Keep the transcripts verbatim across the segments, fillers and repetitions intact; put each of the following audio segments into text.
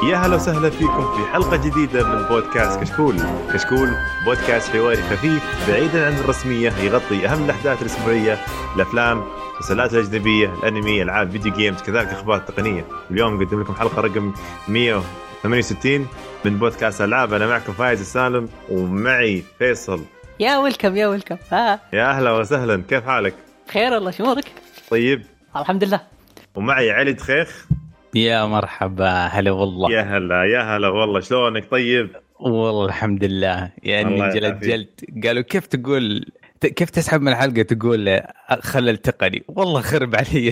يا هلا وسهلا فيكم في حلقة جديدة من بودكاست كشكول. كشكول بودكاست حواري خفيف بعيدا عن الرسمية، يغطي أهم الأحداث الأسبوعية، الأفلام، المسلسلات الأجنبية، الأنمي، ألعاب فيديو جيمز، كذلك أخبار تقنية. اليوم نقدم لكم حلقة رقم مية وثمانية وستين من بودكاست ألعاب. أنا معكم فايز السالم ومعي فيصل. يا ويلكم يا ويلكم. ها يا أهلا وسهلا، كيف حالك؟ خير الله، شمورك؟ طيب الحمد لله. ومعي علي دخيخ. يا مرحبا، هلا والله. يا هلا يا هلا والله، شلونك؟ طيب والله الحمد لله. يعني جلد جلد قالوا كيف تقول كيف تسحب من الحلقة تقول خلل تقني، والله خرب علي.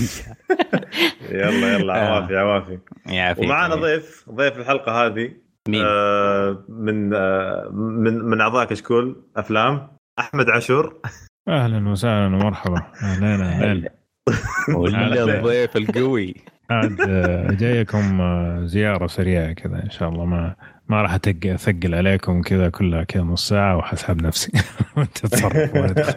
يلا يلا عوافي عوافي. ومعنا ضيف ضيف الحلقة هذه آه من آه من من أعضاء كشكول أفلام، أحمد عاشور. أهلا وسهلا ومرحبا. أهلا أهلا. ولا الضيف القوي. عاد جايكم زيارة سريعة كذا إن شاء الله، ما ما راح أثقل عليكم كذا، كلها كذا نص ساعة وحسب نفسي. وأنت تصرف.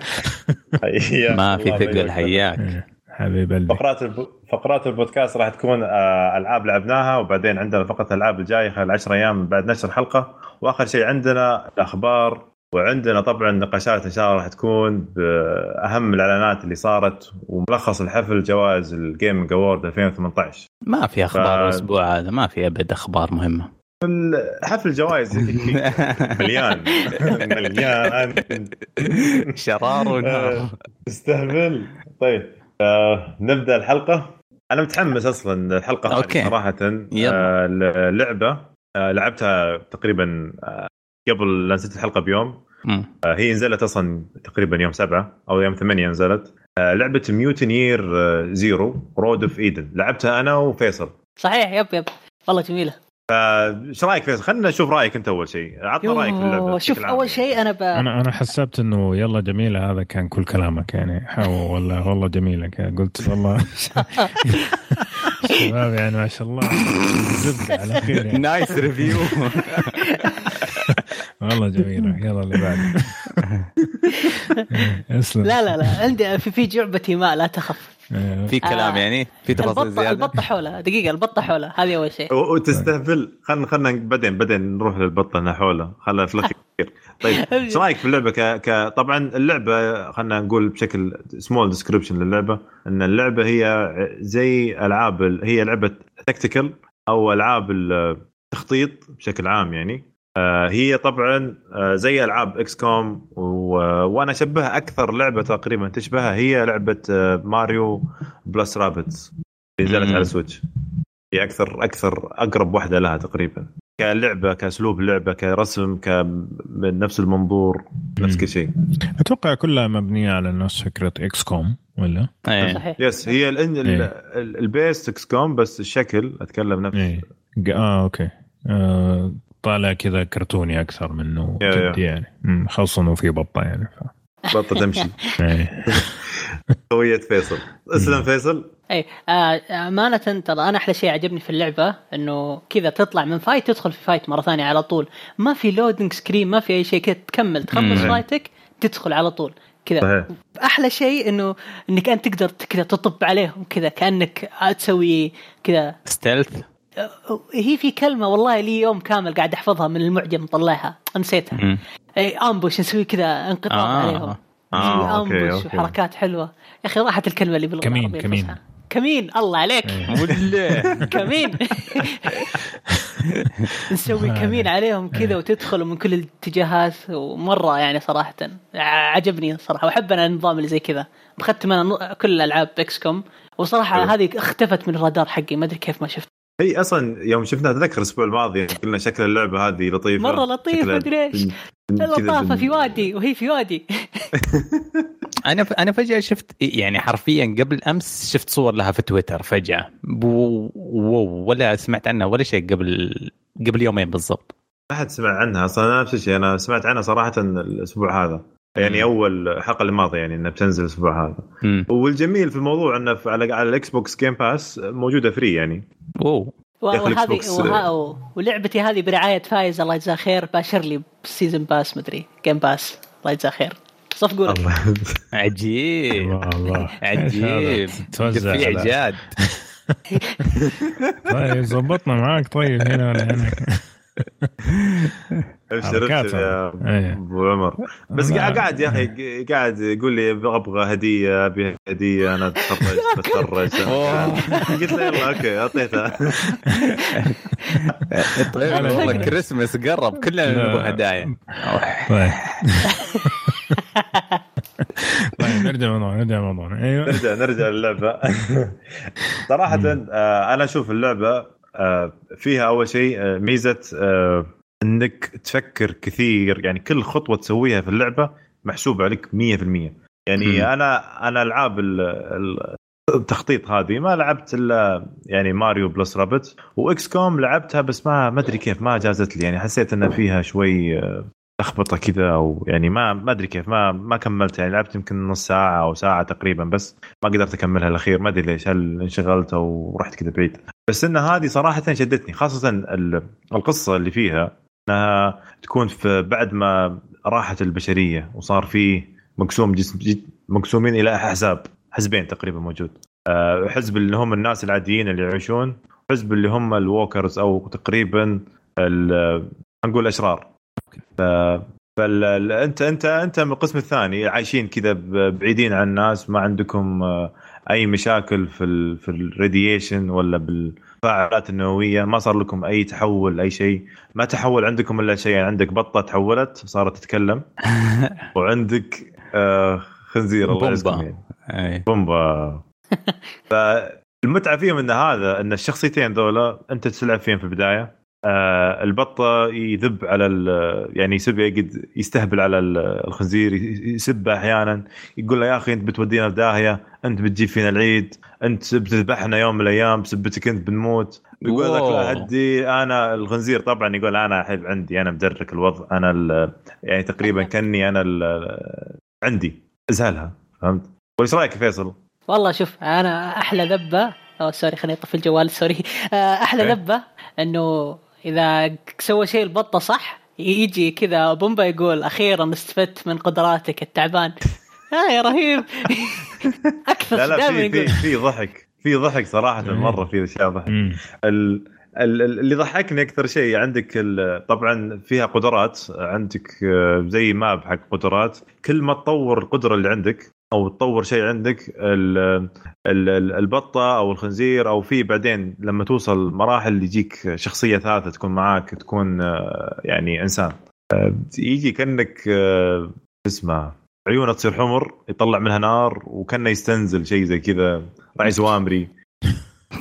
ما في ثقل، حياك حبيب قلبي. فقرات الب... فقرات البودكاست راح تكون ألعاب لعبناها، وبعدين عندنا فقط ألعاب الجاية خلال عشر أيام بعد نشر الحلقة، وآخر شيء عندنا الأخبار، وعندنا طبعا نقاشات إن شاء الله راح تكون بأهم الإعلانات اللي صارت، وملخص الحفل جوائز الجيمنج أوورد ألفين وثمانية عشر. ما في أخبار ف... الأسبوع هذا ما في أبد أخبار مهمة. الحفل جوائز مليان مليان شرار ونار. استهبل. طيب آه نبدأ الحلقة. أنا متحمس أصلا الحلقة هذه صراحة. آه اللعبة آه لعبتها تقريبا آه قبل لا نزلت الحلقة بيوم. آه هي نزلت أصلا تقريبا يوم سبعة أو يوم ثمانية نزلت. آه لعبة ميوتنير آه زيرو رود اوف ايدن، لعبتها أنا وفيصل. صحيح، يب يب والله جميلة. فايش رايك فيصل؟ خلينا نشوف رايك انت اول شيء، عطنا رايك في اللعبه. شوف اول شيء انا ب... انا انا حسبت انه يلا جميله، هذا كان كل كلامك يعني. ولا والله جميله كان قلت والله شباب يعني ما شاء الله زبده على خير يعني. نايس ريفيو. والله جميله. يلا اللي بعد. لا لا لا عندي في في جعبتي ما لا تخف. في كلام يعني في تفاصيل زياده. البطه حولها دقيقه، البطه حولها هذه اول شيء. وتستهبل. خلنا خلنا بعدين بعدين نروح للبطه اللي حولها، خلها في الاخير. طيب ايش رايك في اللعبه؟ ك... ك طبعا اللعبه خلنا نقول بشكل سمول ديسكريبشن للعبه، ان اللعبه هي زي العاب ال... هي لعبه تكتيكال او العاب التخطيط بشكل عام يعني. هي طبعا زي ألعاب إكس كوم و... وأنا شبهها أكثر لعبة تقريبا تشبهها هي لعبة ماريو بلس رابتس اللي نزلت على سويتش. هي أكثر أكثر أقرب واحدة لها تقريبا كلعبة، كأسلوب اللعبة، كرسم، كنفس المنظور، نفس كل شيء. أتوقع كلها مبنية على نفس فكرة إكس كوم ولا؟ صحيح. يس هي ال... ال... البيس إكس كوم، بس الشكل أتكلم نفس. إيه. آه أوكي. آه طالع كذا كرتوني أكثر منه جدي يعني. خاصة إنه في بطة يعني ف... بطة تمشي. قوية فيصل. اسلم فيصل. أي أمانة ترى أنا أحلى شيء عجبني في اللعبة إنه كذا تطلع من فايت تدخل في فايت مرة ثانية على طول، ما في لودينج سكرين، ما في أي شيء، كده تكمل تخلص فايتك تدخل على طول كذا. أحلى شيء إنه إنك أنت تقدر كذا تطب عليهم كذا كأنك تسوي كذا ستيلث. هي في كلمة والله لي يوم كامل قاعد أحفظها من المعجم مطلعها نسيتها. أي أمبوش نسوي كذا انقطاع آه. عليهم. آه. أمبوش وحركات حلوة يا أخي. راحت الكلمة اللي بالغ كمين كمين كمين الله عليك. ولا كمين. نسوي كمين عليهم كذا وتدخلوا من كل الاتجاهات، ومرة يعني صراحة عجبني صراحة، وأحب أنا النظام اللي زي كذا. بختم أنا كل الألعاب إكس كوم، وصراحة هذه اختفت من الرادار حقي، ما أدري كيف ما شفت. هي أصلا يوم شفنا أتذكر الأسبوع الماضي قلنا شكل اللعبة هذه لطيفة مرة لطيفة. ما أدري إيش اللطافة في وادي وهي في وادي. أنا أنا فجأة شفت يعني حرفيا قبل أمس شفت صور لها في تويتر فجأة، ولا سمعت عنها ولا شيء قبل قبل يومين بالضبط. ما حد سمع عنها أصلا. نفس الشيء أنا سمعت عنها صراحة الأسبوع هذا يعني. م. أول حلقة الماضية يعني إنها بتنزل الأسبوع هذا. م. والجميل في الموضوع إنه على على الإكس بوكس جيم باس موجودة فري يعني. أوه. وهذه وها ولعبتي هذه برعاية فايز الله يجزاه خير، باشر لي سيزن باس مدري جيم باس الله يجزاه خير. صفقوا عجيب الله عجيب توزع في إعجاد. طيب زبطنا معاك طيب هنا ولا هناك. ابشر يا ابو عمر. بس قاعد يا اخي قاعد يقول لي ابغى هديه ابي هديه انا اتخرج بتخرج. قلت له يلا اوكي اعطيتها. طيب والله كريسمس قرب كلنا نبغى هدايا. طيب طيب نرجع موضوع نرجع موضوع ايوه نرجع نرجع للعبه. صراحه انا اشوف اللعبه فيها اول شيء ميزه انك تفكر كثير، يعني كل خطوه تسويها في اللعبه محسوبه عليك مية بالمية. يعني م. انا انا العاب التخطيط هذه ما لعبت الا يعني ماريو بلس رابت واكس كوم لعبتها، بس ما ما ادري كيف ما جازت لي، يعني حسيت ان فيها شوي لخبطه كذا، او يعني ما ما ادري كيف ما ما كملت، يعني لعبت يمكن نص ساعه او ساعه تقريبا بس ما قدرت اكملها الاخير، ما ادري ليش، هل انشغلت او رحت كذا بعيد. بس ان هذه صراحه شدتني، خاصه القصه اللي فيها انها تكون في بعد ما راحت البشريه وصار فيه مقسوم جسم مقسومين الى احزاب، حزبين تقريبا موجود، حزب اللي هم الناس العاديين اللي يعيشون، حزب اللي هم الووكرز او تقريبا نقول اشرار. ف فانت انت انت من القسم الثاني عايشين كذا بعيدين عن الناس، ما عندكم اي مشاكل في ال في الراديشن ولا بالفاعلات النوويه، ما صار لكم اي تحول اي شيء، ما تحول عندكم الا شيء، يعني عندك بطه تحولت صارت تتكلم وعندك آه خنزير الله يعزكم يعني بومبا. فالمتعه فيهم ان هذا ان الشخصيتين ذولا انت تلعب فيهم في البدايه. آه البطه يذب على يعني يسب يقد يستهبل على الخنزير، يسبه احيانا، يقول له يا اخي انت بتودينا في داهيه، انت بتجيب فينا العيد، انت بتذبحنا يوم من الايام، بسبتك انت بنموت. يقول لك لا هدي انا الخنزير طبعا يقول انا احب عندي انا مدرك الوضع، انا يعني تقريبا كاني انا عندي ازهلها. فهمت؟ وايش رايك فيصل؟ والله شوف انا احلى ذبه او سوري خليني اطفي الجوال سوري احلى ذبه انه اذا سوى شيء البطه صح يجي كذا بومبا يقول اخيرا استفدت من قدراتك التعبان. ها يا رهيب. اكثر لا لا في في في ضحك في ضحك صراحه مره، في اشياء ضحك. ال اللي ضحكني اكثر شيء عندك طبعا فيها قدرات، عندك زي ماب حق قدرات، كل ما تطور القدره اللي عندك او تطور شيء عندك البطه او الخنزير او في بعدين لما توصل مراحل اللي يجيك شخصيه ثالثه تكون معاك، تكون يعني انسان يجي كانك اسمه عيونه تصير حمر يطلع منها نار وكانه يستنزل شيء زي كذا رئيس وامري. ف...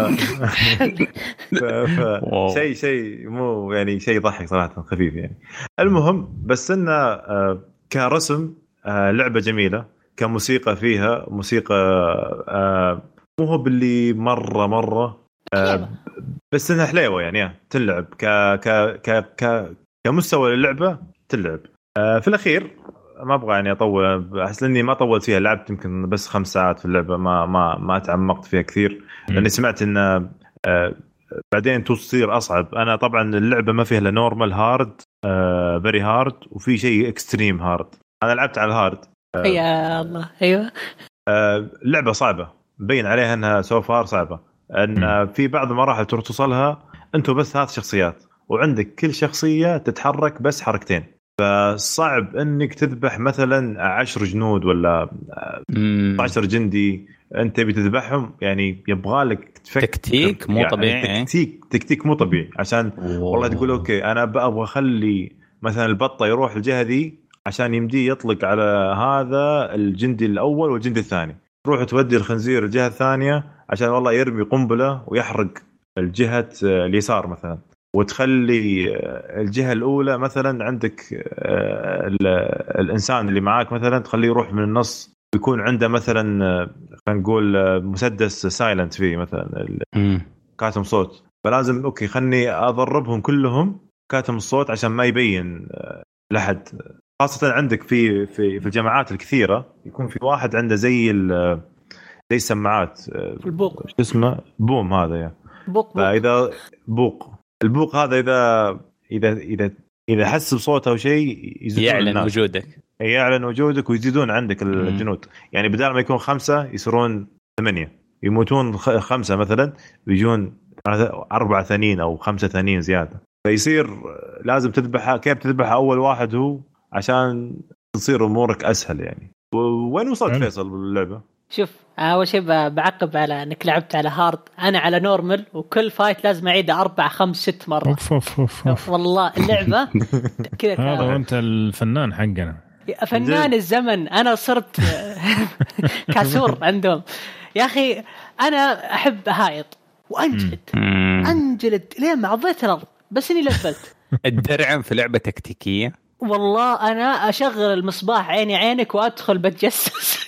ف... ف... شيء شيء مو يعني شيء يضحك صراحه خفيف يعني. المهم بس انه كرسم لعبه جميله، كموسيقى فيها موسيقى مو هو باللي مره مره بس انها حليوه يعني تلعب ك ك ك ك كمستوى اللعبه تلعب. في الاخير ما ابغى يعني اطول، احس اني ما طولت فيها، لعبت يمكن بس خمس ساعات في اللعبه، ما ما ما تعمقت فيها كثير لاني سمعت ان بعدين تصير اصعب. انا طبعا اللعبه ما فيها الا نورمال هارد فيري هارد وفي شيء اكستريم هارد، انا لعبت على الهارد. يا الله ايوه اللعبه صعبه مبين عليها انها سو فار صعبه، ان في بعض المراحل تروح توصلها انتوا بس ثلاث شخصيات وعندك كل شخصيه تتحرك بس حركتين، فصعب انك تذبح مثلا عشر جنود ولا عشر جندي انت بتذبحهم، يعني يبغالك تفكر تكتيك مو يعني طبيعي، تكتيك تكتيك مو طبيعي عشان أوه. والله تقول اوكي انا ابغى اخلي مثلا البطه يروح الجهه ذي عشان يمدي يطلق على هذا الجندي الاول والجندي الثاني، تروح تودي الخنزير الجهه الثانيه عشان والله يرمي قنبله ويحرق الجهه اليسار مثلا، وتخلي الجهه الاولى مثلا عندك الانسان اللي معاك مثلا تخليه يروح من النص ويكون عنده مثلا خلينا نقول مسدس سايلنت فيه مثلا كاتم صوت، فلازم اوكي خلني اضربهم كلهم كاتم الصوت عشان ما يبين لحد. خاصه عندك في في في الجماعات الكثيره يكون في واحد عنده زي زي السماعات البوق ايش اسمه بوم هذا يعني بوق, بوق. فاذا بوق البوق هذا اذا اذا اذا اذا حس بصوت او شيء يعلن الناس. وجودك يعلن وجودك ويزيدون عندك الجنود، يعني بدل ما يكون خمسة يصيرون ثمانية يموتون خمسة مثلا بيجون أربعة ثانيين أو خمسة ثانيين زيادة، فيصير لازم تذبحها. كيف تذبحها أول واحد هو عشان تصير أمورك أسهل يعني. وين وصلت فيصل باللعبة؟ شوف أول شيء بعقب على أنك لعبت على هارد، أنا على نورمال وكل فايت لازم أعيده أربع خمس ست مرات. أوف أوف أوف أوف. والله اللعبة كذا. هذا وأنت الفنان حقنا، فنان الزمن. أنا صرت كاسور عندهم يا أخي. أنا أحب هايط وأنجلد أنجلد ليه ما عضيت الأرض بس إني لفلت. الدرع في لعبة تكتيكية والله أنا أشغل المصباح عيني عينك وأدخل بتجسس.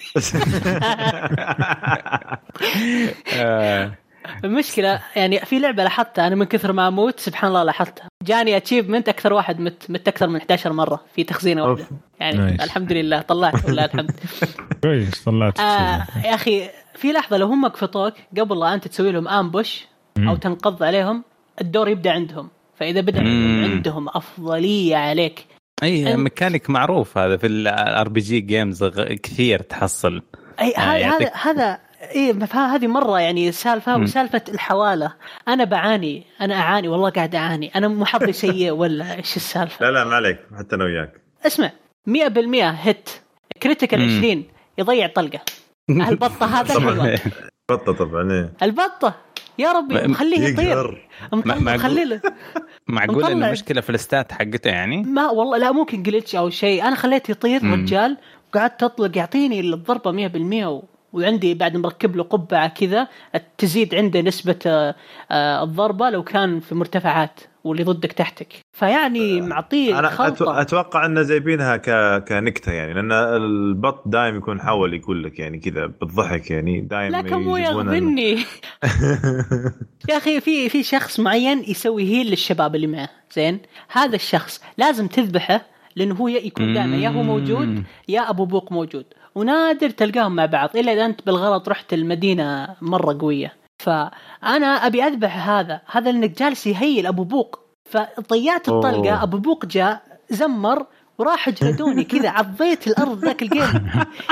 المشكلة يعني في لعبة لاحظتها أنا من كثر ما أموت سبحان الله لاحظتها جاني أتشيفمنت أكثر واحد مت, مت أكثر من إحدى عشر مرة في تخزينة واحدة يعني نايش. الحمد لله طلعت ولا الحمد كويس طلعت. آه يا أخي في لحظة لو هم قفطوك قبل لا أنت تسوي لهم أمبوش أو تنقض عليهم الدور يبدأ عندهم، فإذا بدأ عندهم أفضلية عليك. اي ميكانيك معروف هذا في الار بي جي جيمز كثير تحصل. اي هذا هذا اي هذه مره يعني سالفه م. وسالفه الحواله. انا بعاني انا اعاني والله قاعد اعاني. انا مو حظي سيء ولا ايش السالفه؟ لا لا ما عليك حتى انا وياك. اسمع مية بالمية هيت كريتيكال عشرين يضيع طلقه. البطه هذا الحيوان بطه طبعا البطه يا ربي خليه يطير خليه. معقول ان المشكله في الستات حقته يعني؟ ما والله لا ممكن جليتش او شيء. انا خليته يطير مم. رجال وقعدت تطلق يعطيني الضربه مية بالمية و... وعندي بعد مركب له قبعه كذا تزيد عنده نسبه الضربه لو كان في مرتفعات واللي ضدك تحتك، فيعني معطيه انا خلطة. اتوقع ان جايبينها ك... كنكته يعني، لان البط دائم يكون حاول يقول لك يعني كذا بالضحك يعني دائما. لا كم يغبني يا اخي. في في شخص معين يسوي هيل للشباب اللي معه زين، هذا الشخص لازم تذبحه لانه هو يكون دائما يا هو موجود يا ابو بوق موجود، ونادر تلقاهم مع بعض الا اذا انت بالغلط رحت المدينه مره قويه. فانا ابي اذبح هذا هذا لانك جالس يهيل ابو بوق، فضيعت الطلقه أوه. ابو بوق جاء زمر وراح جلدوني كذا عضيت الارض ذاك الجيم.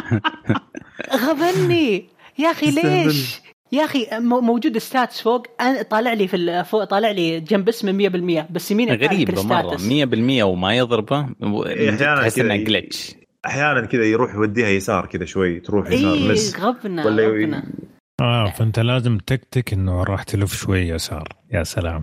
غبني يا اخي ليش يا اخي؟ موجود ستاتس فوق طالع لي في فوق طالع لي جنب اسمه مية بالمية بس يمين غريب مره مية بالمية وما يضربه. تحس انه جلتش احيانا كذا يروح يوديها يسار كذا شوي تروح يسار إيه بس غبنا ولا غبنا. اه فانت لازم تكتك انه راح تلف شوي يسار. يا سلام.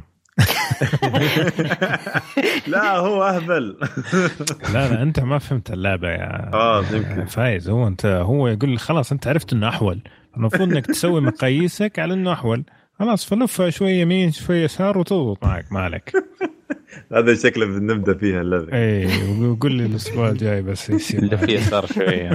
لا هو اهبل. لا لا انت ما فهمت اللعبه يا اه فايز. هو انت هو يقول خلاص انت عرفت انه احول، المفروض انك تسوي مقاييسك على انه احول خلاص، فلفها شوي يمين شوي يسار وتضبط معك مالك. هذا شكله بنبدا فيها اللعبه. اي وقول لي الاسبوع الجاي بس يصير اللي فيه يسار شويه.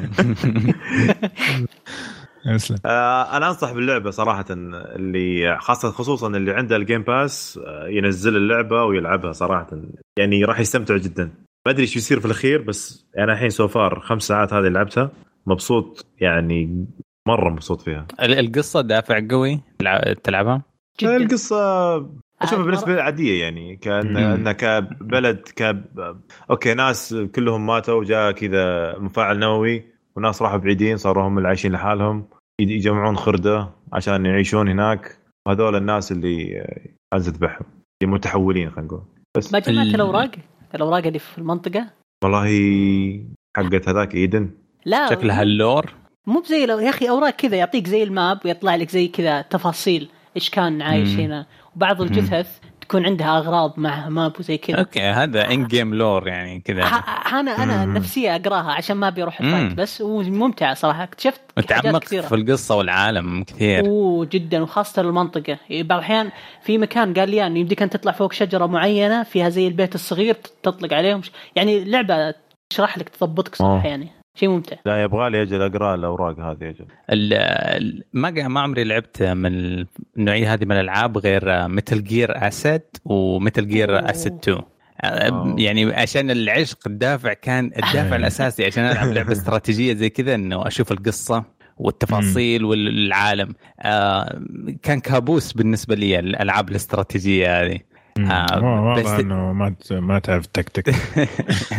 آه انا انصح باللعبه صراحه، اللي خاصه خصوصا اللي عنده الجيم باس ينزل اللعبه ويلعبها صراحه يعني راح يستمتع جدا. ما ادري ايش يصير في الاخير بس انا الحين سوفار خمس ساعات هذه لعبتها مبسوط يعني مره مبسوط فيها. القصه دافع قوي تلعبها جدا. القصه اشوفها بالنسبه لي عاديه يعني، كان انها كبلد ك اوكي ناس كلهم ماتوا وجاء كذا مفاعل نووي وناس راحوا بعيدين صاروا هم اللي عايشين لحالهم يجمعون خردة عشان يعيشون هناك، وهذول الناس اللي عايز تذبحهم اللي متحولين خلينا نقول. بس ما جمعت الأوراق الأوراق اللي في المنطقة والله حقت هذاك إيدن لا شكلها اللور مو زي يا أخي أوراق كذا يعطيك زي الماب ويطلع لك زي كذا تفاصيل إيش كان عايش مم. هنا، وبعض الجثث مم. تكون عندها أغراض مع ماب وزي كذا. أوكي هذا إن جيم لور يعني كذا. أنا أنا نفسية أقراها عشان ما بيروح الفايت بس، وممتعة صراحة. اكتشفت متعمق في القصة والعالم كثير أوه جدا، وخاصة المنطقة. بعض الأحيان في مكان قال لي يعني يمديك أن تطلع فوق شجرة معينة فيها زي البيت الصغير تطلق عليهم، يعني لعبة تشرح لك تضبطك صح يعني شيء ممتع. لا يبغى لي اجل اقرا الاوراق هذه اجل. ما ما عمري لعبت من النوعيه هذه من الالعاب غير ميتل جير اسيد وميتل جير اسيد اثنين. أوه. يعني عشان العشق الدافع كان الدافع الاساسي عشان العب لعبه استراتيجيه زي كذا انه اشوف القصه والتفاصيل والعالم. آه كان كابوس بالنسبه لي الالعاب الاستراتيجيه هذه. آه بس انه ما ما تعرف تكتك.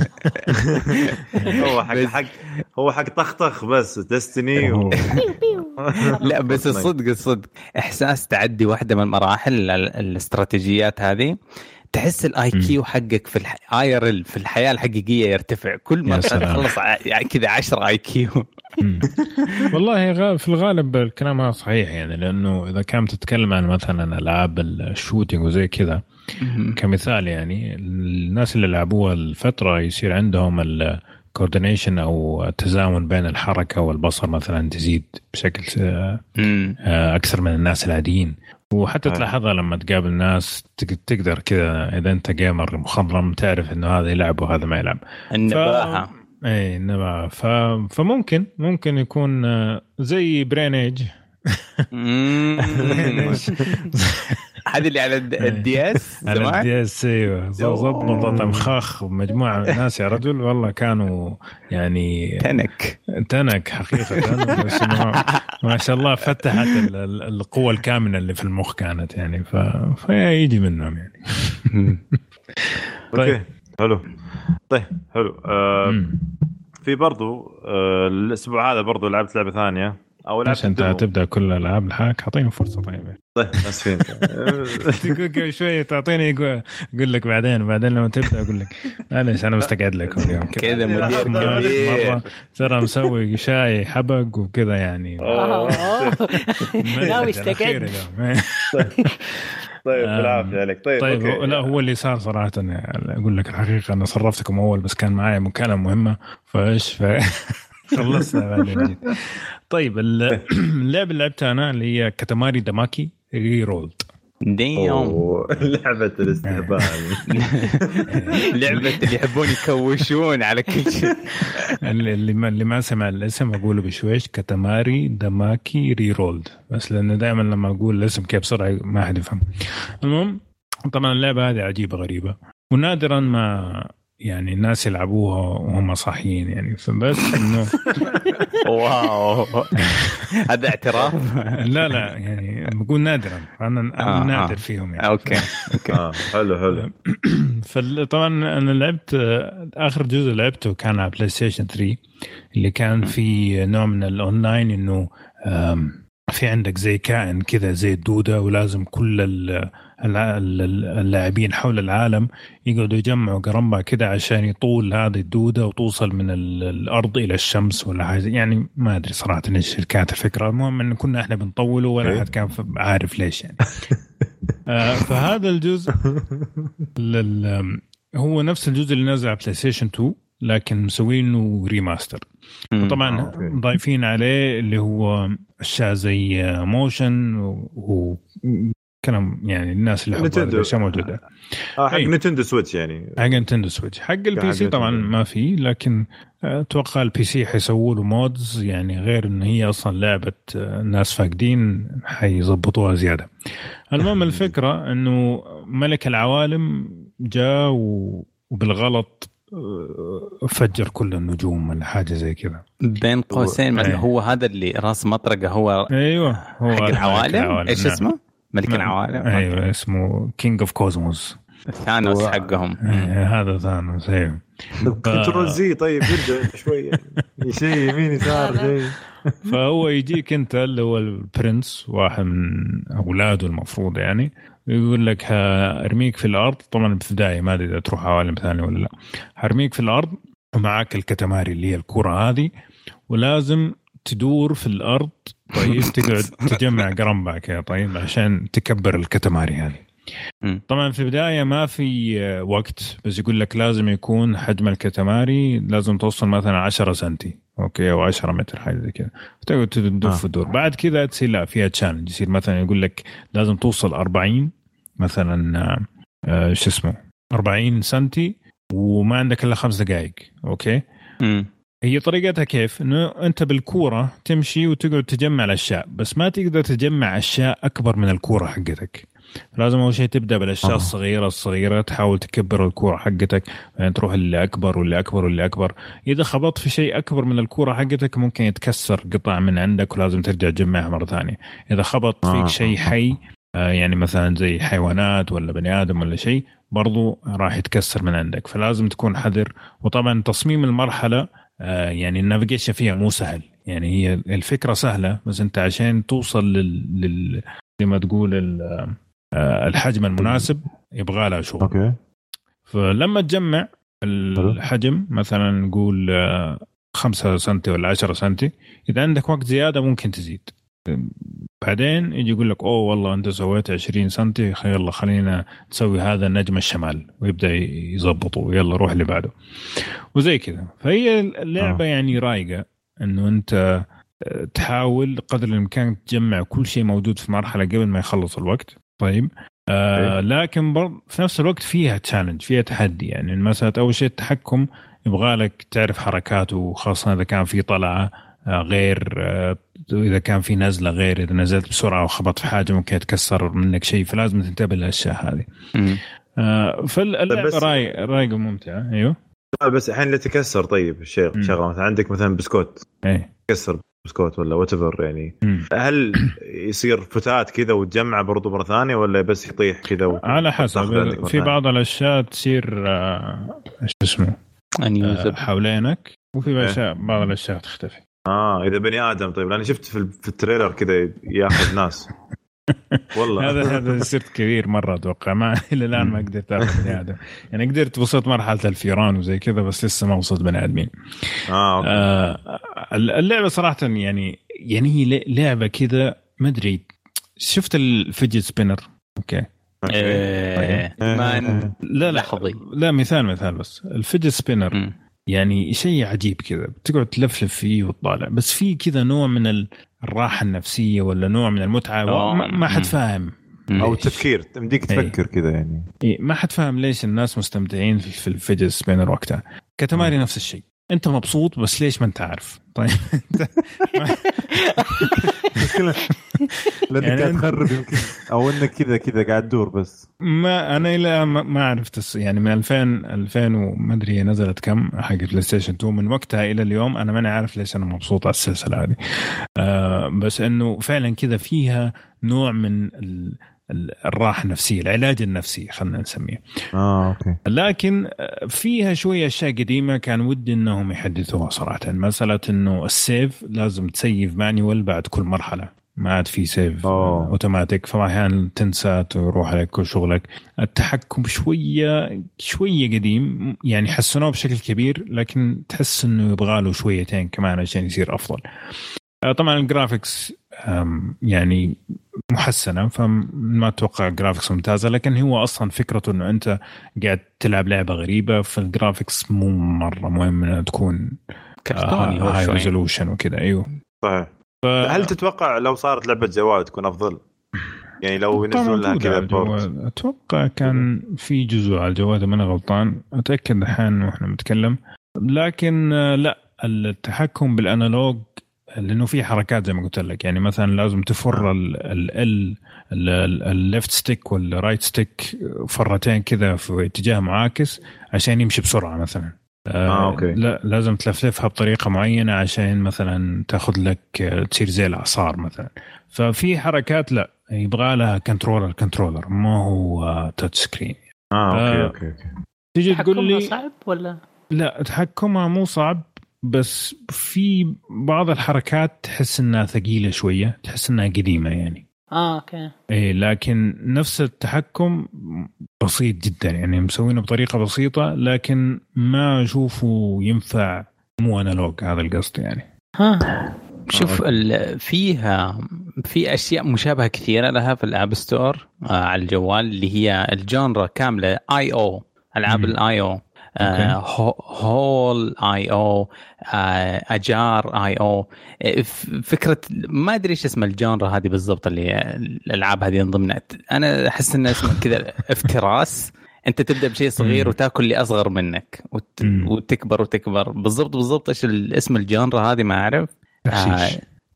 هو حق حق هو حق طخطخ بس ديستني و... لا بس الصدق الصدق احساس تعدي واحده من مراحل الاستراتيجيات هذه، تحس الاي كيو حقك في الح... ايرل في الحياه الحقيقيه يرتفع كل ما تخلص ع... كذا عشرة اي كيو. والله في الغالب الكلام هذا صحيح يعني، لانه اذا كانت تتكلم عن مثلا العاب الشوتينج وزي كذا كمثال، يعني الناس اللي لعبوها الفتره يصير عندهم الكوردينيشن او التزامن بين الحركه والبصر مثلا تزيد بشكل اكثر من الناس العاديين. وحتى تلاحظها لما تقابل ناس تقدر كذا اذا انت جيمر مخضرم تعرف انه هذا يلعب وهذا ما يلعب. النباهه ف... اي النباهه ف... فممكن ممكن يكون زي برين ايج. هذا اللي على الدي اس على الدي اس. ايوه ضبط مخاخ ومجموعه من الناس يا رجل والله كانوا يعني تنك تنك حقيقه. بس ما شاء الله فتحت القوه الكامنه اللي في المخ كانت يعني ف... فيجي منهم يعني. اوكي حلو. طيب حلو. آه في برضو آه الاسبوع هذا برضو لعبت لعبه ثانيه او لعبت. انت تبدا كل الالعاب لحالك، اعطيني فرصه. طيب طيب اسفين. تقول قبل شويه تعطيني اقول لك بعدين بعدين لما تبدا اقول لك معلش انا مستقعد لكم اليوم كذا مدير مره ترى مسوي شاي حبق وكذا يعني. ناوي استقعد. طيب بالعافيه عليك. طيب طيب لا هو اللي صار صراحه اقول لك الحقيقه انا صرفتكم اول بس كان معي مكالمه مهمه فايش ف خلصنا بعدين. طيب اللعبه اللي لعبتها انا اللي هي كاتاماري داماكي ري رولد. ديم لعبه الاستهبال. لعبه اللي يحبون يكوشون على كل شيء. اللي ما اللي ما سمع الاسم اقوله بشويش كاتاماري داماكي ري رولد، بس لانه دائما لما اقول الاسم كيف بسرعه ما حد يفهم. المهم طبعا اللعبه هذه عجيبه غريبه ونادرا ما يعني الناس يلعبوها وهم صاحيين يعني، فبس انه واو هذا اعتراف. لا لا يعني بقول نادرا انا آه نادر آه. فيهم يعني. اوكي اوكي آه حلو حلو. فطبعا انا لعبت اخر جزء لعبته كان على بلاي ستيشن ثري اللي كان في نوع من الاونلاين انه في عندك زي كائن كذا زي الدودة ولازم كل اللاعبين حول العالم يقعدوا يجمعوا قرنبة كذا عشان يطول هذه الدودة وتوصل من الأرض إلى الشمس ولا حاجة يعني. ما أدري صراحة إيش كانت الفكرة، المهم إن كنا إحنا بنطوله ولا أحد كان عارف ليش يعني. آه فهذا الجزء هو نفس الجزء اللي نزل على بلاي ستيشن تو لكن مسوينه ريماستر. وطبعا ضايفين عليه اللي هو أشياء زي موشن وكلام يعني الناس اللي حبوا الأشياء موجودة. آه حق نينتندو سويتش يعني حق نينتندو سويتش. حق البي سي طبعا ما في، لكن أتوقع البي سي حيسووا له مودز يعني غير إن هي أصلا لعبة الناس فاقدين حيزبطوها زيادة. المهم الفكرة إنه ملك العوالم جاء وبالغلط فجر كل النجوم ولا حاجه زي كذا بين قوسين. أيه. هو هذا اللي راس مطرقه هو ايوه هو حق العوالم. ايش نعم. اسمه ملك العوالم. ايوه اسمه كينج اوف كوزموس ثانوس حقهم. أيه هذا ثانوس. ايوه كنترول زي. طيب يرجع شويه شيء يمين يسار شيء. فهو يجيك انت اللي هو البرنس واحد من اولاده المفروض يعني يقول لك هرميك في الأرض. طبعا ابتدائي ما أدري إذا تروح عوالم ثانية ولا لا. هرميك في الأرض ومعاك الكتماري اللي هي الكرة هذه ولازم تدور في الأرض. طيب تقعد تجمع قرنبع كده طيب عشان تكبر الكتماري هذه. طبعا في البداية ما في وقت بس يقول لك لازم يكون حجم الكتماري لازم توصل مثلا عشرة سنتي اوكي او عشرة متر حاجه زي كذا فتقعد تدف الدور. بعد كذا تصير لا فيها تشالنج يصير مثلا يقول لك لازم توصل أربعين مثلا آه شو اسمه أربعين سنتي وما عندك الا خمس دقائق اوكي. م. هي طريقتها كيف انه انت بالكوره تمشي وتقعد تجمع الاشياء بس ما تقدر تجمع اشياء اكبر من الكوره حقتك. لازم أول شيء تبدأ بالأشياء الصغيرة الصغيرة تحاول تكبر الكورة حقتك يعني تروح اللي أكبر واللي أكبر واللي أكبر. إذا خبطت في شيء أكبر من الكورة حقتك ممكن يتكسر قطع من عندك ولازم ترجع تجمعها مرة ثانية. إذا خبط فيك شيء حي يعني مثلا زي حيوانات ولا بني آدم ولا شيء برضو راح يتكسر من عندك فلازم تكون حذر. وطبعا تصميم المرحلة يعني النافيجيشن فيها مو سهل يعني هي الفكره سهله، بس انت عشان توصل لل, لل... زي ما تقول ال... الحجم المناسب يبغى لها شغل. اوكي. فلما تجمع الحجم مثلا نقول خمسة سنتي ولا عشرة سنتي، إذا عندك وقت زيادة ممكن تزيد. بعدين يجي يقول لك أوه والله أنت سويت عشرين سنتي، يلا خلينا نسوي هذا نجم الشمال، ويبدأ يزبطه، يلا روح اللي بعده وزي كذا. فهي اللعبة آه. يعني رايقة إنه أنت تحاول قدر الإمكان تجمع كل شيء موجود في مرحلة قبل ما يخلص الوقت. طيب آه لكن برضه في نفس الوقت فيها تشالنج، فيها تحدي. يعني مثلا أول شيء التحكم يبغالك تعرف حركاته، خاصة إذا كان في طلعة غير، إذا كان في نزلة غير، إذا نزلت بسرعة وخبط في حاجة ممكن يتكسر منك شيء، فلازم تنتبه للأشياء هذه. آه فاللعبة رايقة رايقة وممتعة. أيوه بس الحين اللي تكسر، طيب الشيء شغلة مثلا عندك مثلا بسكوت ايه تكسر بسكوت ولا واتفر يعني مم. هل يصير فتات كذا وتجمع برضو مرة ثانية، ولا بس يطيح كذا و... على حسب. في بعض الأشياء تصير آه ايش اسمه آه حوالينك، وفي أشياء إيه؟ بعض الأشياء تختفي. اه اذا بني ادم. طيب انا شفت في, في التريلر كذا ياخذ ناس والله هذا هذا صرت كبير مره اتوقع، ما الى الان ما قدرت اخذ بني ادم. يعني قدرت وصلت مرحله الفيران وزي كذا، بس لسه ما وصلت بني ادمين. اه اوكي. آه اللعبه صراحه يعني يعني هي لعبه كذا ما ادري. شفت الفيدجت سبينر؟ اوكي إيه ما لا لا لا مثال مثال بس الفيدجت سبينر م. يعني شيء عجيب كذا، بتقعد تلفلف فيه وتطالع، بس في كذا نوع من الراحة النفسية ولا نوع من المتعة ما, ما حد فاهم، أو التفكير تمديك تفكر كذا يعني. ما حد فاهم ليش الناس مستمتعين في الفيدجت سبينر وقتها. كتماري نفس الشيء، أنت مبسوط بس ليش ما أنت عارف. طيب لأنك يعني قاعد تخرب يمكن، أو إنك كذا كذا قاعد تدور بس. ما أنا إلا ما عرفت يعني من ألفين ألفين وما أدري نزلت كم حق بلاي ستيشن تو، من وقتها إلى اليوم أنا ما عارف ليش أنا مبسوط على السلسلة هذه. آه بس إنه فعلا كذا فيها نوع من ال الراحة النفسية، العلاج النفسي خلنا نسميه. آه، أوكي. لكن فيها شوية أشياء قديمة كان ودي إنهم يحدثوها صراحة. مسألة إنه السيف لازم تسيف مانيوال بعد كل مرحلة، ما عاد في سيف أوه. أوتوماتيك، فأحيانا تنسى تروح عليك كل شغلك. التحكم شوية شوية قديم يعني، حسنوه بشكل كبير، لكن تحس إنه يبغاله شويتين كمان عشان يصير أفضل. طبعا الجرافيكس يعني محسنة، فما أتوقع جرافيكس ممتازة، لكن هو أصلا فكرته أنه أنت قاعد تلعب لعبة غريبة، فالجرافيكس مو مرة مهم أنها تكون كرتوني هاي ريزولوشن وكذا. أيوه صحيح. ف... هل تتوقع لو صارت لعبة جوال تكون أفضل؟ يعني لو ينزلون لها كذا بورت؟ أتوقع كان في جزء على الجوال ما أنا غلطان، أتأكد الحين وإحنا نتكلم. لكن لا، التحكم بالأنالوج لأنه في حركات زي ما قلت لك، يعني مثلا لازم تفر ال الليفت ستيك والرايت ستيك فرتين كذا في اتجاه معاكس عشان يمشي بسرعة مثلا. آه، أوكي. لا لازم تلفلفها بطريقة معينة عشان مثلا تاخذ لك تصير زي الإعصار مثلا. ففي حركات لا يبغى لها كنترولر كنترولر ما هو تاتش سكرين. آه أوكي أوكي أوكي. تيجي تقول لي صعب ولا لا؟ تحكمها مو صعب، بس في بعض الحركات تحس انها ثقيله شويه، تحس انها قديمه يعني. اه اوكي. ايه لكن نفس التحكم بسيط جدا يعني، مسوينه بطريقه بسيطه، لكن ما اشوفه ينفع مو انالوج، هذا القصد يعني. ها شوف فيها في اشياء مشابهه كثيره لها في الاب ستور آه على الجوال، اللي هي الجانرا كامله اي او، العاب الاي او، هول اي او، اجار اي او. فكره ما ادري ايش اسم الجانرا هذه بالضبط، اللي الالعاب هذه من ضمنها انا احس ان اسمها كذا افتراس. انت تبدا بشيء صغير وتاكل اللي اصغر منك وت... وتكبر وتكبر. بالضبط بالضبط ايش الاسم الجانرا هذه ما اعرف. آه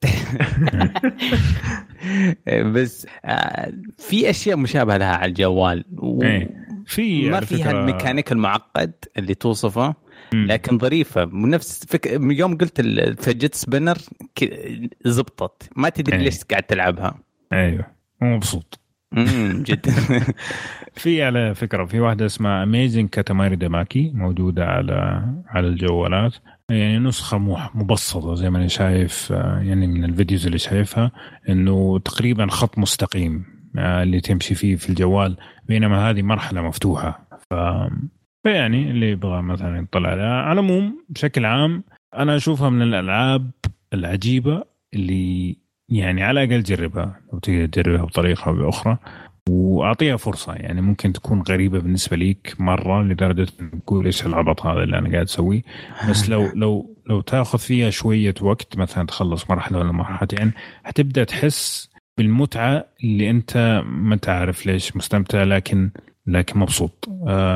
بس آه في اشياء مشابهه لها على الجوال و... في ما فيها الميكانيك المعقد اللي توصفه، لكن ظريفه. نفس فك... يوم قلت الفيدجت سبينر ك... زبطت، ما تدري ليش قاعد تلعبها. ايوه مبسوط امم جدا. في على فكرة في واحدة اسمها Amazing Katamari Damacy موجودة على على الجوالات، يعني نسخة مبسطة زي ما أنا شايف يعني من الفيديوز اللي شايفها، إنه تقريبا خط مستقيم اللي تمشي فيه في الجوال، بينما هذه مرحلة مفتوحة. ف فيعني اللي يبغى مثلا يطلع عليها. على العموم بشكل عام أنا أشوفها من الألعاب العجيبة اللي يعني على الأقل جربها لو تقدر تجربها بطريقة أو بأخرى وأعطيها فرصة. يعني ممكن تكون غريبة بالنسبة ليك مرة لدرجة تقول إيش العبط هذا اللي أنا قاعد أسويه، بس لو لو لو تأخذ فيها شوية وقت مثلا تخلص مرحلة ولا مرحلتين يعني هتبدأ تحس بالمتعة اللي أنت ما تعرف ليش مستمتع لكن لكن مبسوط.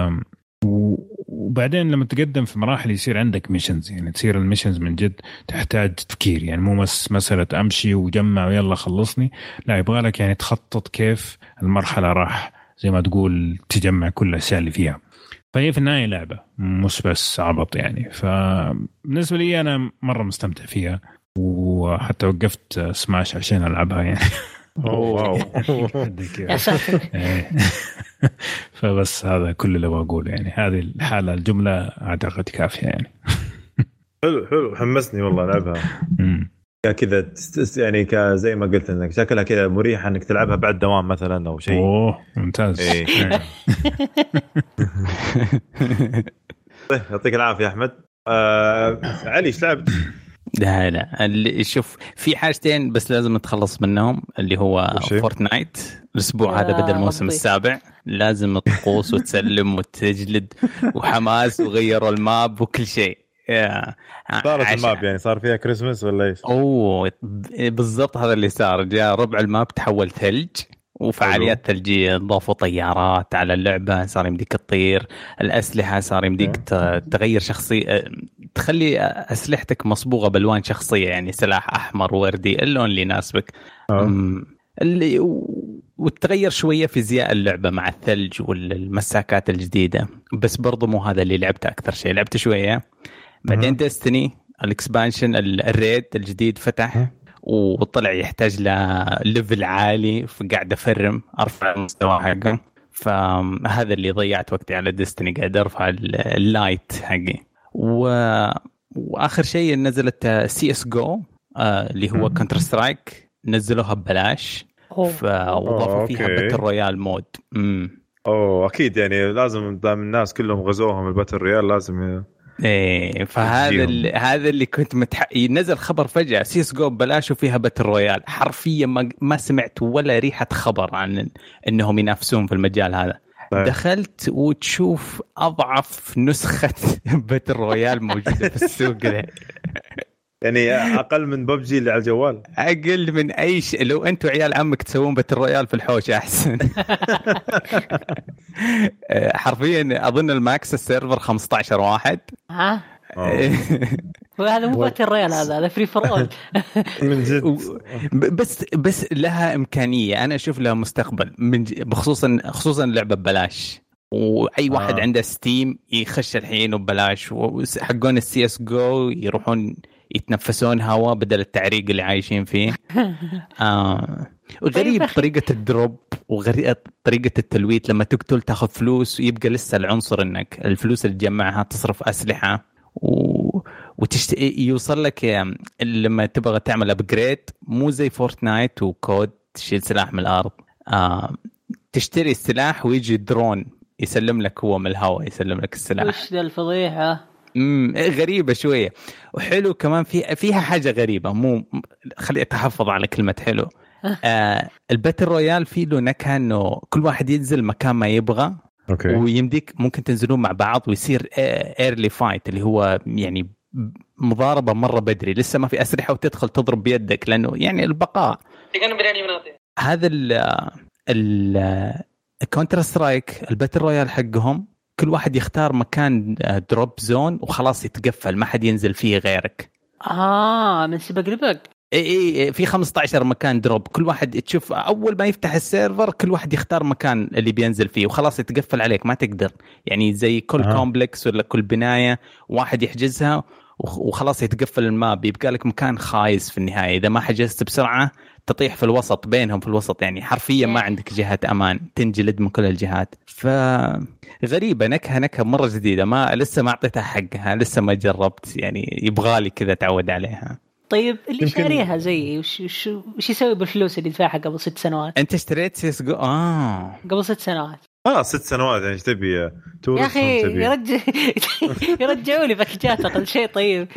وبعدين لما تقدم في مراحل يصير عندك ميشنز، يعني تصير الميشنز من جد تحتاج تفكير، يعني مو بس مسألة أمشي وجمع ويلا خلصني، لا يبغى لك يعني تخطط كيف المرحلة راح زي ما تقول تجمع كل الأشياء اللي فيها. فهي في النهاية لعبة مش بس عبط يعني. فبالنسبة لي أنا مرة مستمتع فيها، وحتى وقفت سماش عشان ألعبها يعني. واو. فبس هذا كل اللي بقوله، يعني هذه الحالة الجملة أعتقد كافية يعني. حلو حلو حمسني والله لعبها كذا يعني كزي ما قلت انك شكلها كذا مريحة انك تلعبها بعد دوام مثلا او شيء. اوه ممتاز. إيه. طيب يعطيك العافية يا احمد. آه علي ايش لعبت؟ لا لا اللي شوف في حاجتين بس لازم نتخلص منهم، اللي هو فورتنايت الاسبوع هذا بدل الموسم السابع لازم تقوس وتسلم وتجلد وحماس وغيروا الماب وكل شيء. صارت الماب يعني صار فيها كريسمس ولا ايش؟ اوه بالضبط هذا اللي صار، جاء ربع الماب تحول ثلج وفعاليات ثلجية، ضافوا طيارات على اللعبة، صار يمديك تطير، الأسلحة صار يمديك تغير شخصية، تخلي أسلحتك مصبوغة بألوان شخصية، يعني سلاح أحمر وردي اللون اللي يناسبك، اللي وتغير شوية فيزياء اللعبة مع الثلج والمساكات الجديدة. بس برضو مو هذا اللي لعبته، أكثر شيء لعبت شوية بعدين ديستني الإكسبانشن الريد الجديد فتح وطلع يحتاج لليفل عالي، فقاعد أفرم أرفع المستوى حقه، فهذا اللي ضيعت وقتي على ديستني، قاعد أرفع اللايت حقي. و... وآخر شيء نزلت سي اس جو آه اللي هو كونتر سترايك، نزلوها ببلاش وضافوا فيها باتل رويال مود. امم اوه اكيد يعني لازم دام الناس كلهم غزوهم الباتل رويال لازم ايه. فهذا اللي هذا اللي كنت متح... نزل خبر فجأة سي اس جو ببلاش وفيها باتل رويال، حرفيا ما... ما سمعت ولا ريحة خبر عن انهم ينافسون في المجال هذا. طيب. دخلت وتشوف اضعف نسخة باتل رويال موجودة في السوق ده. يعني اقل من ببجي اللي على الجوال، اقل من اي شيء. لو انتوا عيال عمك تسوون باتل رويال في الحوش احسن. حرفيا اظن الماكس السيرفر خمسة عشر واحد. ها وهذا مو باتل رويال، هذا هذا فري فور اول من جد. بس بس لها امكانيه، انا اشوف لها مستقبل من بخصوصا خصوصا اللعبه ببلاش، واي واحد آه. عنده ستيم يخش الحين وببلاش، وحقون السي اس جو يروحون يتنفسون هواء بدل التعريق اللي عايشين فيه. آه. غريب طريقة الدروب وغريبة طريقة التلويت، لما تقتل تاخذ فلوس ويبقى لسه العنصر انك الفلوس اللي تجمعها تصرف أسلحة و... وتشت... يوصل لك لما تبغى تعمل أبجريد، مو زي فورتنايت وكود تشيل سلاح من الأرض. آه. تشتري السلاح ويجي درون يسلم لك هو من الهواء، يسلم لك السلاح. وش ذا الفضيحة؟ امم غريبه شويه. وحلو كمان في فيها حاجه غريبه، مو خلي اتحفظ على كلمه حلو. آه الباتل رويال فيه له نكهه انه كل واحد ينزل مكان ما يبغى. أوكي. ويمديك ممكن تنزلون مع بعض ويصير ايرلي فايت، اللي هو يعني مضاربه مره بدري، لسه ما في اسلحه وتدخل تضرب بيدك، لانه يعني البقاء. هذا ال ال الكونتر سترايك الباتل رويال حقهم كل واحد يختار مكان دروب زون وخلاص يتقفل، ما حد ينزل فيه غيرك. آه من سبق لبق. اي اي في خمسة عشر مكان دروب، كل واحد تشوف اول ما يفتح السيرفر كل واحد يختار مكان اللي بينزل فيه وخلاص يتقفل عليك، ما تقدر يعني زي كل آه. كومبلكس ولا كل بناية واحد يحجزها وخلاص يتقفل الماب، يبقى لك مكان خايس في النهاية. إذا ما حجزت بسرعة تطيح في الوسط بينهم في الوسط، يعني حرفيا ما عندك جهة أمان، تنجلد من كل الجهات. فغريبة، نكهة نكهة مرة جديدة، ما لسه ما أعطيتها حقها، لسه ما جربت، يعني يبغالي كذا تعود عليها. طيب اللي يمكن... شاريها زي وش وش وش يسوي بالفلوس اللي دفعها قبل ست سنوات؟ أنت اشتريت سيس جو آه قبل ست سنوات. اه ست سنوات يعني ايش تبي يا اخي؟ يرجع يرجعوا لي باكجات اقل شيء. طيب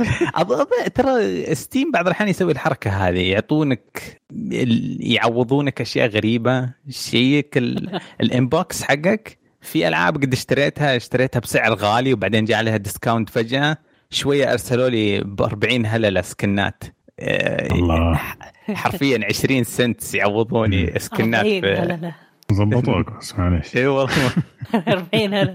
ترى ستيم بعض الأحيان يسوي الحركة هذه، يعطونك يعوضونك أشياء غريبة. شيك الانبوكس حقك في ألعاب قد اشتريتها اشتريتها بسعر غالي وبعدين جاء عليها ديسكاونت فجأة، شوية أرسلوا لي بأربعين هللة سكنات. الله. حرفيا عشرين سنت يعوضوني سكنات. في... ضبطوك بس معليش. اي والله أربعين هلا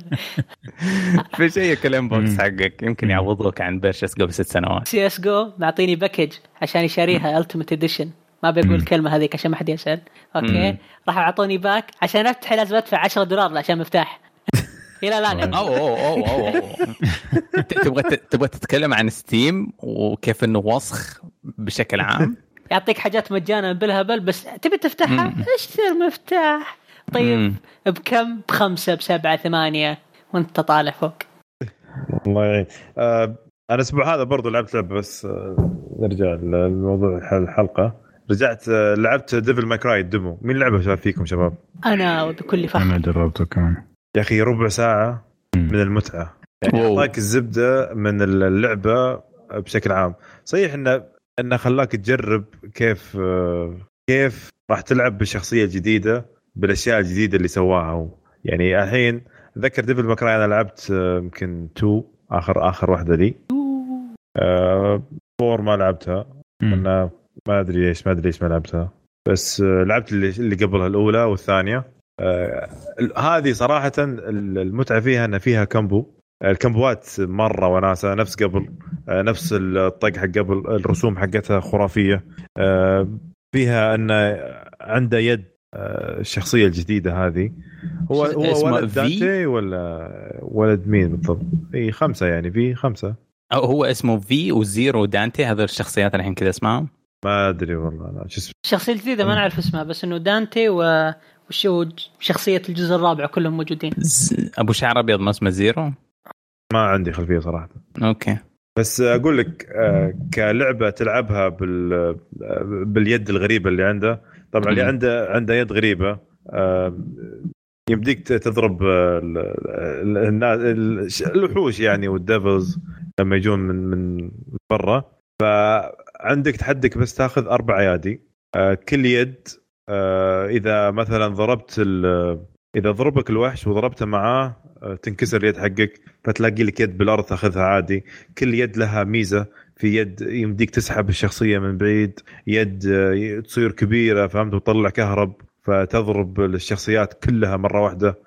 في شيء كلام بوكس حقك يمكن يعوضوك عن بيرشس قبل ست سنوات. سي اس جو معطيني باكج عشان يشاريها التيمت اديشن، ما بقول الكلمه هذيك عشان ما حد يسال. اوكي راح اعطوني باك عشان افتح لازم ادفع عشرة دولار عشان مفتاح. لا لا أوه أوه أوه تبغى تبغى تتكلم عن ستيم وكيف انه وسخ بشكل عام. يعطيك حاجات مجانا بالهبل بس تبي تفتحها اشتري مفتاح. طيب مم. بكم؟ بخمسة بسبعة ثمانية وانت طالع فوق. الله يعين. آه أنا الأسبوع هذا برضو لعبت لعبة بس آه نرجع للموضوع الحلقة. رجعت آه لعبت ديفل ماي كراي ديمو. مين لعبة شباب فيكم شباب؟ أنا وبكل فخر. أنا جربته كمان يا أخي ربع ساعة مم. من المتعة يعني. أعطاك الزبدة من اللعبة بشكل عام. صحيح إنه إنه خلاك تجرب كيف آه كيف راح تلعب بالشخصية الجديدة بالاشياء الجديده اللي سواها. يعني الحين اتذكر ديفل ماكراي انا لعبت يمكن تو اخر اخر واحده لي. أه فور ما لعبتها انا ما ادري ايش ما ادري ايش ما لعبتها بس لعبت اللي اللي قبلها الاولى والثانيه. أه هذه صراحه المتعه فيها ان فيها كامبو. الكامبوات مره وناسه نفس قبل. أه نفس الطق حق قبل. الرسوم حقتها خرافيه. أه فيها ان عنده يد الشخصية الجديدة هذه. هو هو ولد دانتي ولا ولد مين بالضبط؟ في خمسة يعني في خمسة. أو هو اسمه في وزيرو دانتي. هذول الشخصيات الحين كذا اسمهم ما أدري والله. أنا شو اسمه الشخصية الجديدة ما نعرف اسمها بس إنه دانتي و وشو شخصية الجزء الرابع كلهم موجودين. أبو شعر أبيض ما اسمه زيرو. ما عندي خلفية صراحة. أوكي بس أقول لك كلعبة تلعبها بال باليد الغريبة اللي عنده. طبعا اللي عنده عنده يد غريبة يمديك تضرب الوحوش يعني والديفلز لما يجون من من برا. فعندك تحدك بس تاخذ أربع أيادي. كل يد إذا مثلا ضربت إذا ضربك الوحش وضربته معاه تنكسر اليد حقك فتلاقي لك يد بالأرض تاخذها عادي. كل يد لها ميزة. في يد يمديك تسحب الشخصية من بعيد. يد تصير كبيرة فهمت وتطلع كهرب فتضرب الشخصيات كلها مرة واحدة.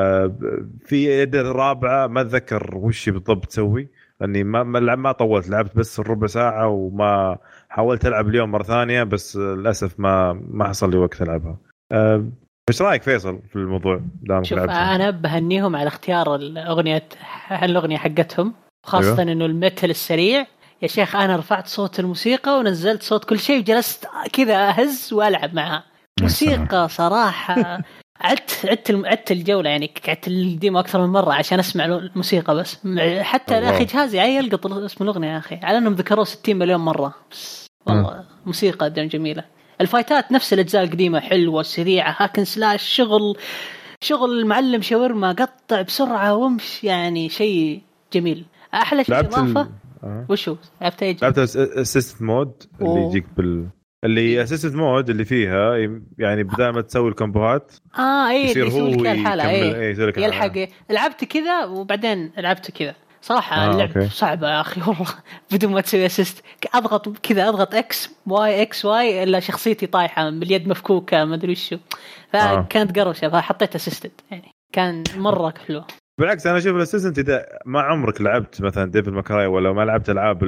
في يد رابعة ما أتذكر وش بالضبط تسوي لأني ما ما طولت لعبت بس الربع ساعة وما حاولت ألعب اليوم مرة ثانية بس للأسف ما ما حصل لي وقت ألعبها. ايش رايك فيصل في الموضوع؟ شوف انا بهنيهم على اختيار الاغنيه الاغنيه حقتهم خاصه أيوه. انه الميتال السريع يا شيخ. انا رفعت صوت الموسيقى ونزلت صوت كل شيء وجلست كذا اهز والعب معها. موسيقى صراحه عدت عدت عدت الجوله يعني عدت الديمو اكثر من مره عشان اسمع الموسيقى بس. حتى يا اخي جهازي عيل يلقط اسم الاغنيه يا اخي على انهم ذكروه ستين مليون مره بس والله موسيقى دم جميله. الفايتات نفس الأجزاء القديمة حلوة سريعة هاكن سلاش شغل شغل المعلم شاورما قطع بسرعة ومش يعني شيء جميل. أحلى شيء إضافة ال... أه. وشو لعبت يجي لعبت أسيست مود اللي يجيك بال اللي أسيست مود اللي فيها يعني بدل ما تسوي الكمبوهات آه إيه يصير هو الحالة إيه, إيه يلحق إيه. لعبت كذا وبعدين لعبت كذا صراحة آه، اللعب أوكي. صعبة يا أخي والله بدون ما تسوي أسيست أضغط كذا أضغط إكس واي إكس واي إلا شخصيتي طايحة باليد مفكوكة ما أدري وشو فكانت قروشة فحطيت أسيستد يعني كان مرة حلو. بالعكس أنا أشوف الأسيستنت إذا ما عمرك لعبت مثلا ديفل ماكراي ولا ما لعبت ألعاب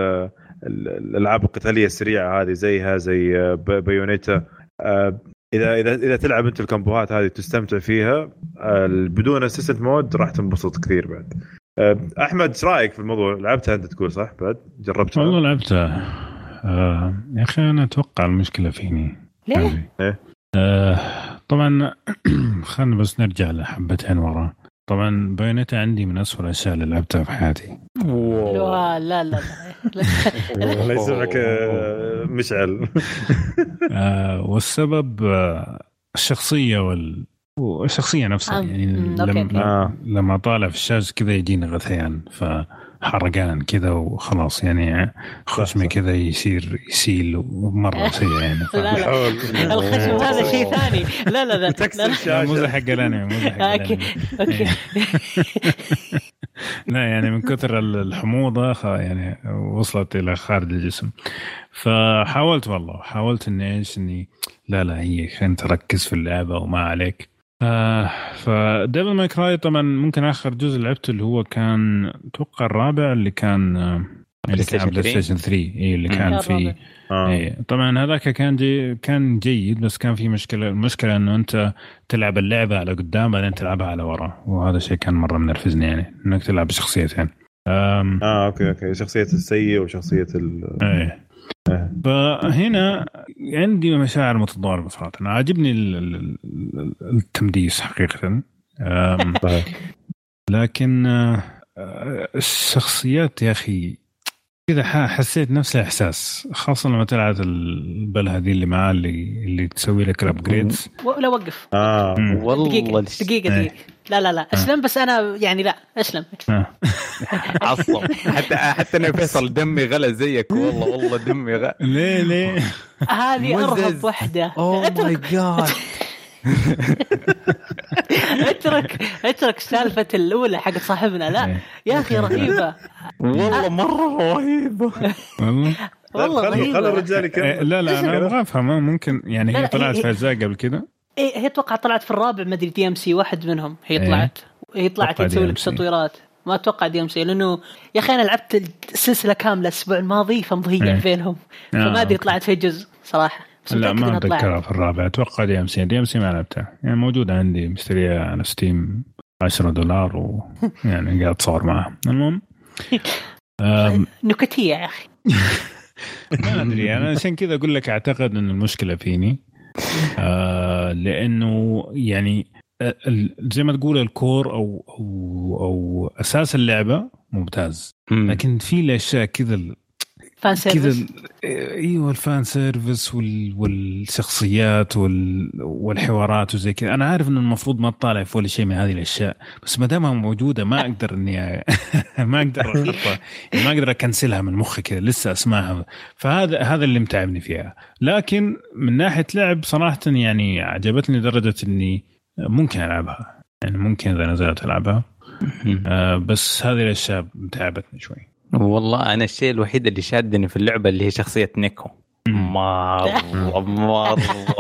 الألعاب القتالية السريعة هذه زيها زي بايونيتا إذا إذا إذا تلعب أنت الكمبوهات هذه تستمتع فيها بدون أسيستنت مود راح تنبسط كثير بعد. احمد ايش رايك في الموضوع؟ لعبتها انت تقول صح؟ بعد جربتها؟ والله لعبتها. آه يا اخي انا اتوقع المشكله فيني. ليه؟ ايه آه طبعا خلينا بس نرجع لحبتين ورا. طبعا بايونيتا عندي من أسوأ الاشياء اللي لعبتها في حياتي. لا لا لا الله يسامحك مشعل. آه والسبب آه الشخصيه وال والشخصيه نفسها يعني لما لما طالع في الشاشه كذا يجيني غثيان فحرقان كذا وخلاص يعني خشمي كذا يصير يسيل ومره سيء يعني. الخشم هذا شيء ثاني. لا لا لا مو زي حق الانمي، مو زي حق الانمي. لا يعني من كثر الحموضه يعني وصلت الى خارج الجسم. فحاولت والله حاولت اني ايش اني لا لا هي خلينا تركز في اللعبه وما عليك. آه فديفل ماي كراي طبعا ممكن اخر جزء لعبته اللي هو كان اتوقع الرابع اللي كان آه اللي كان بلاي ستيشن ثري. اي اللي كان في آه. إيه طبعا هذاك كان جي كان جيد بس كان في مشكله. المشكله انه انت تلعب اللعبه على قدام بعدين تلعبها على ورا، وهذا الشيء كان مره منرفزني يعني انك تلعب بشخصيتين. اه اوكي اوكي شخصيه السيء وشخصيه ال ايه. فهنا عندي مشاعر متضاربة صراحة. أنا عاجبني التمديس حقيقة لكن الشخصيات يا أخي كذا حسيت نفس الإحساس، خاصة لما تلعب البلة هذه اللي معاه اللي اللي تسوي لك الأبجريدز. ولا وقف آه والله دقيقة دقيقة, دقيقة. لا لا لا اسلم بس أنا يعني لا اسلم عصب. حتى حتى أنا فيصل دمي غلى زيك والله والله دمي غلى. ليه ليه هذه أرهب وحدة. أوه ماي جاد. اترك اترك سالفة الأولى حق صاحبنا. لا يا أخي رهيبة والله مرة رهيبة والله والله رهيبة. خلوا الرجال يكمل. لا لا أنا أبغى أفهم ممكن يعني هي طلعت في أجزاء قبل كده. إيه هي توقع طلعت في الرابع ما أدري دي إم سي واحد منهم هي طلعت هي طلعت تسوي لك تطويرات. ما أتوقع دي إم سي لأنه يا أخي أنا لعبت السلسلة كاملة الأسبوع الماضي فمضيع بينهم فما أدري طلعت في جزء صراحة. لا ما أتذكرها في الرابع. أتوقع دي إم سي دي إم سي ما لعبتها يعني موجودة عندي مشتريها على ستيم عشرة دولار ويعني قاعد صور معها. المهم نكتية يا أخي. ما أدري أنا عشان كذا أقول لك أعتقد أن المشكلة فيني آه لأنه يعني زي ما تقول الكور أو أو أو أساس اللعبة ممتاز لكن في الأشياء كذا فان سيرفيس. ايوه الفان سيرفيس وال... والشخصيات وال... والحوارات وزي كذا. انا عارف انه المفروض ما اطالع في ولا شيء من هذه الاشياء بس ما دامها موجوده ما اقدر اني ما اقدر اخطها ما اقدر اكنسلها من مخي كذا لسه اسمعها. فهذا هذا اللي متعبني فيها. لكن من ناحيه لعب صراحه يعني عجبتني لدرجه اني ممكن العبها يعني ممكن اذا نزلت العبها آه بس هذه الاشياء متعبتني شوي. والله أنا الشيء الوحيد اللي شادني في اللعبة اللي هي شخصية نيكو. مرة مرة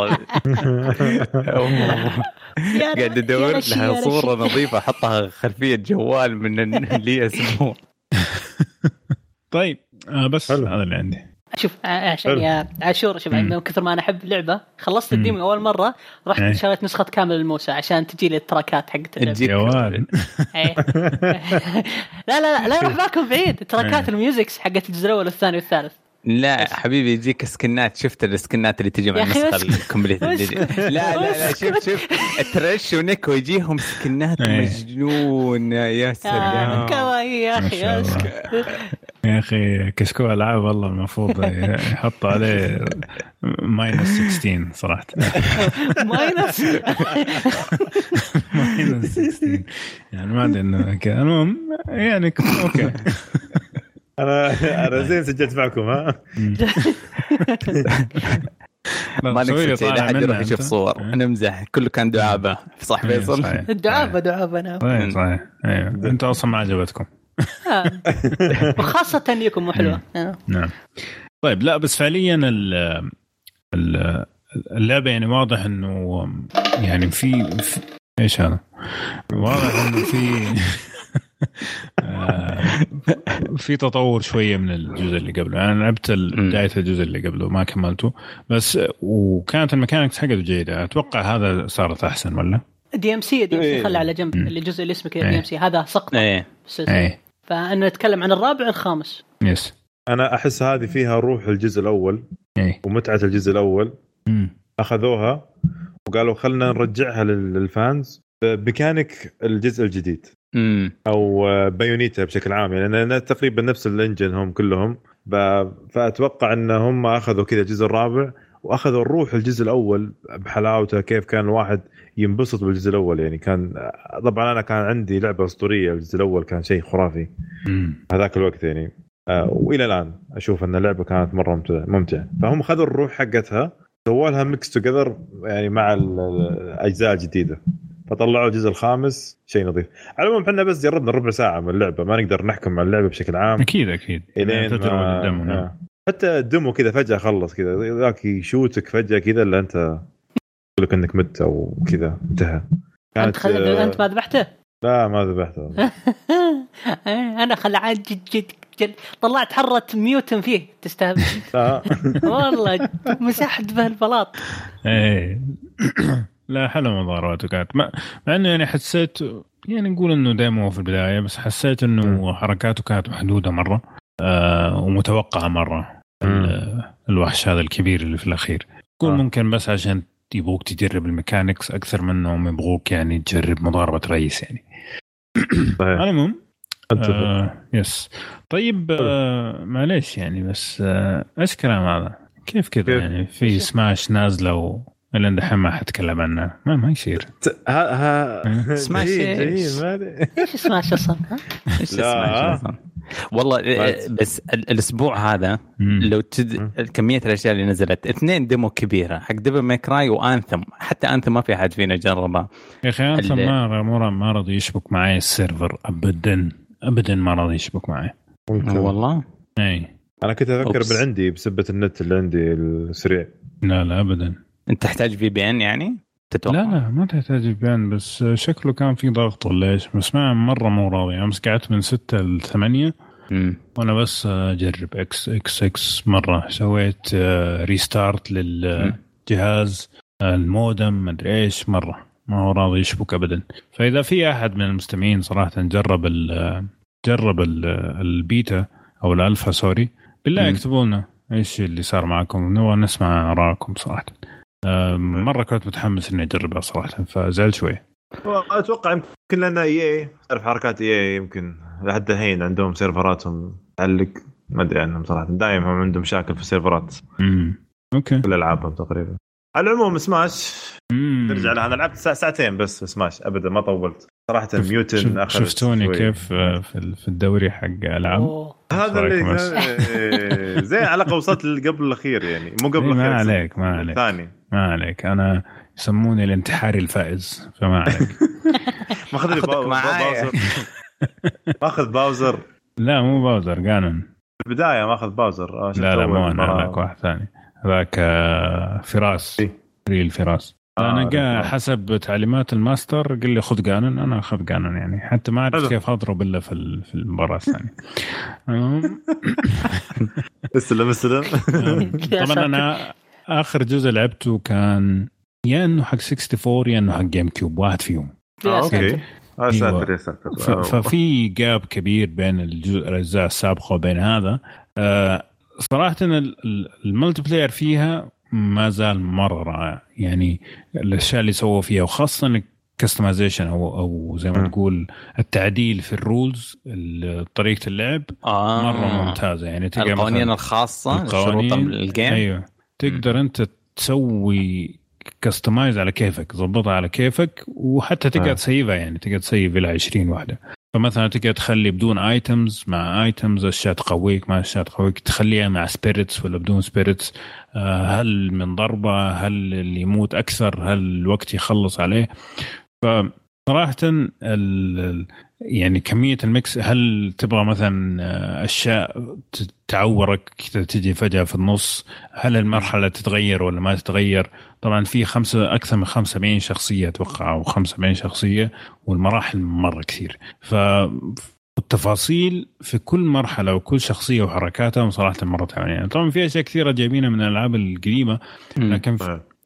قاعد أدور لها صورة نظيفة أحطها خلفية جوال من اللي اسمه. طيب بس هذا اللي عندي. شوف عشان يا عاشور شوف من كثر ما أنا أحب اللعبة خلصت الديمو أول مرة رحت شريت نسخة كامل الموسى عشان تجي لي التراكات حقت الجوال. لا لا لا يروح معكم بعيد تراكات الميوزكس حقت الجزء الأول والثاني والثالث. لا حبيبي يجيك سكنات. شفت السكنات اللي تجي مع النسخة الكومبليت. لا لا لا شوف شوف الترش ونيكو يجيهم سكنات مجنون. يا سلام كواي يا أخي يا أخي كشكو ألعاب والله المفروض يحط عليه ماينس ستاشر صراحة. ماينس ماينس ستاشر يعني ما أدري إنه كذا. المهم يعني أوكي أنا أنا زين سجلت معكم ها. ما نقصد شيء لا حد يروح يشوف صور. أنا مزح كله كان دعابة في صح فيصل. الدعابة دعابة أنا صحيح صحيح أيوة. أنت أصلا ما عجبتكم وخاصة تنيكم حلوة. نعم طيب لا بس فعليا اللعبة يعني واضح إنه يعني في, في إيش هذا واضح إنه في في تطور شوية من الجزء اللي قبله. أنا لعبت بداية الجزء اللي قبله ما كملته بس وكانت الميكانيكس حقته جيدة. أتوقع هذا صارت أحسن ولا دي ام سي دي ام سي خلى على جنب اللي جزء اللي اسمه كذا دي ام سي هذا سقط بالسلسله. فانا نتكلم عن الرابع والخامس. يس انا احس هذه فيها روح الجزء الاول أي. ومتعه الجزء الاول م. اخذوها وقالوا خلنا نرجعها للفانز بميكانيك الجزء الجديد م. او بايونيتا بشكل عام، يعني أنا تقريبا نفس الانجن هم كلهم، فاتوقع ان هم اخذوا كذا الجزء الرابع واخذوا الروح الجزء الاول بحلاوته، كيف كان الواحد ينبسط بالجزء الاول. يعني كان طبعا انا كان عندي لعبه اسطوريه الجزء الاول كان شيء خرافي هذاك الوقت يعني، آه والى الان اشوف ان اللعبه كانت مره ممتعه. فهم خذوا الروح حقتها سووا لها ميكس توجذر يعني مع الاجزاء الجديده، فطلعوا الجزء الخامس شيء نظيف. على العموم احنا بس جربنا ربع ساعه من اللعبه، ما نقدر نحكم على اللعبه بشكل عام. اكيد اكيد ما... حتى الدمو كذا فجاه خلص كذا ذاك يشوتك فجاه كذا اللي انت يقول لك انك مت او كذا انتهى. انت خل... آه... انت ما ذبحته؟ لا ما ذبحته. انا خلعان جد جد جد طلعت حرة ميوتن فيه تستهبل. والله مسحت به البلاط. ايه لا حلو مضاراته كانت، مع انه يعني حسيت يعني نقول انه ديمو في البدايه، بس حسيت انه حركاته كانت محدوده مره آه ومتوقعه مره. الوحش هذا الكبير اللي في الاخير يقول آه. ممكن بس عشان يبغوك تجرب الميكانيكس اكثر منهم يبغوك يعني تجرب مضاربه رئيس يعني. المهم آه يس طيب آه معليش يعني بس آه ايش كلام هذا كيف كذا يعني في سماش نازله و اللي دحين ما حتكلم عنه ما ما يصير. ها ها سماش ايش ايش سماش اصلا؟ ايش سماش اصلا؟ والله بس الاسبوع هذا لو تد... كميه الاشياء اللي نزلت اثنين ديمو كبيره حق ديفل ماي كراي وانثم، حتى انثم ما في احد فينا جربها يا اخي. انثم ما ما ما رضي يشبك معي السيرفر ابدا ابدا ما رضي يشبك معي والله. اي انا كنت افكر بالعندي بسبه النت اللي عندي السريع. لا لا ابدا. انت تحتاج في بي ان يعني تتوقع؟ لا لا ما تحتاج في بي ان، بس شكله كان في ضغط ولا ايش، بس ما مره مو راضي. امس قعدت من ستة لثمانية وانا بس اجرب اكس اكس اكس مره، سويت ريستارت للجهاز المودم ما ادري ايش، مره ما هو راضي يشبك ابدا. فاذا في احد من المستمعين صراحه جرب ال جرب ال البيتا او الالفا سوري بالله اكتبوا لنا ايش اللي صار معكم، نبغى نسمع آراءكم صراحه. مرة كنت متحمس إني أجربها صراحة فزعلت شوي. أتوقع يمكن لأن إيه تعرف حركات إيه يمكن لحد الحين عندهم سيرفراتهم تعلق ما أدري عنهم صراحة، دائما هم عندهم مشاكل في السيرفرات. امم أوكي. كل ألعابهم تقريبا. على العموم سماش نرجع لها. أنا لعبت ساعتين بس سماش أبدا ما طولت صراحة. ميوتن أخذ. شفتوني كيف في الدوري حق ألعاب هذا اللي زي على وصلت قبل الأخير يعني مو قبل ما عليك ما عليك ثاني ما عليك. أنا يسموني الانتحاري الفائز فما عليك. ما أخذ باوزر. ما أخذ باوزر. لا مو باوزر قانون البداية ما أخذ باوزر. لا لا مو أنا هذاك واحد ثاني هذاك فراس ريل فراس. آه أنا جا حسب تعليمات الماستر قال لي خذ قانون، أنا أخذ قانون يعني حتى ما أعرف كيف أضرب إلا في في المباراة الثانية. استلم استلم. طبعا أنا آخر جزء لعبته كان يا إنه حق أربعة وستين يا إنه حق جيم كيوب، واحد فيهم. آه أوكي. آه ساتر يا ساتر. ففي جاب كبير بين الجزء الأجزاء السابقة وبين هذا. آه صراحة إن الملتي بلاير فيها ما زال مرة رائع يعني. الأشياء اللي سووا فيها وخاصة الكستمايزيشن أو أو زي ما تقول التعديل في الرولز طريقة اللعب آه. مرة ممتازة يعني. تقدر القوانين الخاصة شروط الجيم أيوة تقدر م. أنت تسوي كستمايز على كيفك، ضبطها على كيفك، وحتى تقدر آه. تسيفها يعني تقدر تسيف إلى عشرين واحدة. فمثلا تقدر تخلي بدون ايتمز مع ايتمز، اشياء تقويك مع اشياء تقويك، تخليها مع سبيريتس ولا بدون سبيريتس، هل من ضربة، هل اللي يموت اكثر، هل الوقت يخلص عليه. فصراحة ال يعني كمية الميكس، هل تبغى مثلا اشياء تعورك تجي فجأة في النص، هل المرحلة تتغير ولا ما تتغير. طبعا في خمسة أكثر من خمسة وسبعين شخصية أتوقع أو خمسة وسبعين شخصية، والمراحل مرة كثير. فالتفاصيل في كل مرحلة وكل شخصية وحركاتها صراحة مرة يعني. طبعا في أشياء كثيرة جايبينها من الألعاب القديمة، لكن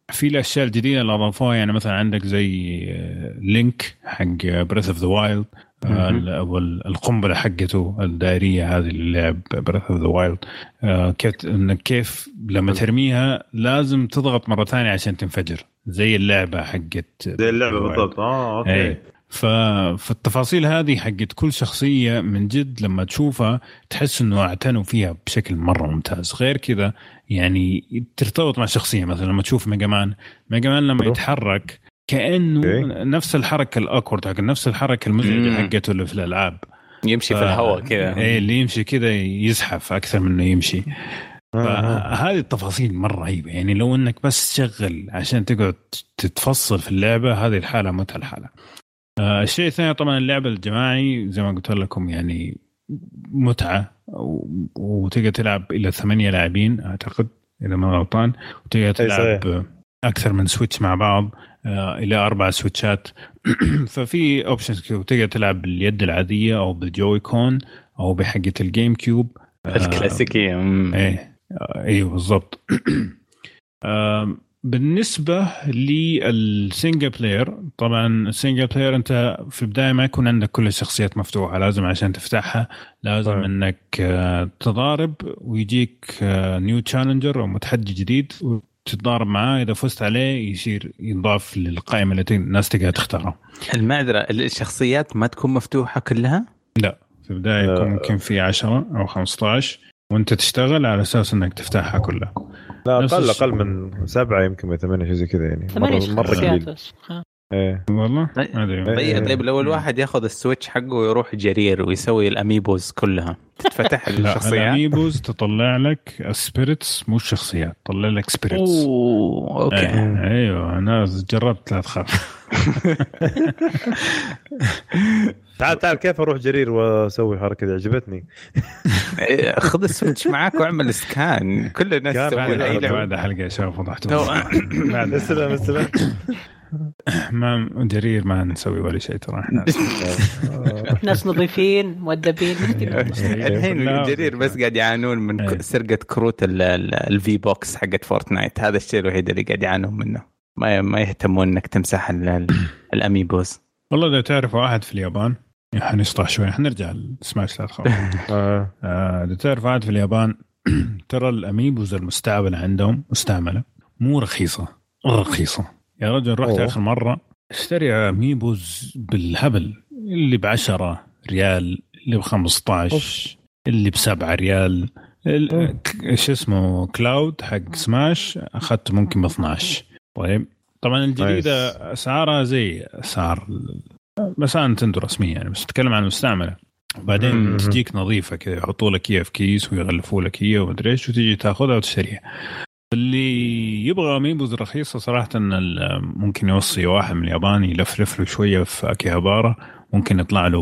في الاشياء الجديده اللي اضافوها، يعني مثلا عندك زي لينك حق بريث اوف ذا وايلد، او القنبله حقته الدائريه هذه اللي لعب بريث اوف ذا وايلد، كيف انك كيف لما ترميها لازم تضغط مره ثانيه عشان تنفجر زي اللعبه حقت زي اللعبه بالضبط. اه اوكي. ايه. فالتفاصيل هذه حقت كل شخصيه من جد لما تشوفها تحس انه اعتنوا فيها بشكل مره ممتاز. غير كذا يعني ترتبط مع الشخصيه. مثلا لما تشوف ميجا مان ميجا مان لما يتحرك كأنه okay. نفس الحركة الأكورد حق نفس الحركة المزعجة حقته اللي في الألعاب، يمشي ف... في الهواء كذا. إيه اللي يمشي كذا يزحف أكثر من إنه يمشي. فهذه التفاصيل مرة رهيبة. يعني لو إنك بس تشغل عشان تقعد تتفصل في اللعبة، هذه الحالة متى الحالة. آه الشيء الثاني طبعا اللعب الجماعي زي ما قلت لكم يعني متعة، وتقدر تلعب إلى ثمانية لاعبين أعتقد إذا ما غلطان، وتقدر تلعب أكثر من سويتش مع بعض إلى أربع سويتشات. ففي أوبشنز كتير، تقدر تلعب باليد العادية أو بالجوي كون أو بحقة الجيم كيوب الكلاسيكية. إيه إيه بالضبط. بالنسبة للسينجل بلاير، طبعا السينجل بلاير أنت في البداية ما يكون عندك كل الشخصيات مفتوحة، لازم عشان تفتحها لازم طيب. أنك تضارب ويجيك نيو تشالنجر أو متحدي جديد تتضارب معاه، إذا فزت عليه يصير ينضاف للقائمة التي الناس تقدر تختارها. المعذرة الشخصيات ما تكون مفتوحة كلها؟ لا، في البداية يكون ممكن في عشرة أو خمسة عشر وأنت تشتغل على أساس أنك تفتحها كلها. لا أقل أقل من سبعة يمكن من ثمانية شيء زي كذا يعني. مرة مرة قليل. ايه والله. طيب طيب لو الواحد ياخذ السويتش حقه ويروح جرير ويسوي الأميبوز كلها تتفتح الشخصيات؟ الأميبوز تطلع لك السبيريتس مو الشخصيات، تطلع لك سبيريتس. اوه اوكي. ايه. ايوه انا جربت لا تخاف. تعال تعال كيف اروح جرير واسوي الحركه دي عجبتني. خذ السويتش معاك واعمل سكان. كل الناس تسوي اي لعبه. بعد حلقه شوف فضحتوا. بعد السلام السلام. ما جرير ما نسوي ولا شيء ترى احنا ناس نظيفين مؤدبين. الحين جرير بس قاعد يعانون من سرقة كروت الفي بوكس حقت فورتنايت. هذا الشيء الوحيد اللي قاعد يعانون منه. ما ما يهتمون انك تمسح الاميبوز. والله اذا تعرف واحد في اليابان حنشطح شوي، حنرجع لسماش لا تخاف. اذا تعرف واحد في اليابان ترى الاميبوز المستعملة عندهم مستعملة مو رخيصة رخيصة يا رجل. رحت أوه. آخر مرة اشتري أميبوز بالهبل، اللي بعشرة ريال، اللي بخمسطاش، اللي بسبعة ريال. إيش اسمه كلاود حق سماش أخذت ممكن باثناش. طيب طبعا الجديدة أسعارها زي أسعار بس أنا نتندو رسمية يعني، بس تتكلم عن المستعملة. وبعدين تجيك نظيفة كذا، يحطوا لك إياها في كيس ويغلفوا لك إياها ومدري إيش، وتيجي تأخذها وتشتريها. اللي يبغى أميبوز رخيصة صراحة أن ممكن يوصي واحد من اليابان يلفلف له شوية في أكيهابارا، ممكن يطلع له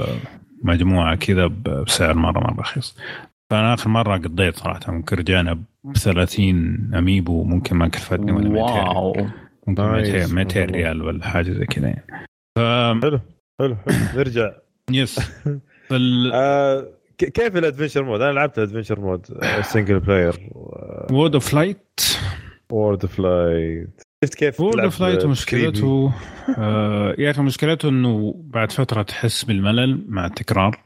بمجموعة كذا بسعر مرة مرة رخيص. فأنا آخر مرة قضيت صراحة ممكن رجعنا بثلاثين أميبو، ممكن ما كلفتني ولا مئتين، ممكن مئتين ريال ولا حاجة زي كذا يعني. ف... حلو حلو حلو نرجع. يس. فال... آه... كيف الادفنشر مود؟ انا لعبت الادفنشر مود السنجل بلاير. وورد اوف لايت وورد اوف لايت شفت كيف وورد اوف لايت مشكلته آه يا اخي مشكلته انه بعد فتره تحس بالملل مع التكرار.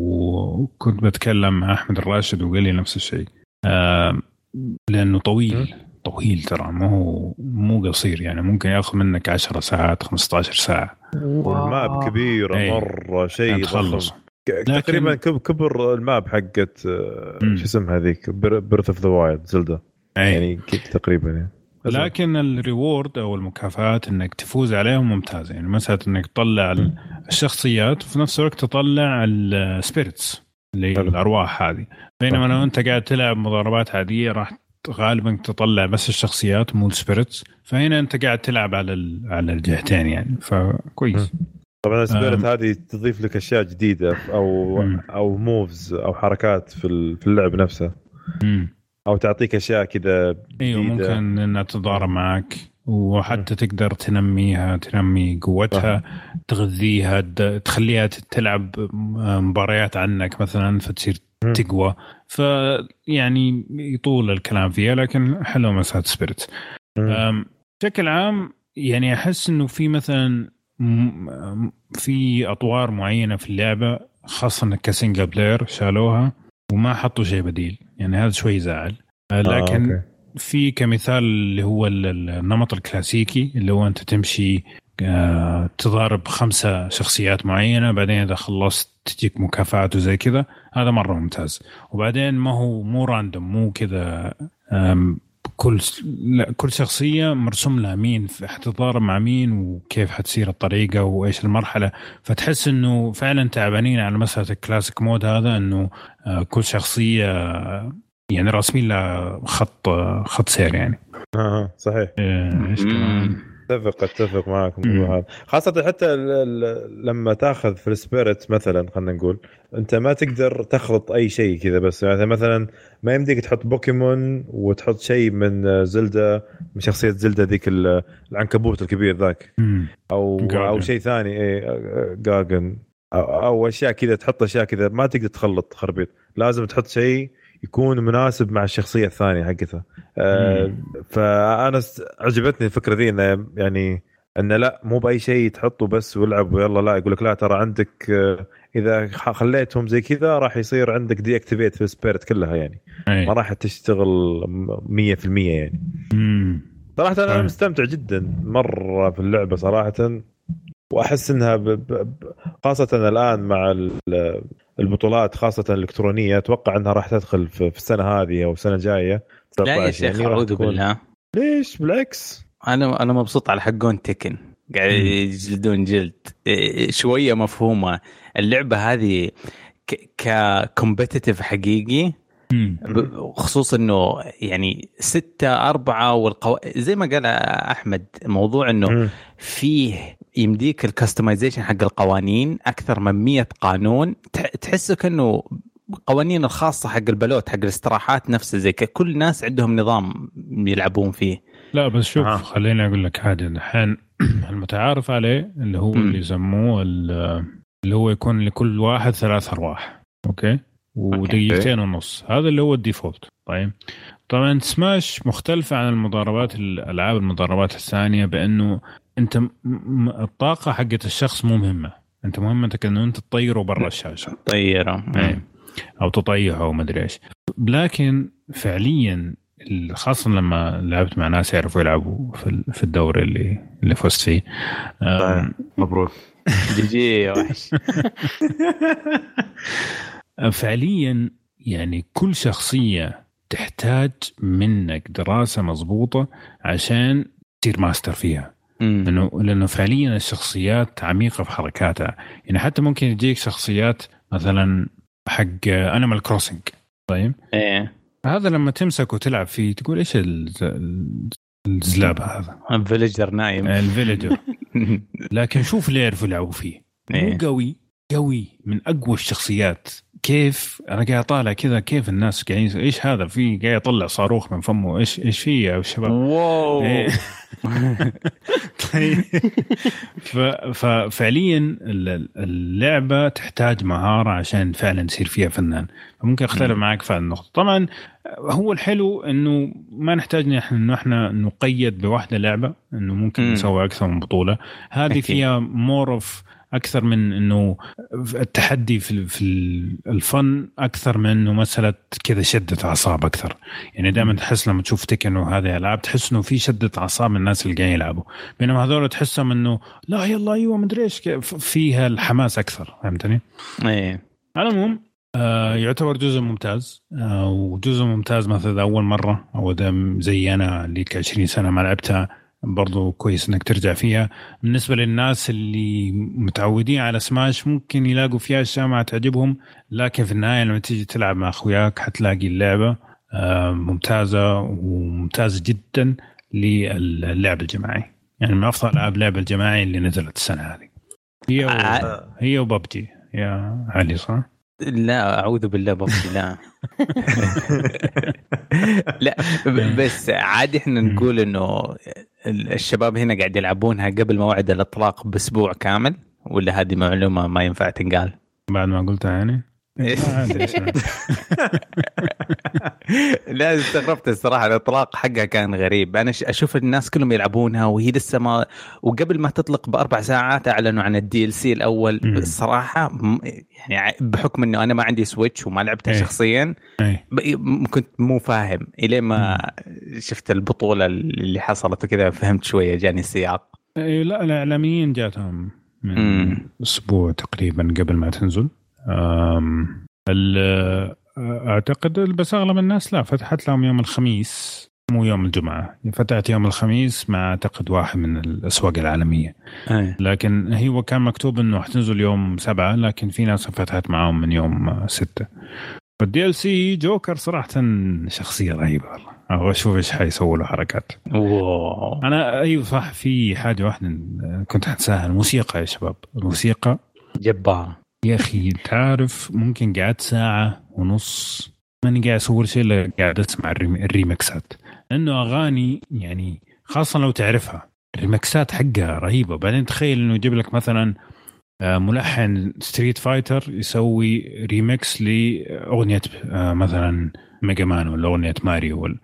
وكنت بتكلم مع احمد الراشد وقال لي نفس الشيء، آه لانه طويل طويل ترى، مو هو مو قصير يعني، ممكن ياخذ منك عشر ساعات خمسة عشر ساعه. والماب كبيره ايه. مره شيء ضخم تقريبا. لكن... كبر الماب حقت شو اسمها هذيك بيرث اوف ذا وايلد زلدا يعني تقريبا يعني. لكن الريورد او المكافآت انك تفوز عليهم ممتازه يعني، مثلا انك تطلع الشخصيات وفي نفس الوقت تطلع السبيريتس اللي هي الارواح هذه. بينما لو انت قاعد تلعب مضاربات عاديه راح غالبا تطلع بس الشخصيات مو السبيريتس، فهنا انت قاعد تلعب على على الجهتين يعني، فكويس. طبعا السبيريت هذه تضيف لك اشياء جديده او مم. او موفز او حركات في في اللعب نفسه، مم. او تعطيك اشياء كذا. ايوه ممكن انها تتضارب معك، وحتى مم. تقدر تنميها، تنمي قوتها، مم. تغذيها، تخليها تلعب مباريات عنك مثلا فتصير مم. تقوى. فيعني يطول الكلام فيها، لكن حلو مسات سبيريت. الشيء بشكل عام يعني احس انه في مثلا في اطوار معينه في اللعبه خاصه كسنجل بلاير شالوها وما حطوا شيء بديل، يعني هذا شوي زعل. لكن آه، في كمثال اللي هو النمط الكلاسيكي اللي هو انت تمشي آه، تضارب خمسة شخصيات معينة، بعدين إذا خلصت تجيك مكافآت وزي كذا، هذا مرة ممتاز. وبعدين ما هو مو راندوم، مو كذا كل لا كل شخصية مرسوم لها مين حتتضارب مع مين وكيف حتصير الطريقة وإيش المرحلة، فتحس إنه فعلا تعبانين على مسألة الكلاسيك مود هذا، إنه آه، كل شخصية يعني راسمين لها خط خط سير يعني. آه صحيح. إيش كمان اتفق اتفق معك الموضوع هذا، خاصه حتى لما تاخذ في السبيريت مثلا، خلينا نقول انت ما تقدر تخلط اي شيء كذا، بس يعني مثلا ما يمديك تحط بوكيمون وتحط شيء من زلدا، من شخصيه زلدا ذيك العنكبوت الكبير ذاك، او جاجن. او شيء ثاني اي جاجن او, أو اشياء كذا، تحط اشياء كذا ما تقدر تخلط خربيط، لازم تحط شيء يكون مناسب مع الشخصيه الثانيه حقتها. آه فانا عجبتني الفكره ذي، انه يعني انه لا مو باي شيء تحطه بس والعب ويلا، لا يقول لك لا ترى عندك آه اذا خليتهم زي كذا راح يصير عندك دي اكتيفيت في السبيريت كلها يعني أي. ما راح تشتغل مية في المية يعني. مم. صراحه انا أي. مستمتع جدا مره في اللعبه صراحه، واحس انها ب... ب... خاصه الان مع البطولات خاصه الالكترونيه، اتوقع انها راح تدخل في السنه هذه او السنه الجايه. لا يا شيخ يعني اعوذ بالله، ليش بالعكس انا انا مبسوط على حقون تكن قاعد يجلدون جلد شويه مفهومه اللعبه هذه ككومبيتيتيف حقيقي، خصوصا انه يعني ستة أربعة والقو... زي ما قال احمد، موضوع انه فيه يمديك الكستمايزيشن حق القوانين اكثر من مية قانون، تحسك انه قوانين الخاصه حق البلوت حق الاستراحات نفسه، زي كل الناس عندهم نظام يلعبون فيه. لا بس شوف آه. خليني اقول لك حاجه الحين المتعارف عليه اللي هو م. اللي يسموه اللي هو يكون لكل واحد ثلاث ارواح، اوكي، ودقيقتين ونص، هذا اللي هو الديفولت. طيب طبعا سماش مختلفة عن المضاربات الألعاب المضاربات الثانية بأنه أنت م... الطاقة حقت الشخص مو مهمة، أنت مهمتك أنه أنت تطيره برا الشاشة، طيره يعني أو تطيحه أو مدري إيش. لكن فعليا خاصة لما لعبت مع ناس يعرفوا يلعبوا في في الدوري اللي اللي فزت فيه. طيب مبروك جي جي يا وحش. فعليا يعني كل شخصية تحتاج منك دراسة مضبوطة عشان تصير ماستر فيها، لأنه لأنه فعليا الشخصيات عميقة في حركاتها. يعني حتى ممكن يجيك شخصيات مثلا حق أنيمال كروسنج، طيب إيه هذا لما تمسك وتلعب فيه تقول إيش الزلاب هذا، الفيليجر نايم الفيليجر. لكن شوف اللي يعرفوا يلعبوا فيه، مو قوي قوي من أقوى الشخصيات. كيف أنا قاعد طالع كذا، كيف الناس قاعدين إيش هذا، في قاعد يطلع صاروخ من فمه، إيش إيش فيه يا شباب. واو. ففعليا اللعبة تحتاج مهارة عشان فعلا يصير فيها فنان. فممكن أختلف معك في النقطة. طبعا هو الحلو إنه ما نحتاج نحن إحنا نقيد بواحدة لعبة، إنه ممكن نسوي أكثر من بطولة. هذه فيها more of أكثر من إنه التحدي في في الفن أكثر من إنه مسألة كذا شدة أعصاب أكثر. يعني دائما تحس لما تشوف تكن وهذه ألعاب تحس إنه في شدة أعصاب من الناس اللي قاعدين يلعبوا، بينما هذول تحسهم إنه لا يلا أيوة مدري إيش، فيها الحماس أكثر. فهمتني؟ إيه. على العموم آه يعتبر جزء ممتاز، آه وجزء ممتاز مثلا أول مرة أو ده زي أنا اللي كعشرين سنة ما لعبتها، برضو كويس انك ترجع فيها. بالنسبة للناس اللي متعودين على سماش ممكن يلاقوا فيها اشياء ما تعجبهم، لكن في النهاية لما تيجي تلعب مع اخوياك حتلاقي اللعبة ممتازة وممتازة جدا للعب الجماعي. يعني من افضل العاب اللعب الجماعي اللي نزلت السنة هذه هي و... هي وبابجي يا علي، صح؟ لا أعوذ بالله بابجي لا. لا بس عادي احنا نقول انه الشباب هنا قاعد يلعبونها قبل موعد الإطلاق بأسبوع كامل، ولا هذه معلومة ما ينفع تنقال بعد ما قلتها يعني؟ ما ادري ايش. لا استغربت الصراحه، الاطلاق حقها كان غريب. انا اشوف الناس كلهم يلعبونها وهي لسه ما، وقبل ما تطلق باربع ساعات اعلنوا عن الدي ال سي الاول. مم. الصراحه يعني بحكم انه انا ما عندي سويتش وما لعبتها أي. شخصيا أي. كنت مو فاهم الى ما مم. شفت البطوله اللي حصلت وكذا فهمت شويه، جاني السياق. أي لا الإعلاميين جاتهم من مم. أسبوع تقريبا قبل ما تنزل. أم أعتقد بس أغلب الناس لا فتحت لهم يوم الخميس مو يوم الجمعة، فتحت يوم الخميس مع أعتقد واحد من الأسواق العالمية. أي. لكن هي كان مكتوب إنه حتنزل يوم سبعة، لكن في ناس فتحت معهم من يوم ستة. فالدي ال سي جوكر صراحة شخصية رهيبة والله، أو أشوف إيش حيسووا له حركات. واو. أنا أيوة صح، في حاجة واحدة كنت حنساها، الموسيقى يا شباب، الموسيقى جبار يا أخي. تعرف ممكن قعدت ساعة ونص ماني قاعد أصور شيء إلا قاعد أسمع الريمكسات، لأنه أغاني يعني خاصة لو تعرفها الريمكسات حقها رهيبة. بعدين تخيل إنه يجيب لك مثلا ملحن ستريت فايتر يسوي ريمكس لأغنية مثلا ميجا مان ولا أغنية ماريو ولا،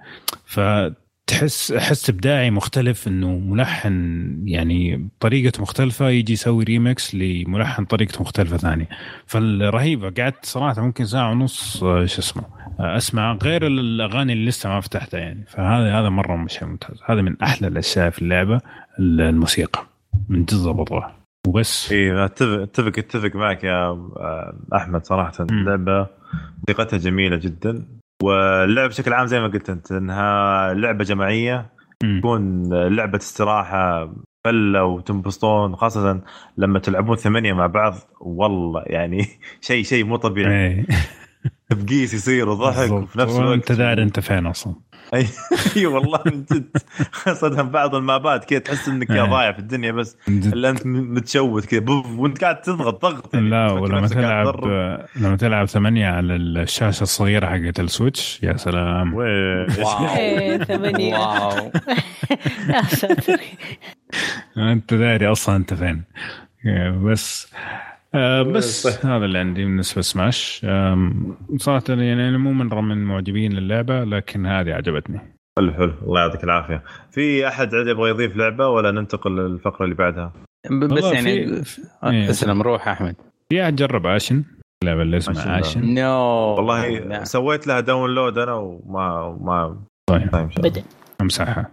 فتحس حس إبداعي مختلف، إنه ملحن يعني طريقة مختلفة يجي يسوي ريمكس لملحن طريقة مختلفة ثانية. فالرهيبة قعدت صراحة ممكن ساعة ونص شو اسمه أسمع، غير الأغاني اللي لسه ما فتحتها يعني. فهذا هذا مرة مش ممتاز، هذا من أحلى الأشياء في اللعبة، الموسيقى من جزء بطوة وبس. ايه اتفق اتفق اتفق معك يا احمد صراحه. اللعبه موسيقتها جميله جدا، واللعبه بشكل عام زي ما قلت انت انها لعبه جماعيه، تكون لعبه استراحه فله وتنبسطون، خاصه لما تلعبون ثمانيه مع بعض. والله يعني شيء شيء مو طبيعي. تبقيس يصير وضحك وفي نفس الوقت انت داري انت فين اصلا. اي اي والله من جد، خاصه بعض المابات كذا تحس انك يا ضايع في الدنيا، بس الا انت متشوت كذا وانت قاعد تضغط ضغط يعني. لا ولما تلعب لما تلعب ثمانية على الشاشه الصغيره حقت السويتش يا سلام. واو ثمانية واو يا ساتر. انت داري اصلا انت فين. بس آه بس صح. هذا اللي عندي بالنسبة سماش. صراحة يعني أنا مو من من معجبين اللعبة، لكن هذه عجبتني. حلو حلو الله يعطيك العافية. في أحد عاد يبغى يضيف لعبة ولا ننتقل للفقرة اللي بعدها؟ بس يعني أسلم روح أحمد. في أحد جرب آشن، اللعبة اللي اسمها آشن؟ نو والله لا. سويت لها داونلود أنا وما ما طيب بدأ أمسحها.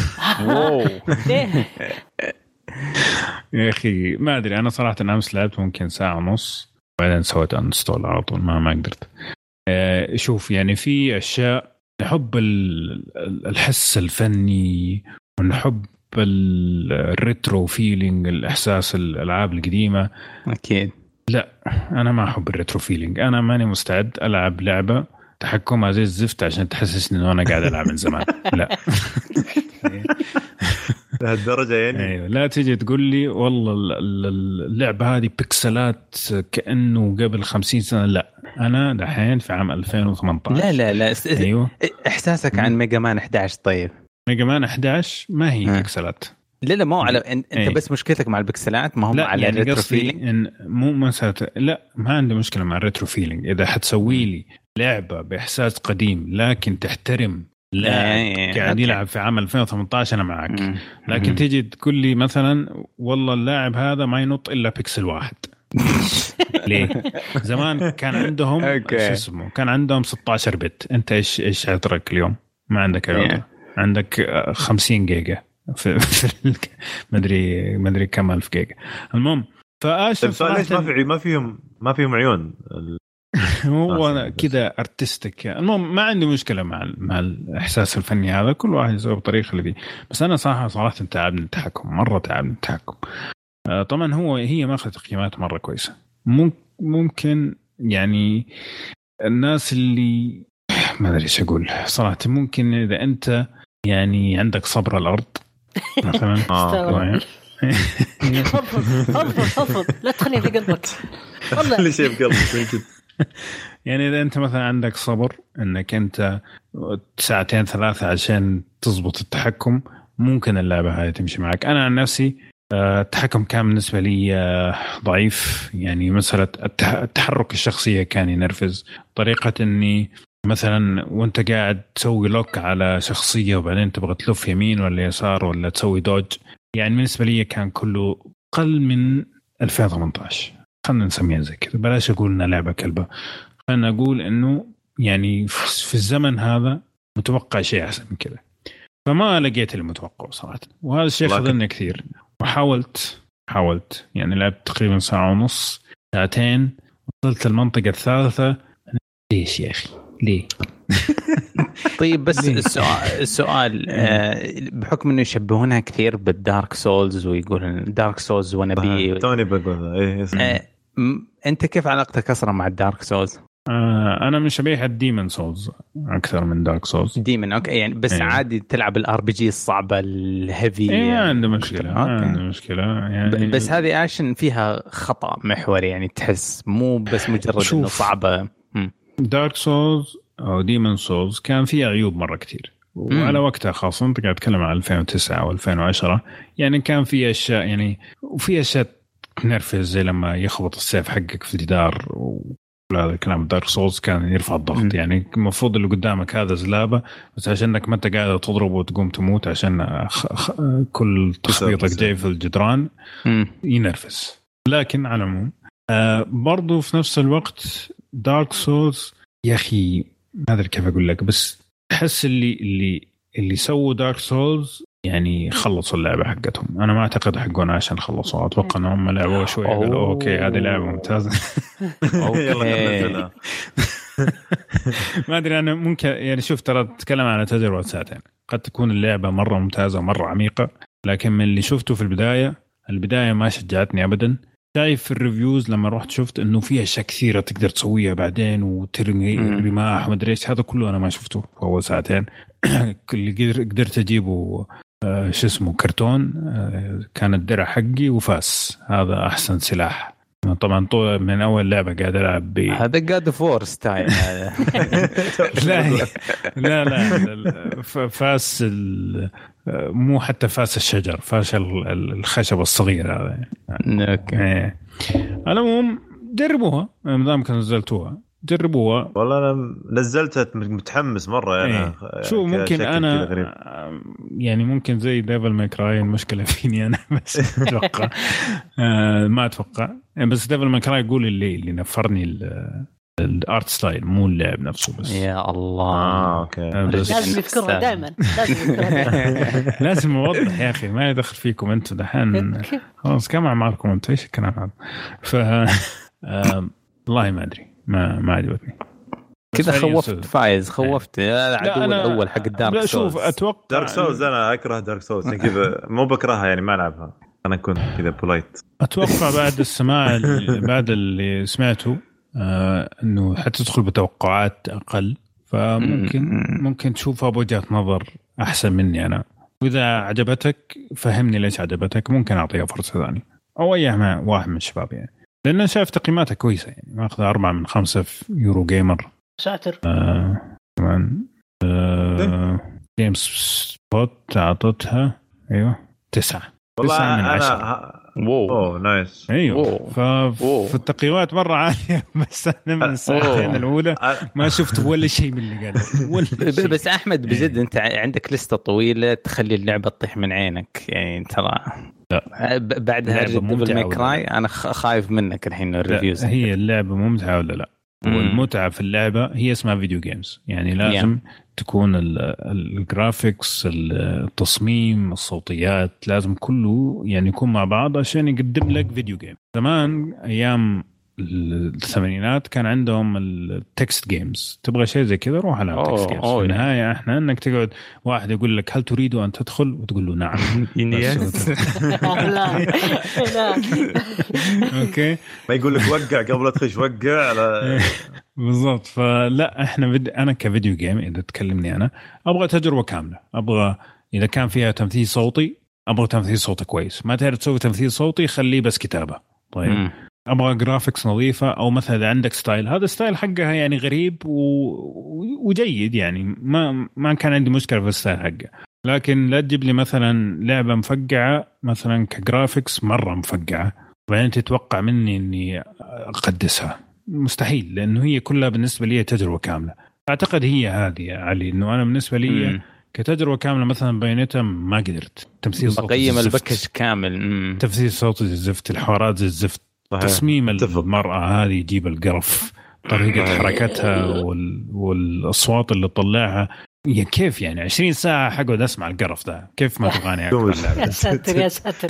يا أخي ما أدري، أنا صراحة أمس لعبت ممكن ساعة ونص وبعدين سويت أنستول على طول، ما ما قدرت. أه شوف يعني في أشياء نحب الحس الفني ونحب الريترو فيلينج، الإحساس الألعاب القديمة أكيد. لا أنا ما أحب الريترو فيلينج، أنا ماني مستعد ألعب لعبة تحكمها زي الزفت عشان تحسسني إنه أنا قاعد ألعب من زمان. لا لهالدرجة يعني. أيوة لا تيجي تقول لي والله اللعبة هذه بيكسلات كأنه قبل خمسين سنة. لا أنا دحين في عام ألفين وثمانية عشر. لا لا لا أيوة. إحساسك عن ميجا مان إحدى عشر. طيب ميجا مان إحدى عشر ما هي بيكسلات. لا لا مو على أنت أيه. بس مشكلتك مع البكسلات، ما هم على يعني الريترو فيلينج. إن مو مسألة، لا ما عندي مشكلة مع الريترو فيلينج إذا حتسوي لي لعبة بإحساس قديم لكن تحترم لاعب قاعد يلعب في عام ألفين وثمانية عشر أنا معك. مم. لكن مم. تيجي تقول لي مثلا والله اللاعب هذا ما ينط إلا بيكسل واحد. ليه؟ زمان كان عندهم شو اسمه كان عندهم ستة عشر بت، أنت إيش إيش عطرك اليوم؟ ما عندك اليوم عندك خمسين جيجا في, في ما ادري ما ادري كم الف جيجا. المهم فاشوف ليش ما في ما فيهم ما فيهم عيون هو كذا ارتستيك. المهم ما عندي مشكله مع مع الاحساس الفني هذا، كل واحد يسوي بطريقه اللي فيه. بس انا صراحه صراحه تعبني التحكم مره، تعبني التحكم. طبعا هو هي ماخذ تقييمات مره كويسه. ممكن يعني الناس اللي ما ادري ايش اقول صراحه، ممكن اذا انت يعني عندك صبر الارض مثلا اه حفظ حفظ حفظ لا تخليني في قلبك والله اللي شيء في قلبك. يعني إذا أنت مثلا عندك صبر إنك أنت ساعتين ثلاثة عشان تضبط التحكم، ممكن اللعبة هاي تمشي معك. أنا عن نفسي التحكم كان بالنسبة لي ضعيف. يعني مسألة التحرك الشخصية كان ينرفز. طريقة أني مثلا وانت قاعد تسوي لوك على شخصية وبعدين تبغى تلف يمين ولا يسار ولا تسوي دوج، يعني بالنسبة لي كان كله قل من ألفين وثمانية عشر. خلنا نسميها زي كذا، بلاش أقول إنها لعبة كلبة، خلنا أقول إنه يعني في الزمن هذا متوقع شيء أحسن من كذا. فما لقيت المتوقع صراحة، وهذا الشيء خذلني كثير. وحاولت حاولت يعني لعبت تقريبا ساعة ونص ساعتين، وصلت المنطقة الثالثة. ليش يا أخي ليه؟ طيب بس السؤال, السؤال آه بحكم انه يشبهونها كثير بالدارك سولز ويقولون دارك سولز ونبي توني بقول ايه آه انت كيف علاقتك اصلا مع الدارك سولز؟ آه انا من شبيحة ديمون سولز اكثر من دارك سولز. ديمون اوكي يعني بس ايه. عادي تلعب الار بي جي الصعبة الهيفي ايه يعني عنده مشكلة عنده مشكلة يعني. بس هذه اكشن فيها خطأ محوري يعني، تحس مو بس مجرد انه صعبة. دارك سولز أو ديمون سولز كان فيها عيوب مرة كتير، وعلى وقتها خاصة أنت قاعد تتكلم عن ألفين وتسعة أو ألفين وعشرة، يعني كان فيها أشياء يعني وفي أشياء تنرفز زي لما يخبط السيف حقك في الجدار وهذا الكلام. دارك سولز كان يرفع الضغط. م. يعني المفروض اللي قدامك هذا زلابة، بس عشانك ما أنت قاعد تضربه وتقوم تموت عشان خ... كل تخبيطك جاي في الجدران م. ينرفز. لكن على العموم آه برضو في نفس الوقت دارك سولز يا أخي ما أدري كيف أقول لك، بس أحس اللي اللي اللي سووا دارك سولز يعني خلصوا اللعبة حقتهم. أنا ما أعتقد حقون عشان خلصوا، أتوقع أنهم لعبوا شوي قالوا أوكي هذه لعبة ممتازة. ما أدري أنا ممكن يعني شوف ترى تتكلم عن تجربة ساعتين، قد تكون اللعبة مرة ممتازة مرة عميقة، لكن من اللي شفته في البداية البداية ما شجعتني أبدا. شايف في الريفيوز لما رحت شفت انه فيها اشياء كثيره تقدر تسويها بعدين وترمي رماح وما ادري ايش، هذا كله انا ما شفته في اول ساعتين. اللي قدرت اجيبه آه شو اسمه كرتون آه كان الدرع حقي وفاس، هذا احسن سلاح طبعا. طول من اول لعبه قاعد العب ب هذا جاد فور ستايل. لا لا لا فاس مو حتى فاس الشجر، فاس الخشب الصغير هذا. اوكي على العموم جربوها ما دام كنتوا نزلتوها، جربوها. والله انا نزلتها متحمس مره يعني. ايه. شو ممكن انا يعني ممكن زي ديفل ماي كراي المشكله فيني انا بس اتوقع آه ما اتوقع يعني، بس ديفل ماي كراي يقول اللي اللي نفرني الارت ستايل مو اللعب نفسه بس. يا الله اه اوكي لازم نذكرها دائما لازم نذكرها لازم اوضح يا اخي ما يدخل فيكم انتم دحين خلاص كم معكم انتم ايش الكلام هذا. ف والله ما ادري ما ما عجبتني كذا. خوفت فايز خوفت العدو الاول حق الدارك سولز. شوف اتوقع دارك سولز انا اكره دارك سولز كذا، مو بكرهها يعني ما العبها، انا كنت كذا بولايت. اتوقع بعد السماع بعد اللي سمعته آه انه حتدخل بتوقعات اقل، فممكن ممكن تشوفها بوجهة نظر احسن مني انا. واذا عجبتك فهمني ليش عجبتك، ممكن اعطيها فرصه ثانيه او اي واحد من الشباب يعني، لأن أنا شايف تقييماتها كويسة يعني ماخذ أربعة من خمسة في يورو جيمر. ساتر آه كمان آه جيمز سبوت أعطتها أيوة تسعة تسعة من عشرة. واو أوه نايس. أيوة ففي التقييمات مرة عالية، بس أنا من الساعتين الأولى ما شفت ولا شيء من اللي قاله. بس أحمد بجد أنت عندك لستة طويلة تخلي اللعبة تطيح من عينك يعني ترى. لا. بعد هرجة ديفل ماي كراي أنا خايف منك الحين الريفيوز. هي اللعبة ممتعة ولا لا؟ والمتعة في اللعبة هي اسمها فيديو جيمز يعني لازم yeah. تكون الجرافيكس التصميم الصوتيات لازم كله يعني يكون مع بعض عشان يقدم لك فيديو جيم. زمان أيام الثمانينات كان عندهم التكست جيمز، تبغى شيء زي كذا روح على التكست جيمز. في النهاية احنا انك تقعد واحد يقول لك هل تريد ان تدخل وتقول له نعم. اوكي ما يقول لك وقع قبل لا تخش وقع على بالضبط. فلا احنا بدي انا كفيديو جيم اذا تكلمني انا ابغى تجربة كاملة، ابغى اذا كان فيها تمثيل صوتي ابغى تمثيل صوتي كويس، ما تعرف تسوي تمثيل صوتي خليه بس كتابة. طيب م. ابغى جرافيكس نظيفه، او مثلا عندك ستايل هذا ستايل حقها يعني غريب و... وجيد يعني ما ما كان عندي مشكله في الستايل حقه، لكن لا تجيب لي مثلا لعبه مفقعه مثلا كجرافيكس مره مفقعه وبعدين تتوقع مني اني اقدسها. مستحيل، لانه هي كلها بالنسبه لي تجربه كامله. اعتقد هي هذه يا علي، انه انا بالنسبه لي مم. كتجربه كامله مثلا بينتا ما قدرت. تمثيل صوتي بقيم البكج كامل، مم. تمثيل صوتي الزفت، الحوارات زي الزفت، تصميم المرأة هذه يجيب القرف، طريقة حركتها وال... والأصوات اللي طلعها. يا كيف يعني عشرين ساعة حقعد أسمع القرف ده؟ كيف ما تبغاني أكثر؟ يا ساتر يا ساتر.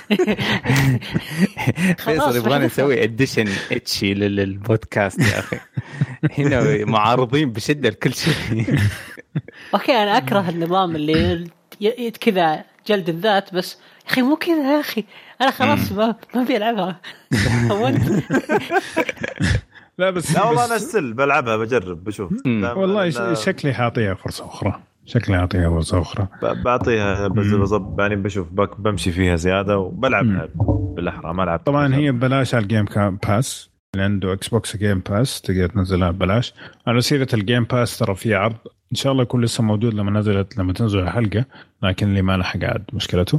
فيصل يبغاني نسوي اديشن اتشي للبودكاست يا أخي. هنا معارضين بشدة لكل شيء. أوكي أنا أكره النظام اللي كذا جلد الذات، بس يا أخي مو كذا يا أخي، أنا خلاص ما ما بيلعبها. لا بس لا والله أنا استل بلعبها بجرب بشوف. والله لا شكلي حاطيها فرصة أخرى، شكلي حاطيها فرصة أخرى. بعطيها بس بضب يعني بشوف بمشي فيها زيادة وبلعبها بالأحرى. ما لعب طبعا هي ببلاش على الجيم باس، اللي عنده اكس بوكس جيم باس تقدر تنزلها ببلاش. على سيرة الجيم باس ترى في عرض ان شاء الله يكون لسه موجود لما نزلت لما تنزل الحلقة، لكن اللي ما لحق عاد مشكلته.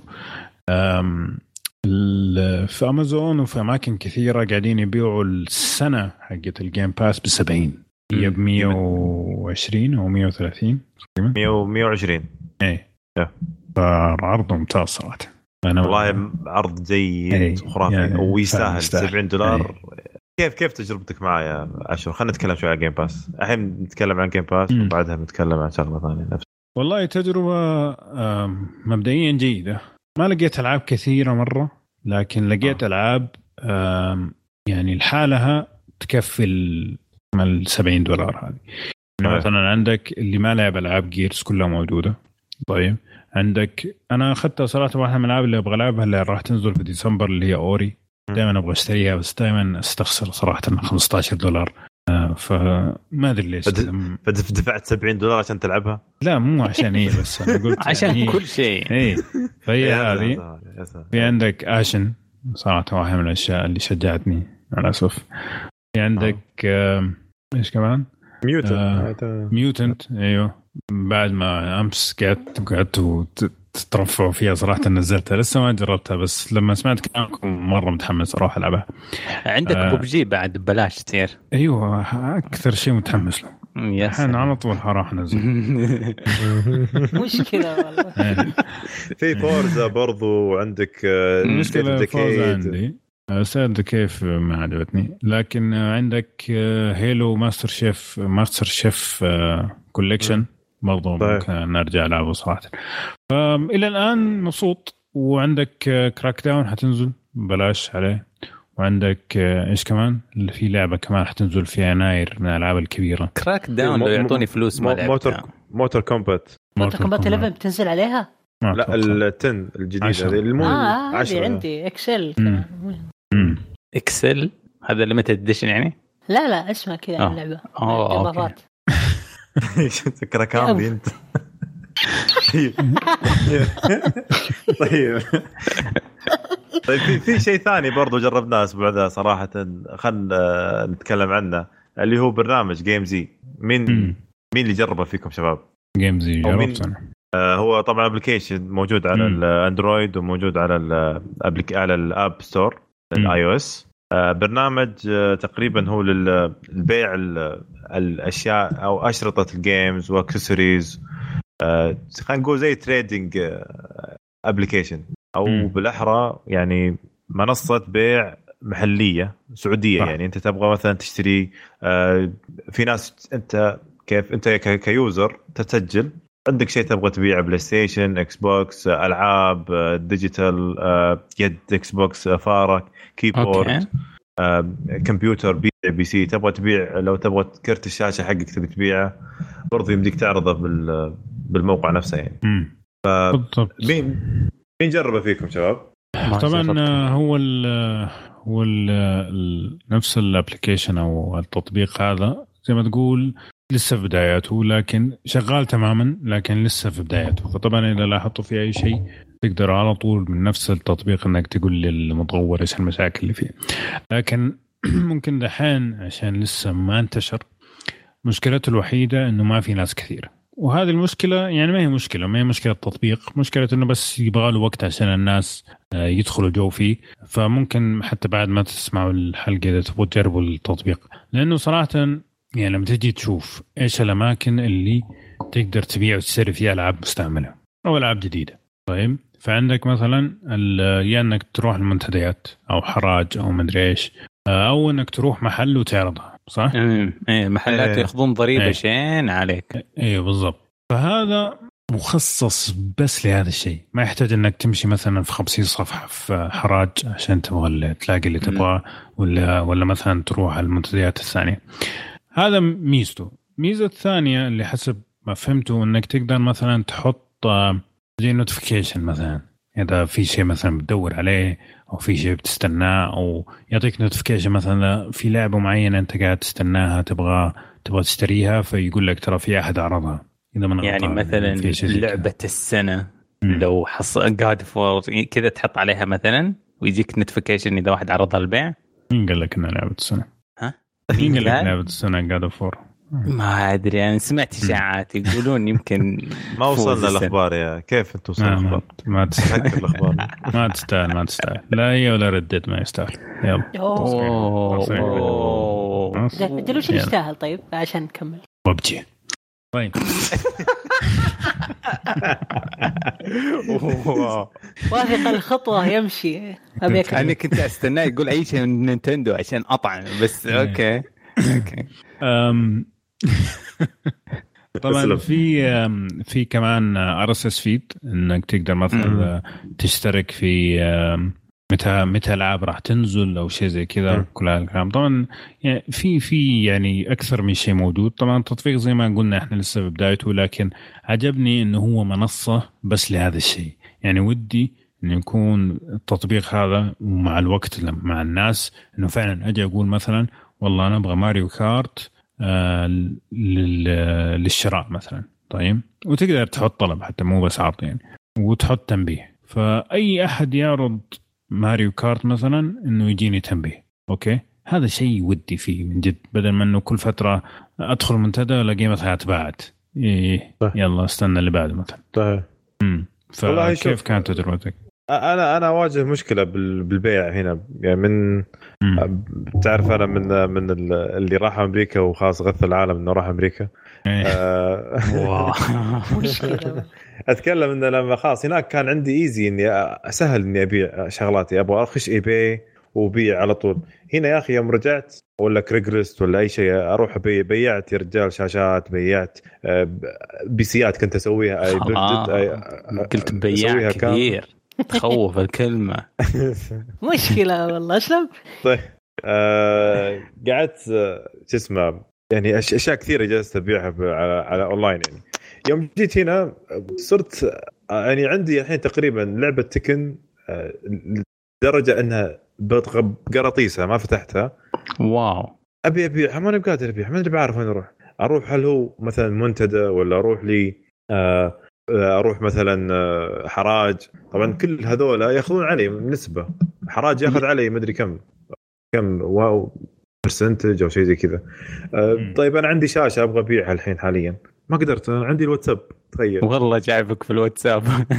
في امازون وفي اماكن كثيرة قاعدين يبيعوا السنة حقت الجيم باس بسبعين، هي بمية وعشرين او مية وثلاثين مية وعشرين. ايه فعرض ممتاز صراحة. أنا والله عرض جيد خرافي يعني ويستاهل سبعين دولار. كيف كيف تجربتك معه يا عشر؟ خلينا نتكلم شوي عن جيم باس. الحين نتكلم عن جيم باس وبعدها نتكلم عن شغله ثانيه. نفس والله تجربه مبدئيا جيده. ما لقيت العاب كثيره مره، لكن لقيت آه. العاب يعني لحالها تكفي ال سبعين دولار هذه. يعني مثلا عندك اللي ما لعب العاب جيرز كلها موجوده. طيب عندك انا اخذتها صراحه واحده من الالعاب اللي ابغى العبها اللي راح تنزل في ديسمبر اللي هي اوري. دائما ابغى اشتريها بس دائما استخسر صراحه خمسة عشر دولار. آه فما ادري ليش فدفعت سبعين دولار عشان تلعبها. لا مو عشان هي بس انا قلت عشان يعني كل شيء. اي فهي هذه. في عندك اشن صراحه واحده من الاشياء اللي شجعتني على اسف. في عندك آه ايش كمان ميوتنت. آه ميوتنت ايوه بعد ما امس قعدت قعدت تترفعوا فيها صراحه نزلتها لسه ما جربتها بس لما سمعت كلامكم مره متحمس اروح العبها. عندك آه ببجي بعد ببلاش كثير. ايوه اكثر شيء متحمس له الحين على طول حراح نزل. مشكله والله. في فورزا برضو وعندك مشكله فورزا عندي سألت كيف ما عجبتني. لكن عندك هيلو ماستر شيف ماستر شيف كوليكشن برضو ممكن نرجع لعبه صراحة. فإلى الآن مبسوط. وعندك كراك داون حتنزل بلاش عليه. وعندك إيش كمان اللي في لعبة كمان حتنزل في يناير من الألعاب الكبيرة. كراك داون لو يعطوني فلوس ما لعبتها. موتور موتور كومبات موتور كومبات إحدى عشر بتنزل عليها. لا التن الجديدة هذه المو آه عشرة عندي إكسل. إكسل هذا اللي متى إديشن يعني؟ لا لا اسمها كذا آه. اللعبة. أوه أوكي. تذكر كامبي أنت. طيب طيب في في شيء ثاني برضو جربناه الأسبوع ذا صراحة خلنا نتكلم عنه اللي هو برنامج جيمزي. مين مين اللي جربه فيكم شباب؟ جيمزي جربت أنا. آه هو طبعا ابلكيشن موجود على الاندرويد وموجود على الابليك على الاب ستور الاي او اس. آه برنامج آه تقريبا هو للبيع الاشياء او اشرطه الجيمز واكسسوارز. آه خلينا نقول زي تريدنج آه ابلكيشن او م. بالاحرى يعني منصه بيع محليه سعوديه. صح. يعني انت تبغى مثلا تشتري آه في ناس انت كيف انت كيوزر تسجل عندك شيء تبغى تبيعه بلاي ستيشن اكس بوكس العاب ديجيتال يد اكس بوكس فارك كيبورد آه، كمبيوتر بيع بي سي تبغى تبيع. لو تبغى كرت الشاشه حقك تبي تبيعه برضه يمديك تعرضه بالموقع نفسه يعني. ف مين مين جربه فيكم شباب؟ طبعا هو ال هو ال نفس الابلكيشن او التطبيق هذا زي ما تقول لسه في بداياته لكن شغال تماما لكن لسه في بداياته. فطبعا إذا لاحظتوا في أي شيء تقدر على طول من نفس التطبيق إنك تقول للمطور إيش المشاكل اللي فيه. لكن ممكن دحين عشان لسه ما انتشر مشكلته الوحيدة إنه ما في ناس كثير. وهذه المشكله يعني ما هي مشكله ما هي مشكله تطبيق، مشكله انه بس يبغى له وقت عشان الناس يدخلوا جو فيه. فممكن حتى بعد ما تسمعوا الحلقه اذا تبغوا تجربوا التطبيق، لانه صراحه يعني لما تجي تشوف ايش الاماكن اللي تقدر تبيع وتشتري فيها العاب مستعمله او العاب جديده. طيب فعندك مثلا يا انك تروح المنتديات او حراج او مدري ايش، او انك تروح محل وتعرضها، صح؟ ايه محلات ياخذون ضريبه شين عليك. ايه بالضبط. فهذا مخصص بس لهذا الشيء، ما يحتاج انك تمشي مثلا في خمسين صفحه في حراج عشان تبغى تلاقي اللي تبغاه، ولا ولا مثلا تروح على المنتديات الثانيه. هذا ميزته. ميزه الثانيه اللي حسب ما فهمته انك تقدر مثلا تحط زي نوتيفيكيشن مثلا اذا في شيء مثلا بتدور عليه او في شيء بتستناه، او يعطيك نوتيفيكيشن مثلا في لعبه معينه انت قاعد تستناها تبغى تبغى تشتريها، فيقول لك ترى في احد عرضها. اذا من يعني مثلا لعبه السنه م. لو حصل جاد فور كذا تحط عليها مثلا ويجيك نوتيفيكيشن اذا واحد عرضها البيع. مين قال لك انها لعبه السنه؟ ها مين قال لك لعبه السنه جاد فور؟ ما ادري انا يعني سمعت اشاعات يقولون يمكن ما وصلنا الاخبار. يا كيف انتم وصلنا الاخبار؟ ما تستاهل الاخبار. ما تستاهل ما تستاهل لا هي ولا ردت ما يستاهل. يلا اوه اجل وش يستاهل طيب عشان نكمل ببجي. طيب واثق الخطوه يمشي. انا كنت استناه يقول اي شيء من نينتندو عشان اطعن بس. اوكي اوكي امم طبعا في في كمان ار اس اس فيد انك تقدر مثلا تشترك في متى متى العاب راح تنزل او شيء زي كذا. كل هالكلام طبعا يعني في في يعني اكثر من شيء موجود. طبعا التطبيق زي ما قلنا احنا لسه في بدايته، لكن عجبني انه هو منصه بس لهذا الشيء. يعني ودي انه يكون التطبيق هذا ومع الوقت مع الناس انه فعلا اجي اقول مثلا والله انا ابغى ماريو كارت آه للشراء مثلا. طيب وتقدر تحط طلب حتى مو بس عرض يعني، وتحط تنبيه فاي احد يعرض ماريو كارت مثلا انه يجيني تنبيه. اوكي هذا شيء ودي فيه من جد، بدل ما انه كل فتره ادخل منتدى الاقي مثلا اتباعت إيه يلا استنى اللي بعده مثلا. طيب امم فكيف كانت تجربتك؟ انا انا اواجه مشكله بالبيع هنا يعني من بتعرف انا من من اللي راح امريكا وخاص غث العالم انه راح امريكا. واو مشكله. اتكلم انه لما خاص هناك كان عندي ايزي اني اسهل اني ابيع شغلاتي، ابغى اخش اي باي وبيع على طول. هنا يا اخي يوم رجعت ولا كريجلست ولا اي شيء اروح ابيع، بيعت يا رجال شاشات، بيعت بيسيات كنت اسويها اي بلدت اي قلت بياع كثير تخوف الكلمه. مشكله والله. شلون طيب آه قعدت شو اسمه يعني اشياء كثيره جالس ابيعها على على اونلاين. يعني يوم جيت هنا صرت يعني عندي الحين تقريبا لعبه تكن لدرجه انها بقراطيسها ما فتحتها. واو ابي ابيعها ما انا قادر ابيعها، ما ادري بعرف وين اروح. اروح هل هو مثلا منتدى ولا اروح لي آه اروح مثلا حراج. طبعا كل هذول ياخذون علي نسبه، حراج ياخذ علي مدري كم كم واو برسنتج او شيء زي كذا. أه طيب انا عندي شاشه ابغى ابيعها الحين حاليا ما قدرت، عندي الواتساب تخيل. والله جايبك في الواتساب.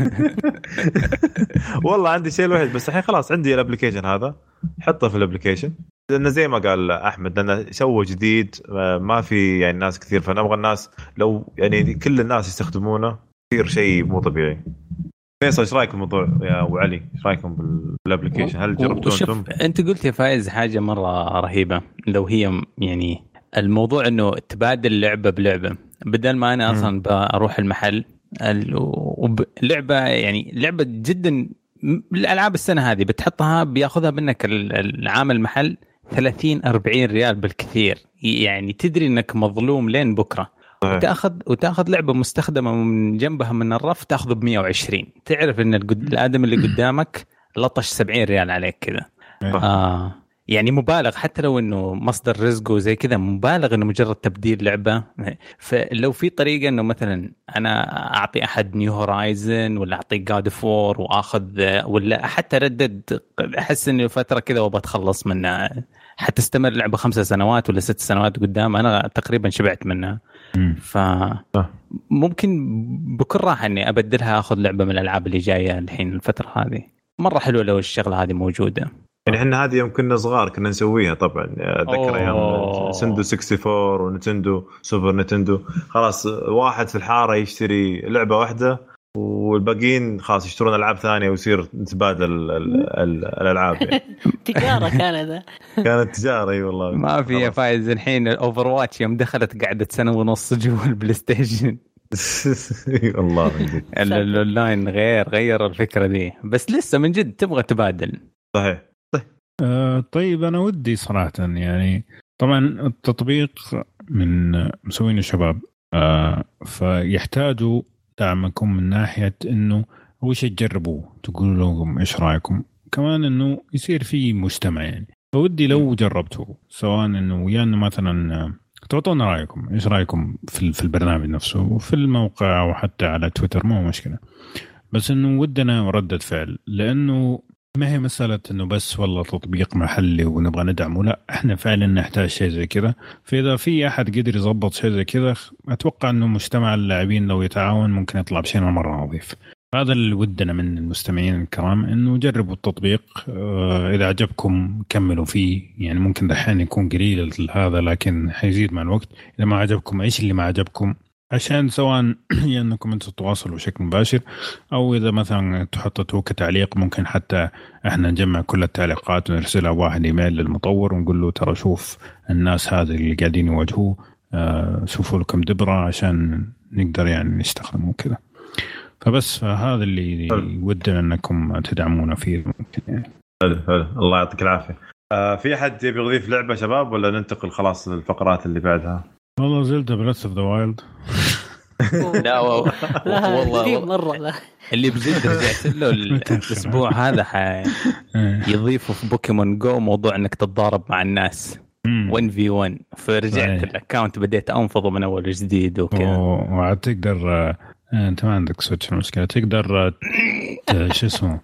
والله عندي شيء الوحيد بس الحين خلاص عندي الابلكيشن هذا حطه في الابلكيشن، لأنه زي ما قال أحمد لأنه سوى جديد ما في يعني ناس كثير، فنبغى الناس لو يعني كل الناس يستخدمونه كثير شيء مو طبيعي. فيصل ايش رايك بالموضوع يا ابو علي؟ ايش رايكم بالابلكيشن؟ هل جربتوه انتم؟ انت قلت يا فايز حاجه مره رهيبه، لو هي يعني الموضوع انه تبادل لعبه بلعبه بدل ما انا اصلا بروح المحل اللعبه يعني لعبه جدا الالعاب السنه هذه بتحطها بياخذها منك العام المحل ثلاثين أربعين ريال بالكثير، يعني تدري انك مظلوم لين بكره. وتاخذ وتاخذ لعبه مستخدمه من جنبها من الرف تاخذه ب مية وعشرين، تعرف ان الادم اللي قدامك لطش سبعين ريال عليك كذا. آه يعني مبالغ، حتى لو انه مصدر رزقه زي كذا مبالغ انه مجرد تبديل لعبه. فلو في طريقه انه مثلا انا اعطي احد نيو هورايزن ولا اعطي جاد فور واخذ ولا حتى ردد، احس انه فتره كذا وبتخلص منها، حتستمر لعبه خمسة سنوات ولا ست سنوات قدام، انا تقريبا شبعت منها. ف ممكن بكل راحه اني ابدلها اخذ لعبه من الالعاب اللي جايه الحين الفتره هذه. مره حلوه لو الشغله هذه موجوده. يعني احنا هذه يوم كنا صغار كنا نسويها طبعا. اتذكر ايام سندو ستة وأربعين ونتندو سوبر نتندو، خلاص واحد في الحاره يشتري لعبه واحده والباقيين خلاص يشترون العاب ثانيه ويصير نتبادل الالعاب يعني. تجاره كانت كانت تجاره اي والله. ما في فايز الحين الاوفر واتش يوم دخلت قعدت سنه ونص جوا البلاي ستيشن. والله من جد الاونلاين غير غير الفكره دي، بس لسه من جد تبغى تبادل. صحيح صحيح. آه طيب انا ودي صراحه يعني طبعا التطبيق من مسوين الشباب آه فيحتاجوا دعمكم من ناحيه انه اول شيء تجربوه تقولوا لهم ايش رايكم، كمان انه يصير في مجتمع يعني. فودي لو جربتوه سواء انه ويانا مثلا تعطونا رايكم ايش رايكم في في البرنامج نفسه وفي الموقع وحتى على تويتر، مو مشكله، بس انه ودنا ردة فعل، لانه ما هي مسألة انه بس والله تطبيق محلي ونبغى ندعمه، لا احنا فعلا نحتاج شيء زي كذا. فاذا في احد قدر يضبط شيء زي كذا اتوقع انه مجتمع اللاعبين لو يتعاون ممكن يطلع بشيء مرة نظيف. هذا اللي ودنا من المستمعين الكرام، انه جربوا التطبيق، اه اذا عجبكم كملوا فيه، يعني ممكن دحين يكون قليل هذا لكن حيزيد مع الوقت. اذا ما عجبكم ايش اللي ما عجبكم، عشان سواء انكم انتم تتواصلوا بشكل مباشر او اذا مثلا تحطوا كتعليق ممكن حتى احنا نجمع كل التعليقات ونرسلها واحد ايميل للمطور ونقول له ترى شوف الناس هذه اللي قاعدين يواجهوه، آه شوفوا لكم دبرة عشان نقدر يعني نستخدمه كذا. فبس فهذا اللي ودنا انكم تدعمونا فيه ممكن يعني. حلو حلو الله يعطيك العافيه. آه في حد يبي يضيف لعبه شباب ولا ننتقل خلاص للفقرات اللي بعدها؟ والله زلت بريث اوف ذا وايلد. لا والله مرة لا. اللي بجد رجعت له الاسبوع هذا يضيفوا في بوكيمون جو موضوع انك تتضارب مع الناس واحد في واحد، فرجعت الاكاونت بديت انفضه من اول جديد وكذا. وعاد تقدر انت ما عندك سويتش المشكله تقدر شو اسمه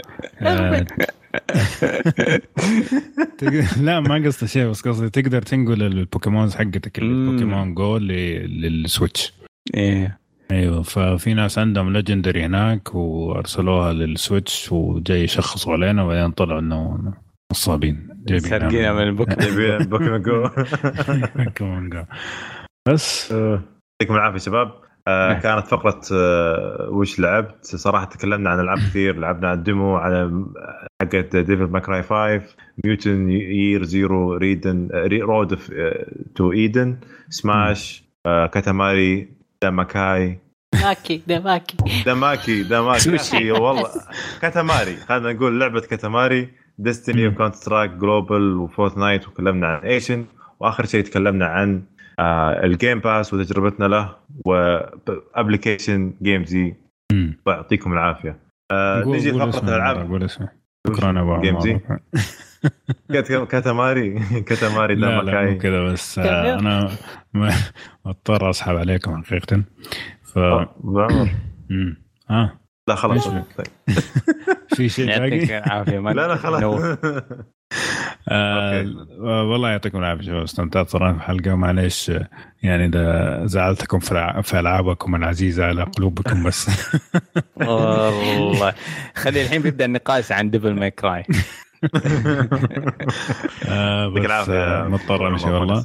لا ما قصدي شيء، بس قصدي تقدر تنقل البوكيمونز حقتك البوكيمون جو للسويتش. ايه ايوه، ففي ناس عندهم ليجندري هناك وارسلوها للسويتش وجاي يشخصوا علينا وبعدين طلعوا انه نصابين جايبين سرقينا من البوكيمون جو. بوكيمون جو. بس يعطيكم العافيه شباب. آه كانت فقرة آه وش لعبت. صراحة تكلمنا عن ألعاب كثير، لعبنا عن الديمو على حقت ديفل ماكراي خمسة، ميوتن يير زيرو ريدن رود تو إيدن، سماش، آه كاتاماري، داماكاي ماكي داماكي داماكي داماكي والله كاتاماري. خلينا نقول لعبة كاتاماري، ديستني وكونتر سترايك جلوبال وفورتنايت، وكلمنا عن ايشن، واخر شيء تكلمنا عن آه الجيم باس وتجربتنا له وابلكيشن جيم زي. يعطيكم العافيه. آه نجي لفقره الالعاب. شكرا ابو عمر. كاتاماري كاتاماري داماكاي مو كذا بس آه انا مضطر اسحب عليكم حقيقه. ف بعمر ها لا خلاص في شيء باقي. لا لا خلاص. آه والله يعطيكم العافيه شباب، استمتعت صراحه الحلقه، معليش يعني اذا زعلتكم في العابكم العزيزه على قلوبكم بس. والله خلي الحين بيبدا النقاش عن ديفل ماي كراي. آه بس آه مضطر امشي والله.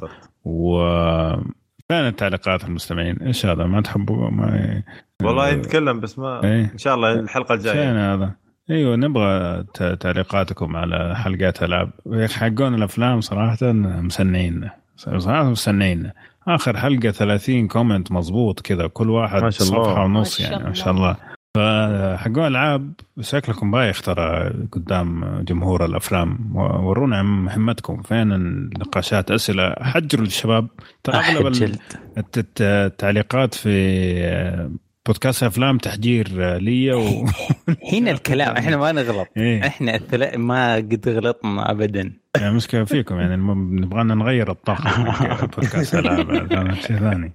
وكانت تعليقات المستمعين ايش هذا ما تحبوا ما والله نتكلم بس ما ايه؟ ان شاء الله الحلقه الجايه هذا ايوه نبغى تعليقاتكم على حلقات العاب حقون الافلام. صراحه مسنين صراحه مسنين اخر حلقه ثلاثين كومنت مضبوط كذا، كل واحد صفحه ونص يعني ما شاء الله. فحقون العاب شكلكم بايخ ترى قدام جمهور الافلام. ورونا مهمتكم فين النقاشات، اسئله، حجروا للشباب. ترى اغلب التعليقات في بودكاست افلام تحجير لي و... هنا الكلام احنا ما نغلط. إيه؟ احنا الثلاث ما قد غلطنا ابدا. يعني مشكله فيكم يعني نبغانا نغير الطاقه بودكاست العاب هذا شيء ثاني.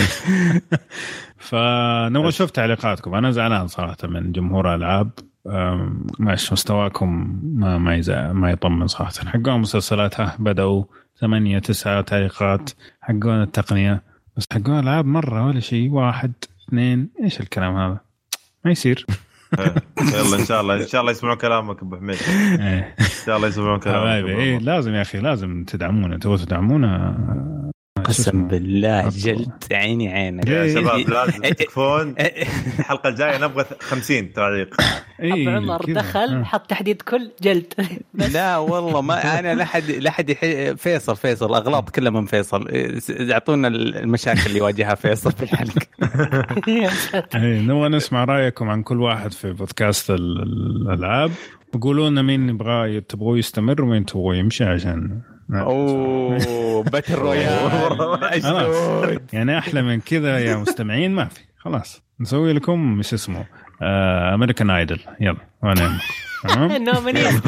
فنبغى نشوف تعليقاتكم. انا زعلان صراحه من جمهور الالعاب، مش مستواكم ما ما يزا ما يطمن صراحه. حقون مسلسلاتها بدأوا ثمانية تسعة تعليقات، حقون التقنيه بس حقون الالعاب مره ولا شيء واحد. اثنين ايش الكلام هذا ما يصير. يلا ان شاء الله ان شاء الله يسمعون كلامك ابو حميد ان شاء الله يسمعون كلامك. ايه لازم يا اخي لازم تدعمونا تبغوا تدعمونا قسم بالله جلد عيني عينك يا شباب لازم تكفون. الحلقه الجايه نبغى خمسين تعليق. ابو عمر دخل حط تحديد كل جلد. لا والله ما انا لحد لحد فيصل فيصل اغلاط كلها من فيصل. اعطونا المشاكل اللي واجهها فيصل في الحلقه. اي نبغى نسمع رايكم عن كل واحد في بودكاست الالعاب وقولوا لنا مين نبغى تبغوا يستمر ومين تبغوا يمشي عشان اوه باتل رويال. يعني احلى من كذا يا مستمعين ما في. خلاص نسوي لكم مش اسمه امريكان ايدل. يلا وانا نومينيت.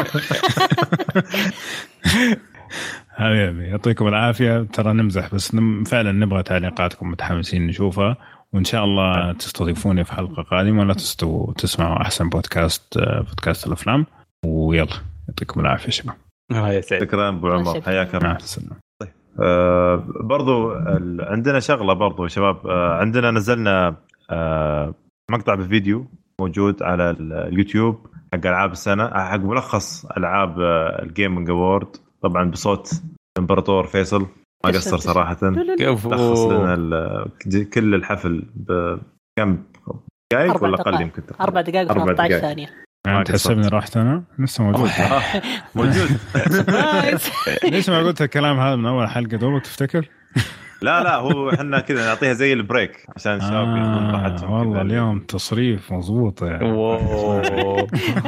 حبيبي يعطيكم العافيه. ترى نمزح بس فعلا نبغى تعليقاتكم متحمسين نشوفها وان شاء الله تستضيفوني في حلقه قادمه ولا تستو تسمعوا احسن بودكاست بودكاست الافلام. ويلا يعطيكم العافيه شباب. شكرا ابو عمر حياك الله. طيب آه برضو عندنا شغله برضو شباب. آه عندنا نزلنا آه مقطع بالفيديو موجود على اليوتيوب حق العاب السنه حق ملخص العاب الجيمنج اوورد طبعا بصوت الامبراطور فيصل ما قصر صراحه. لخص لنا كل الحفل بكم دقائق ولا اقل يمكن أربع دقائق وثلاثة عشر ثانيه. يعني تحسبني رحت أنا لسه موجود. موجود. ليش ما قلت الكلام هذا من أول حلقة دوبك تفتكر؟ لا لا هو إحنا كذا نعطيها زي البريك عشان الشباب ياخذون راحتهم. والله اليوم تصريف مضبوط يعني. واو.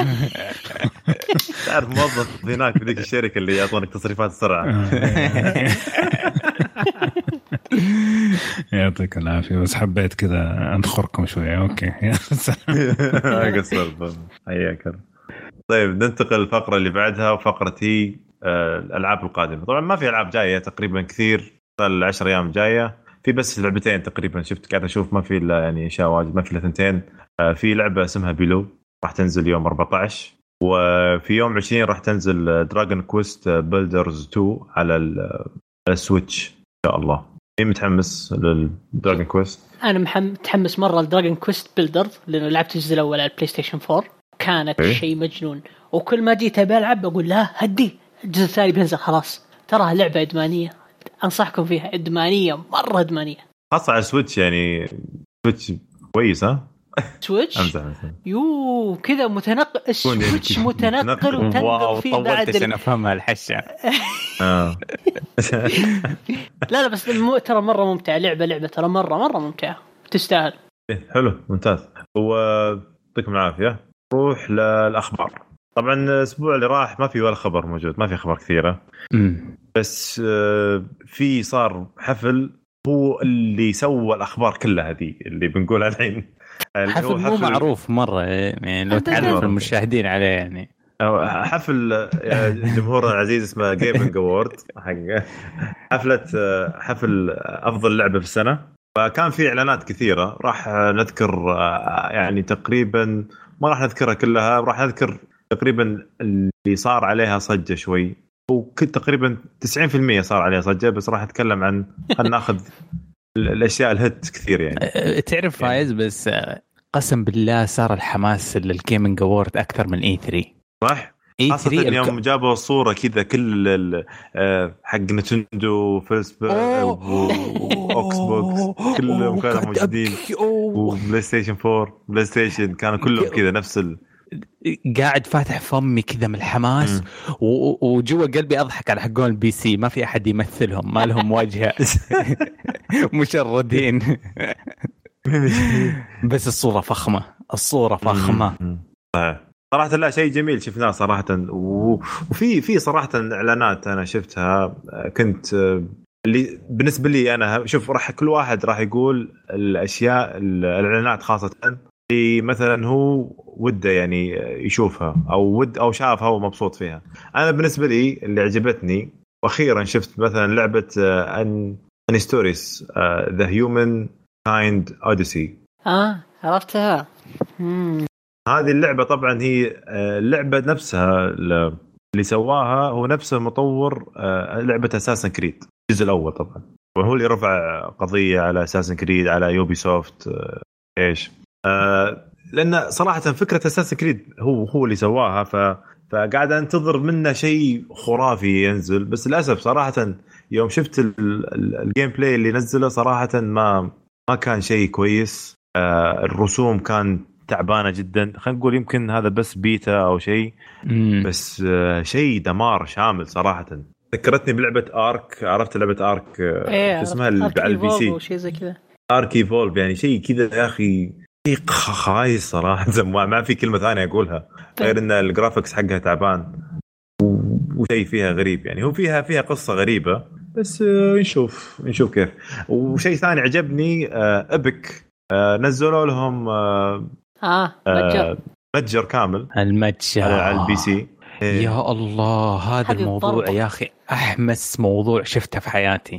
تعرف موظف هناك في ذيك الشركة اللي يعطونك تصريفات السرعة. يعطيك العافية بس حبيت كذا أنخركم شوية. أوكي. ما قصرت. حياك. طيب ننتقل الفقرة اللي بعدها وفقرة هي الألعاب القادمة. طبعا ما في ألعاب جاية تقريبا كثير العشر أيام جاية. في بس لعبتين تقريبا شفت قاعد أشوف ما في إلا يعني أشياء واجد ما في إلا ثنتين. في لعبة اسمها بيلو راح تنزل يوم أربعة عشر وفي يوم عشرين راح تنزل دراجون كويست بيلدرز اثنين على السويتش إن شاء الله. مين متحمس للدراجون كويست؟ أنا متحمس مرة لدراجون كويست بيلدرز لأنه لعبت الجزء الأول على البلاي ستيشن فور كانت إيه؟ شيء مجنون. وكل ما جيت أبي ألعب أقول لا هدي الجزء الثاني بينزل خلاص. تراها لعبة إدمانية أنصحكم فيها إدمانية مرة إدمانية خاصة على سويتش يعني سويتش كويس ها سويتش يو كذا متنقل السويتش متنقل وتنقل فيه بعد طولت عشان أفهمها الحشة. لا لا بس ترى مرة ممتعة لعبة لعبة ترى مرة مرة ممتعة تستاهل. حلو ممتاز. ويعطيكم العافية. روح للأخبار. طبعا الأسبوع اللي راح ما في ولا خبر موجود ما في أخبار كثيرة بس في صار حفل هو اللي سوى الأخبار كلها هذه اللي بنقولها الحين. حفل مو حفل معروف مرة يعني لو تعرف المشاهدين عليه يعني حفل جمهورنا العزيز اسمه جيمنج أوورد حق حفلة حفل أفضل لعبة في السنة. فكان في إعلانات كثيرة راح نذكر يعني تقريبا ما راح نذكرها كلها راح نذكر تقريبا اللي صار عليها صجة شوي وكل تقريبا تسعين بالمئة صار عليها صجة بس راح نتكلم عن خلنا ناخذ الأشياء الهت كثير يعني. تعرف فايز بس قسم بالله صار الحماس للجيمنج أوورد أكثر من إي ثري صح؟ خاصة اليوم جابوا الصورة كذا كل حق نتندو فيرست وأكس بوكس كلهم كانوا موجودين وبلاي ستيشن فور بلاي ستيشن كانوا كلهم كذا نفس ال قاعد فاتح فمي كذا من الحماس وجوا قلبي أضحك على حقون البي سي ما في أحد يمثلهم ما لهم واجهة مشردين بس الصورة فخمة الصورة فخمة صراحة. لا شيء جميل شفناه صراحة وفي في صراحة إعلانات أنا شفتها كنت اللي بالنسبة لي أنا شوف راح كل واحد راح يقول الأشياء الإعلانات خاصة اللي مثلا هو وده يعني يشوفها أو ود أو شافها ومبسوط فيها. أنا بالنسبة لي اللي عجبتني وأخيرا شفت مثلا لعبة أن أن ستوريز The Human Kind Odyssey. آه عرفتها. هذه اللعبة طبعا هي اللعبة نفسها اللي سواها هو نفس المطور لعبة أساسن كريد الجزء الأول طبعا وهو اللي رفع قضيه على اساسن كريد على يوبي سوفت ايش آه لان صراحه فكره اساسن كريد هو هو اللي سواها ف فقاعد انتظر منه شيء خرافي ينزل بس للاسف صراحه يوم شفت الجيم بلاي اللي نزله صراحه ما ما كان شيء كويس آه الرسوم كان تعبانه جدا خلينا نقول يمكن هذا بس بيتا او شيء بس آه شيء دمار شامل صراحه ذكرتني بلعبه ارك عرفت لعبه ارك آه إيه اسمها اللي على البي سي او شيء زي كذا ارك ايفولف يعني شيء كذا يا اخي شيء خايس صراحه ما في كلمه ثانيه اقولها غير ان الجرافيكس حقها تعبان وشيء فيها غريب يعني هو فيها فيها قصه غريبه بس آه نشوف نشوف كيف وشيء ثاني عجبني آه ابيك آه نزلوا لهم آه اه متجر متجر كامل المتجر على البي سي إيه. يا الله هذا الموضوع الضربة. يا اخي احمس موضوع شفته في حياتي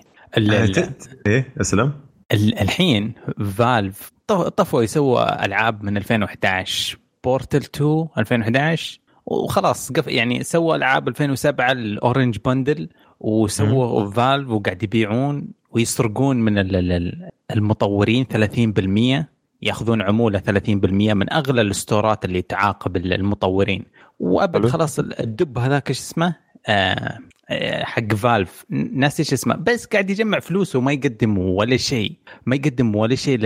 ايه اسلم الحين فالف طفوا يسووا العاب من ألفين وإحدى عشر بورتل تو ألفين وإحدى عشر وخلاص قف يعني سووا العاب ألفين وسبعة الاورنج باندل وسووا فالف وقاعد يبيعون ويسرقون من المطورين ثلاثين بالمية ياخذون عموله ثلاثين بالمية من اغلى الاستورات اللي تعاقب المطورين وابد خلاص الدب هذاك ايش اسمه آه حق فالف ناس ايش اسمه بس قاعد يجمع فلوس وما يقدم ولا شيء ما يقدم ولا شيء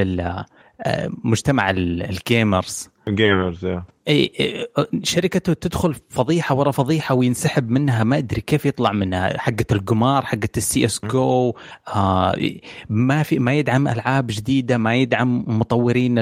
للمجتمع الجيمرز الجيمرز اي شركته تدخل فضيحه ورا فضيحه وينسحب منها ما ادري كيف يطلع منها حقه القمار حقه السي اس جو آه ما في ما يدعم العاب جديده ما يدعم مطورين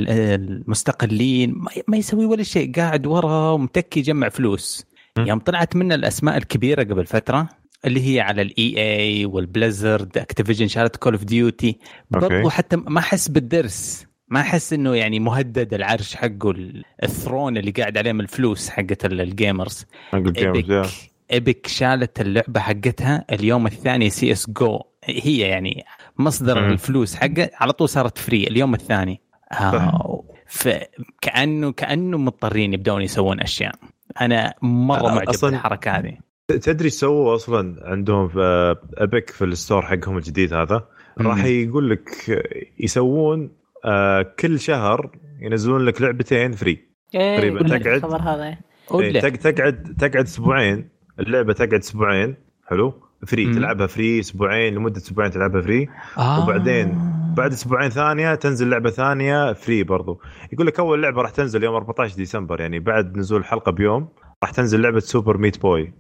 المستقلين ما يسوي ولا شيء قاعد ورا ومتكي يجمع فلوس يوم طلعت منه الاسماء الكبيره قبل فتره اللي هي على الاي اي والبليزرد اكتيفيجن شارت كول اوف ديوتي برضو حتى ما حس بالدرس ما أحس إنه يعني مهدد العرش حقه الثرون اللي قاعد عليه من الفلوس حقة الجيمرز. إبك إبك شالت اللعبة حقتها اليوم الثاني سي إس جو هي يعني مصدر م. الفلوس حقه على طول صارت فري اليوم الثاني. آه فكأنه كأنه مضطرين يبدأون يسوون أشياء. أنا مرة معجب بالحركة هذه. تدري سووا أصلا عندهم في إبك في الستور حقهم الجديد هذا راح يقول لك يسوون آه كل شهر ينزلون لك لعبتين فري تقريبا تقعد خبر هذا ايه تقعد تقعد اسبوعين اللعبه تقعد اسبوعين حلو فري مم. تلعبها فري اسبوعين لمده اسبوعين تلعبها فري آه. وبعدين بعد اسبوعين ثانيه تنزل لعبه ثانيه فري برضو. يقول لك اول لعبه راح تنزل يوم أربعة عشر ديسمبر يعني بعد نزول الحلقه بيوم راح تنزل لعبه سوبر ميت بوي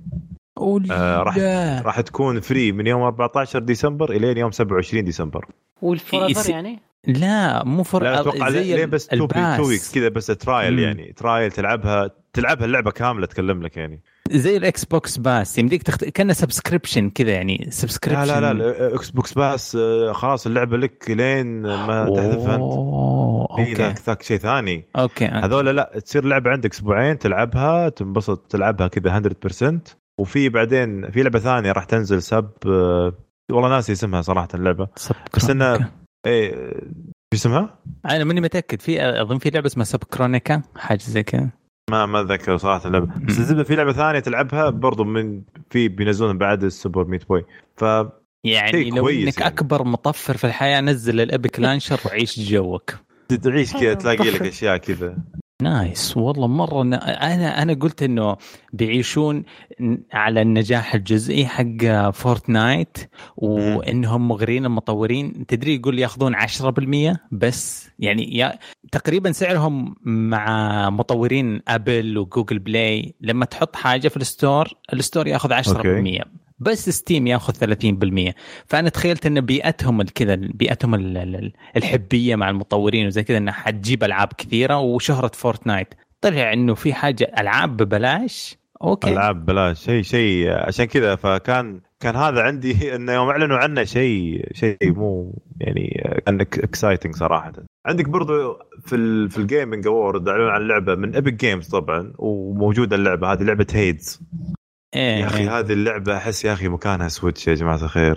آه راح راح تكون فري من يوم أربعة عشر ديسمبر الى يوم سبعة وعشرين ديسمبر والفورفر يعني لا مو فر لا اتوقع ليه بس تو ويكس كذا بس ترايل يعني ترايل تلعبها تلعبها اللعبه كامله اتكلم لك يعني زي الاكس بوكس باس يمديك تخت... كأنه سبسكريبشن كذا يعني سبسكريبشن لا لا لا الاكس بوكس باس خلاص اللعبه لك لين ما تحذفها انت في ذاك ذاك شيء ثاني اوكي هذول لا تصير لعبه عندك اسبوعين تلعبها تنبسط تلعبها كذا مية بالمية وفي بعدين في لعبه ثانيه راح تنزل سب والله ناسي اسمها صراحه اللعبه بس انه ايه اسمها انا ماني متاكد في اظن في لعبه اسمها سب كرونيكا حاجه زي كذا ما ما اتذكر صراحه اللعبه بس الزبده في لعبه ثانيه تلعبها برضو من في بينزلون بعد السوبر ميت بوي ف يعني لو انك يعني. اكبر مطفر في الحياه نزل الابيك لانشر وعيش جوك تعيش كذا تلاقي لك اشياء كذا نايس والله مرة. أنا أنا قلت إنه بيعيشون على النجاح الجزئي حق فورتنايت وإنهم مغرين المطورين تدري يقول يأخذون عشرة بالمية بس يعني يا تقريبا سعرهم مع مطورين أبل وجوجل بلاي لما تحط حاجة في الستور الستور يأخذ عشرة بالمية أوكي. بس ستيم ياخذ ثلاثين بالمية. فانا تخيلت ان بيئتهم الكذا بيئتهم الحبيه مع المطورين وزي كذا انها حتجيب العاب كثيره وشهره فورتنايت طلع انه في حاجه العاب ببلاش اوكي العاب ببلاش شيء شيء عشان كذا فكان كان هذا عندي انه يوم اعلنوا عنه شيء شيء مو يعني كان اكسايتنج صراحه. عندك برضو في ال في الجيمنج اوورد اعلنوا عن لعبه من ايبك جيمز طبعا وموجوده اللعبه هذه لعبه هيدز. إيه يا أخي هذه اللعبة أحس يا أخي مكانها سويتش يا جماعة الخير.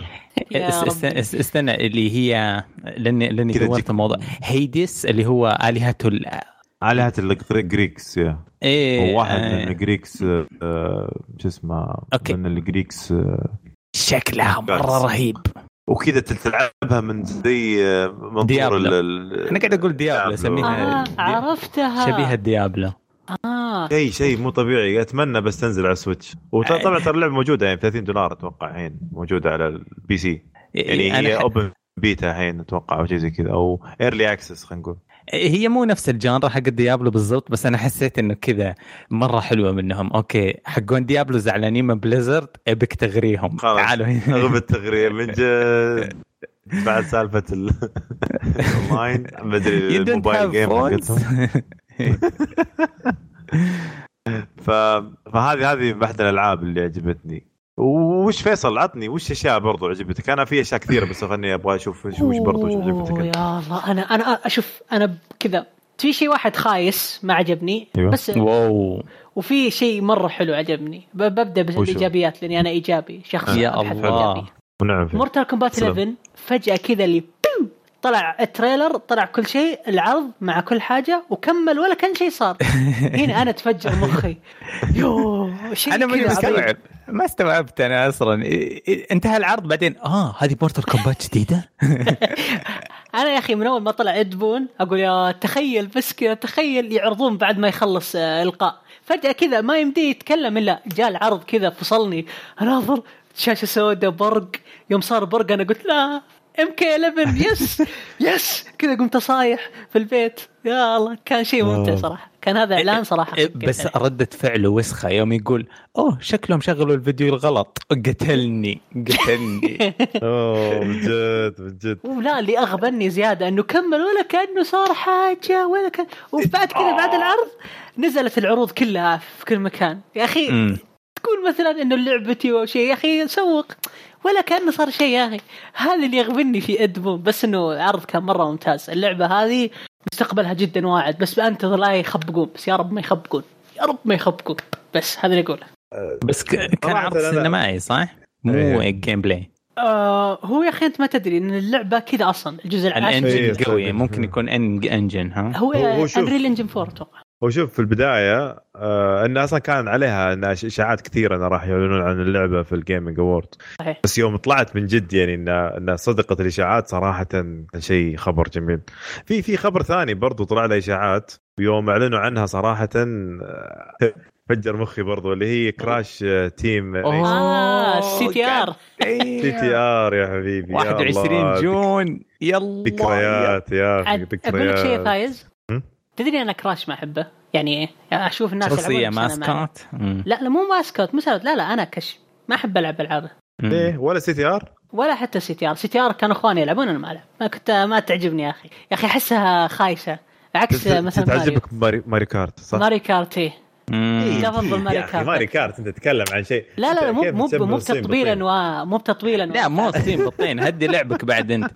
استنى اللي هي لأني لأني دورت الموضوع هيديس اللي هو آلهة ال آلهة الجريكس يا إيه واحد آه. من الجريكس آه شو اسمه من الجريكس آه شكلها مرة رهيب وكذا تلعبها من زي منظور ال انا قاعد اقول ديابلو اسميها. آه عرفتها شبيهه الديابلو. اه شيء شيء مو طبيعي. اتمنى بس تنزل على السويتش. وطبعا ترى اللعبه موجوده يعني ثلاثين دولار اتوقع الحين موجوده على البي سي يعني. هي اوبن بيتا الحين اتوقع او شيء زي كذا او ايرلي اكسس خلينا نقول. هي مو نفس الجانرا حق ديابلو بالضبط بس انا حسيت انه كذا مره حلوه منهم. اوكي حقون ديابلو زعلانين من بليزرد ابيك تغريهم تعالوا اغبى التغريه من جد بعد سالفه الاونلاين ما ادري الموبايل جيم حقتهم. ف... فهذه هذه واحده الالعاب اللي عجبتني. وش فيصل عطني وش اشياء برضو عجبتك؟ انا في اشياء كثيره بس خلني ابغى اشوف وش وش برضو عجبتك. يا الله انا انا اشوف انا كذا في شيء واحد خايس ما عجبني أيوة. بس واو. وفي شيء مره حلو عجبني. ببدا بالايجابيات لاني انا ايجابي شخص. يا الله. ونعم مورتال كومبات إحدى عشر فجاه كذا اللي طلع التريلر طلع كل شيء العرض مع كل حاجة وكمل ولا كان شيء صار. هنا أنا تفجر مخي. يو شيء أنا ما استوعب ما استوعبت أنا أصلا. انتهى العرض بعدين آه هذه مورتال كومبات جديدة. أنا يا أخي من أول ما طلع إدبون أقول يا تخيل بس كذا تخيل يعرضون بعد ما يخلص إلقاء فجأة كذا ما يمدي يتكلم إلا جاء العرض كذا فصلني. أناظر شاشة سوداء برق. يوم صار برق أنا قلت لا إم كي إحدى عشر يس يس كذا قمت صايح في البيت. يا الله كان شيء ممتع صراحة. كان هذا إعلان صراحة بس ردة فعله وسخة يوم يقول أوه شكلهم شغلوا الفيديو الغلط قتلني قتلني. أوه بجد بجد. ولا اللي أغبني زيادة إنه كمل ولا كأنه صار حاجة ولا كان. وبعد كذا بعد العرض نزلت العروض كلها في كل مكان. يا أخي م. تقول مثلا إنه لعبتي أو شيء يا أخي سوق ولا كأنه صار شيء يا أخي. هذا اللي يغبني في إدبون بس إنه عرض كان مرة ممتاز. اللعبة هذه مستقبلها جدا واعد بس بأنتظر لا يخبقون بس يا رب ما يخبقون يا رب ما يخبقون بس هذا اللي أقوله. بس كان عرض سينمائي صح مو جيم بلاي. آه هو يا أخي أنت ما تدري إن اللعبة كذا أصلا الجزء العاشر الانجن قوي ممكن يكون انجن ها هو أنريل انجن فور أتوقع. وشوف في البداية آه أنه أصلا كان عليها أن إشاعات كثيرة أنه راح يعلنون عن اللعبة في الجيمينج أوورد. بس يوم طلعت من جد يعني أن أن صدقت الإشاعات صراحة كان شيء خبر جميل. في في خبر ثاني برضو طلع له إشاعات يوم أعلنوا عنها صراحة فجر مخي برضو اللي هي كراش تيم. آه سي تي آر سي تي آر يا حبيبي واحد وعشرين جون يلا ذكريات يا أخي ذكريات. أقول لك شيء فايز تدري أنا كراش ما أحبه يعني إيه يعني أشوف الناس شخصية ماسكات لا لا مو ماسكات مساعد لا لا أنا كش ما أحب ألعب ألعابه إيه ولا سي تي آر ولا حتى سي تي آر. سي تي آر كانوا إخواني يلعبون أنا ما ألعب ما كنت ما تعجبني يا أخي يا أخي أحسها خايسة عكس مثلا تعجبك ماري ماري كارت صح ماري كارت إيه تفضل ماري كارت. ماري كارت انت تتكلم عن شيء لا لا مو مو مو تطبيلا ومو تطبيلا لا مو تصين بالطين هدي لعبك بعد انت.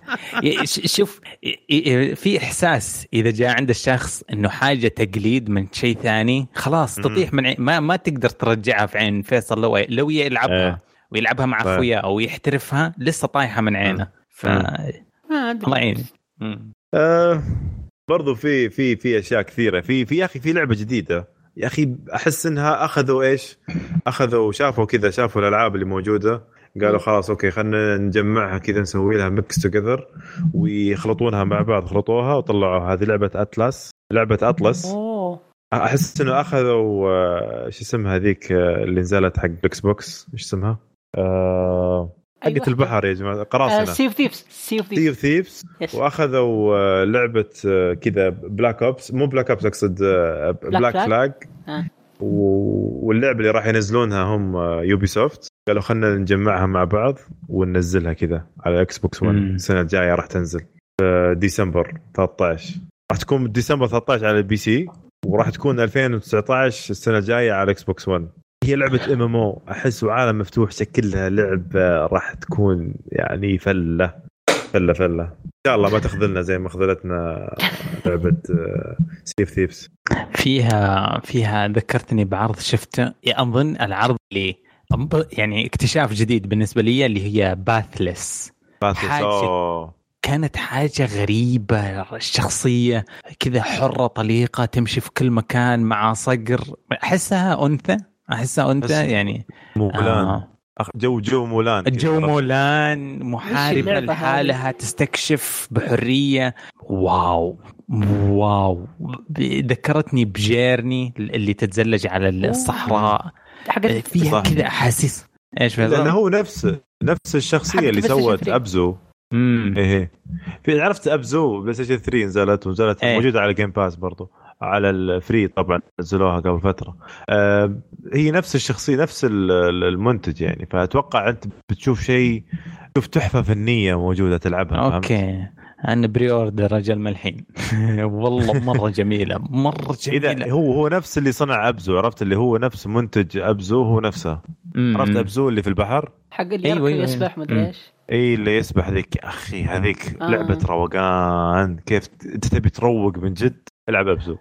شوف في احساس اذا جاء عند الشخص انه حاجه تقليد من شيء ثاني خلاص تطيح من ما ما تقدر ترجعها في عين فيصل. لو لو يلعبها ويلعبها مع اخويا او يحترفها لسه طايحه من عينه. ف الله يعين. آه برضو في في في اشياء كثيره في في يا اخي في لعبه جديده يا اخي احس انها اخذوا ايش اخذوا شافوا كذا شافوا الالعاب اللي موجوده قالوا خلاص اوكي خلينا نجمعها كذا نسوي لها ميكس توجذر ويخلطونها مع بعض خلطوها وطلعوا هذه لعبه اتلس لعبه اطلس. احس انه اخذوا شو اسمها هذيك اللي نزلت حق الاكس بوكس ايش اسمها أه... حقة أيوة. البحر يا جماعه قراصنه سيف ثيفز سيف ثيفز واخذوا لعبه كذا بلاك اوبس مو بلاك اوبس اقصد بلاك فلاج آه. واللعبه اللي راح ينزلونها هم يوبي سوفت قالوا خلنا نجمعها مع بعض وننزلها كذا على اكس بوكس ون السنه الجايه راح تنزل في ديسمبر ثلاثة عشر راح تكون ديسمبر ثلاثة عشر على البي سي وراح تكون ألفين وتسعة عشر السنه الجايه على اكس بوكس ون. هي لعبة ام ام او احس عالم مفتوح شكلها لعبة راح تكون يعني فلة فلة فلة ان شاء الله ما تخذلنا زي ما خذلتنا لعبة سيف ثيفز. فيها فيها ذكرتني بعرض شفته اظن العرض اللي يعني اكتشاف جديد بالنسبة لي اللي هي باثلس. حاجة كانت حاجة غريبة الشخصية كذا حرة طليقة تمشي في كل مكان مع صقر احسها انثى احسها انت يعني مو فلان آه جو جو مولان جو مولان محاربة لحالها تستكشف بحرية. واو واو ذكرتني بجيرني اللي تتزلج على الصحراء فيها كذا أحاسيس. ايش لأنه هو نفس نفس الشخصية اللي سوت أبزو. امم ايه في عرفت أبزو بلاي ستيشن ثري نزلت ونزلت ايه. موجودة على جيم باس برضو على الفري طبعا نزلوها قبل فترة. آه هي نفس الشخصية نفس المنتج يعني فأتوقع أنت بتشوف شيء تشوف تحفة فنية موجودة تلعبها. اوكي أنا بريوردر رجل ملحين والله مرة جميلة مرة جميلة. إذا هو هو نفس اللي صنع أبزو عرفت اللي هو نفس منتج أبزو هو نفسه. عرفت أبزو اللي في البحر حق اللي يركض أيوة يسبح مدري إيش اي اللي يسبح ذيك يا اخي هذيك آه. لعبه روقان كيف انت تبي تروق من جد العب ابزو.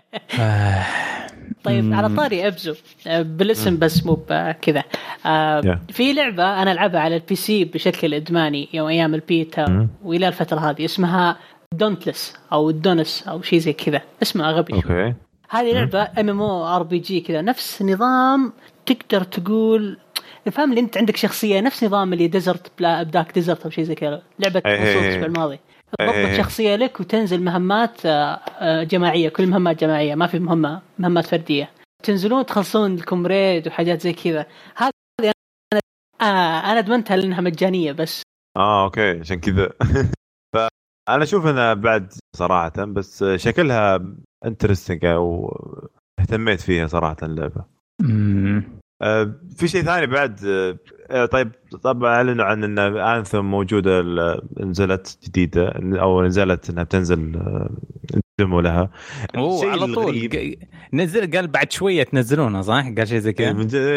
طيب على طاري ابزو بالاسم بس مو كذا آه في لعبه انا العبها على البي سي بشكل ادماني يوم ايام البيتا والى الفتره هذه اسمها دونتلس او دونس او شيء زي كذا اسمها غبي شوي. هذه لعبه ام ام او ار بي جي كذا نفس نظام تقدر تقول فاهم اللي انت عندك شخصيه نفس نظام اللي ديزرت بلا بداك ديزرت او شيء زي كذا لعبه الاسبوع الماضي تضبط شخصيه لك وتنزل مهمات جماعيه كل مهمات جماعيه ما في مهمه مهمات فرديه تنزلون تخلصون لكم ريد وحاجات زي كذا. هذه انا آه انا ادمنتها لانها مجانيه بس اه اوكي عشان كذا. فانا اشوف انها بعد صراحه بس شكلها انترستنج او اهتميت فيها صراحه اللعبه. امم آه في شيء ثاني بعد آه طيب طبعا اعلنوا عن ان انثم موجوده نزلت جديده او نزلت انها بتنزل ديمو لها. اوه على طول نزل قال بعد شويه تنزلونها صح قال شيء زي كذا.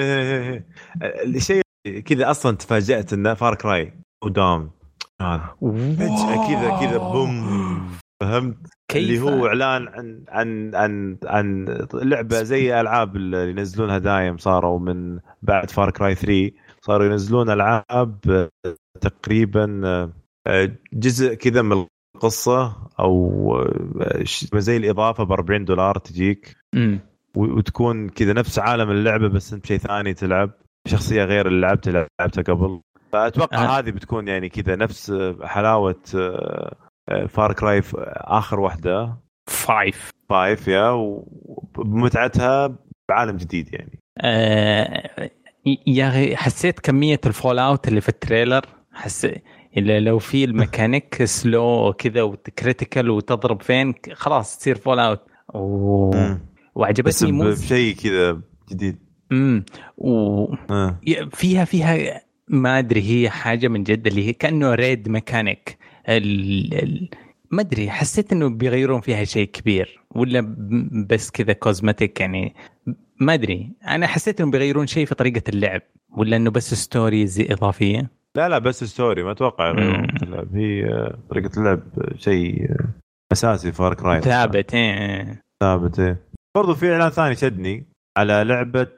الشيء كذا اصلا تفاجأت انه فار كراي ودام هذا فجأة كذا كذا بوم فهمت اللي هو اعلان عن عن عن عن لعبه زي العاب اللي ينزلونها دايم صاروا من بعد فار كراي ثري صاروا ينزلون العاب تقريبا جزء كذا من القصه او زي الاضافه ب أربعين دولار تجيك م. وتكون كذا نفس عالم اللعبه بس انت شيء ثاني تلعب شخصيه غير اللي لعبت لعبتها قبل. فاتوقع أه. هذه بتكون يعني كذا نفس حلاوه فار كراي آخر واحدة فايف فايف يا وبمتعتها بعالم جديد يعني. آه يا أخي حسيت كمية الفول أوت اللي في التريلر حسيت إلا لو في الميكانيك سلو كذا وكريتيكال وتضرب فين خلاص تصير فول أوت و... وعجبتني موز بشيء كذا جديد. امم وفيها فيها ما أدري هي حاجة من جد اللي هي كأنه ريد ميكانيك ال... ال... ما أدري حسيت إنه بيغيرون فيها شيء كبير ولا بس كذا كوزماتيك يعني ما أدري. أنا حسيت إنه بيغيرون شيء في طريقة اللعب ولا إنه بس ستوريز إضافية. لا لا بس ستوري ما أتوقع اللعب هي طريقة اللعب شيء أساسي فار كراي ثابت إيه ثابت إيه. برضو في إعلان ثاني شدني على لعبة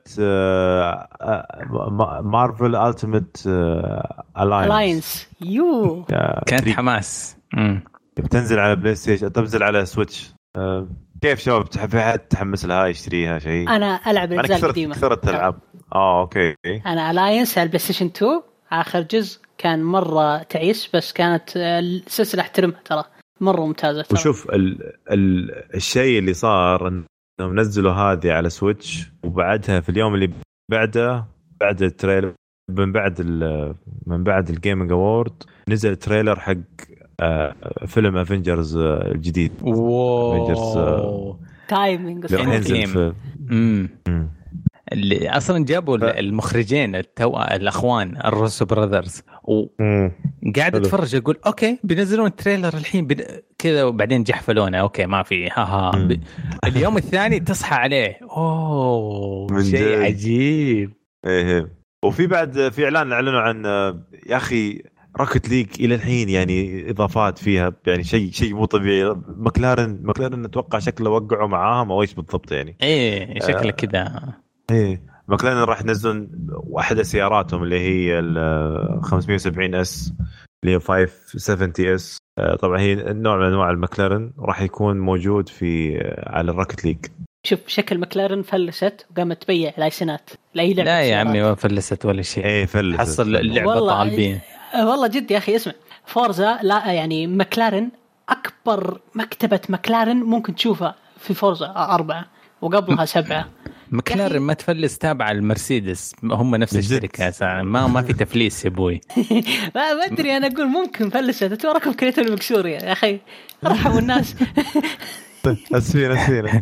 مارفل ألتيميت ألاينس يو كانت حماس بتنزل على بلاي ستيشن تنزل على سويتش. كيف شباب في حد تحمس لها يشتريها شيء؟ أنا ألعب الأجزاء القديمة كثرت تلعب آه أوكي. أنا ألاينس على البلاي ستيشن تو آخر جزء كان مرة تعيس بس كانت السلسلة احترمها ترى مرة ممتازة ترى. وشوف ال ال الشيء اللي صار انهم نزلوا هذه على سويتش وبعدها في اليوم اللي بعده بعد التريلر من بعد من بعد الجيمنج اوورد نزل تريلر حق فيلم افنجرز الجديد. افنجرز تايمينج امم اللي اصلا جابوا ف... المخرجين التو... الاخوان الروسو براذرز وقاعد اتفرج اقول اوكي بينزلون التريلر الحين بن... كذا وبعدين جحفلونه اوكي ما في ها ها ب... اليوم الثاني تصحى عليه اوه شيء عجيب. ايه وفي بعد في اعلان اعلنوا عن يا اخي راكت ليج الى الحين يعني اضافات فيها يعني شيء شيء مو طبيعي. مكلارن مكلارن نتوقع شكله وقعوا معاهم او ايش بالضبط يعني ايه شكله آه كذا. ايه مكلارن راح ينزلون واحدة سياراتهم اللي هي ال خمسمية وسبعين اس اللي هي خمسمية وسبعين اس. طبعا هي النوع من انواع المكلارن راح يكون موجود في على الراكت ليج شوف شكل مكلارن فلست وقامت تبيع لايسنات لاي لعبه. لا يا عمي ما فلست ولا شيء. ايه فلست حصل اللعبه طالبين والله جد يا اخي. اسمع فورزا لا يعني مكلارن اكبر مكتبه مكلارن ممكن تشوفها في فورزا أربعة وقبلها سبعة. مكلارن ما تفلس تابعه المرسيدس هم نفس الشركه ما ما في تفليس يا ابوي. ما ادري انا اقول ممكن فلست توركم كريتون المكسور يا اخي ارحموا الناس. اسفين اسفين.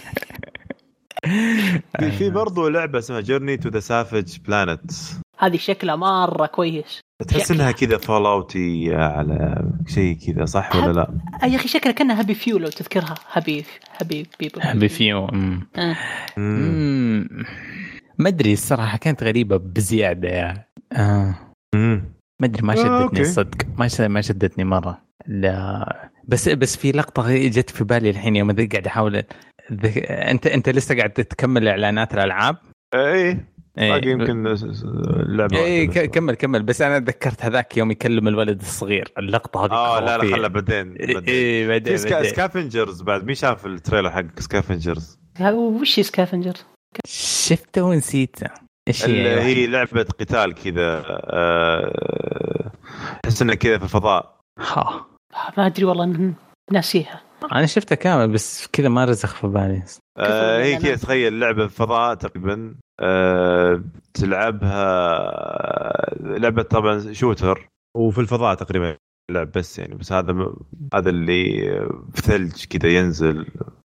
في في برضه لعبه اسمها جيرني تو ذا سافيج بلانيت. هذه شكلها مره كويس. تحس انها كذا فول اوتي على شيء كذا صح ولا لا؟ يا اخي شكلها كانها هابي فيو لو تذكرها. هابي هابي بيبل هابي فيو. ما ادري الصراحه كانت غريبه بزياده يعني. آه. ما ادري ما شدتني الصدق ما ما شدتني مره. لا بس بس في لقطه جت في بالي الحين يوم قاعد احاول. انت انت لسه قاعد تكمل اعلانات الالعاب؟ ايه باقي يمكن اللعبه. ايه كمل كمل. بس انا تذكرت هذاك يوم يكلم الولد الصغير اللقطه هذه. اه لا لا خلها بعدين. ايه بعدين. في سكافنجرز بعد مين شاف التريلر حق سكافنجرز؟ وش سكافنجر؟ شفته ونسيته. ايش هي؟ هي لعبه قتال كذا أه... تحس انها كذا في الفضاء. ها ما ادري والله ناسيها. انا شفتها كامل بس كذا ما رزخ في بالي. آه هي كذا تخيل لعبه في فضاء تقريبا. آه تلعبها لعبه طبعا شوتر وفي الفضاء تقريبا لعب بس يعني بس هذا م... هذا اللي في ثلج كذا ينزل.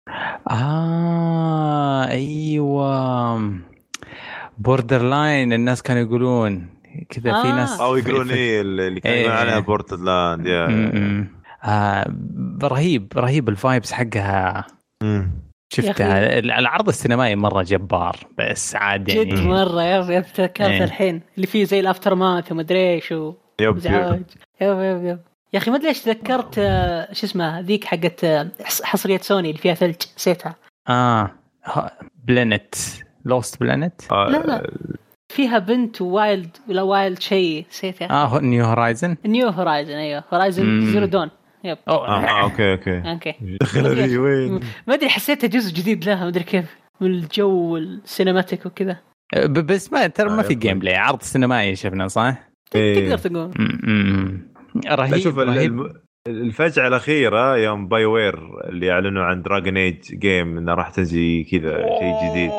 اه ايوه بوردر لاين الناس كانوا يقولون كذا. آه. في ناس او يقولون ايه اللي كانوا يقولون عليها بورتر لاند. يا آه رهيب رهيب الفايبس حقها. مم. شفتها العرض السينمائي مرة جبار بس عادي جد يعني. مرة يا افتكرت ايه. الحين اللي فيه زي الافتر ماث وما ادري ايش وزعاج. يب يب يب يا اخي ما ادري ايش تذكرت شو اسمها ذيك حقت حصرية سوني اللي فيها ثلج نسيتها. اه بلانت لوست بلانت. آه. لا لا فيها بنت ووايلد ولا وايلد شيء نسيتها. اه نيو هورايزن. نيو هورايزن ايوه هورايزن زيرو دون. يب اه اوكي اوكي اوكي دخل وين ما ادري حسيتها جزء جديد لها ما ادري كيف من الجو السينماتيك وكذا. بس ما ترى ما في جيم بلاي عرض سينمائي شفنا صح. تقدر تقول رهيب. شوف الفجعه الاخيره يوم باي وير اللي اعلنوا عن دراجون ايج جيم انه راح تجي كذا شيء جديد.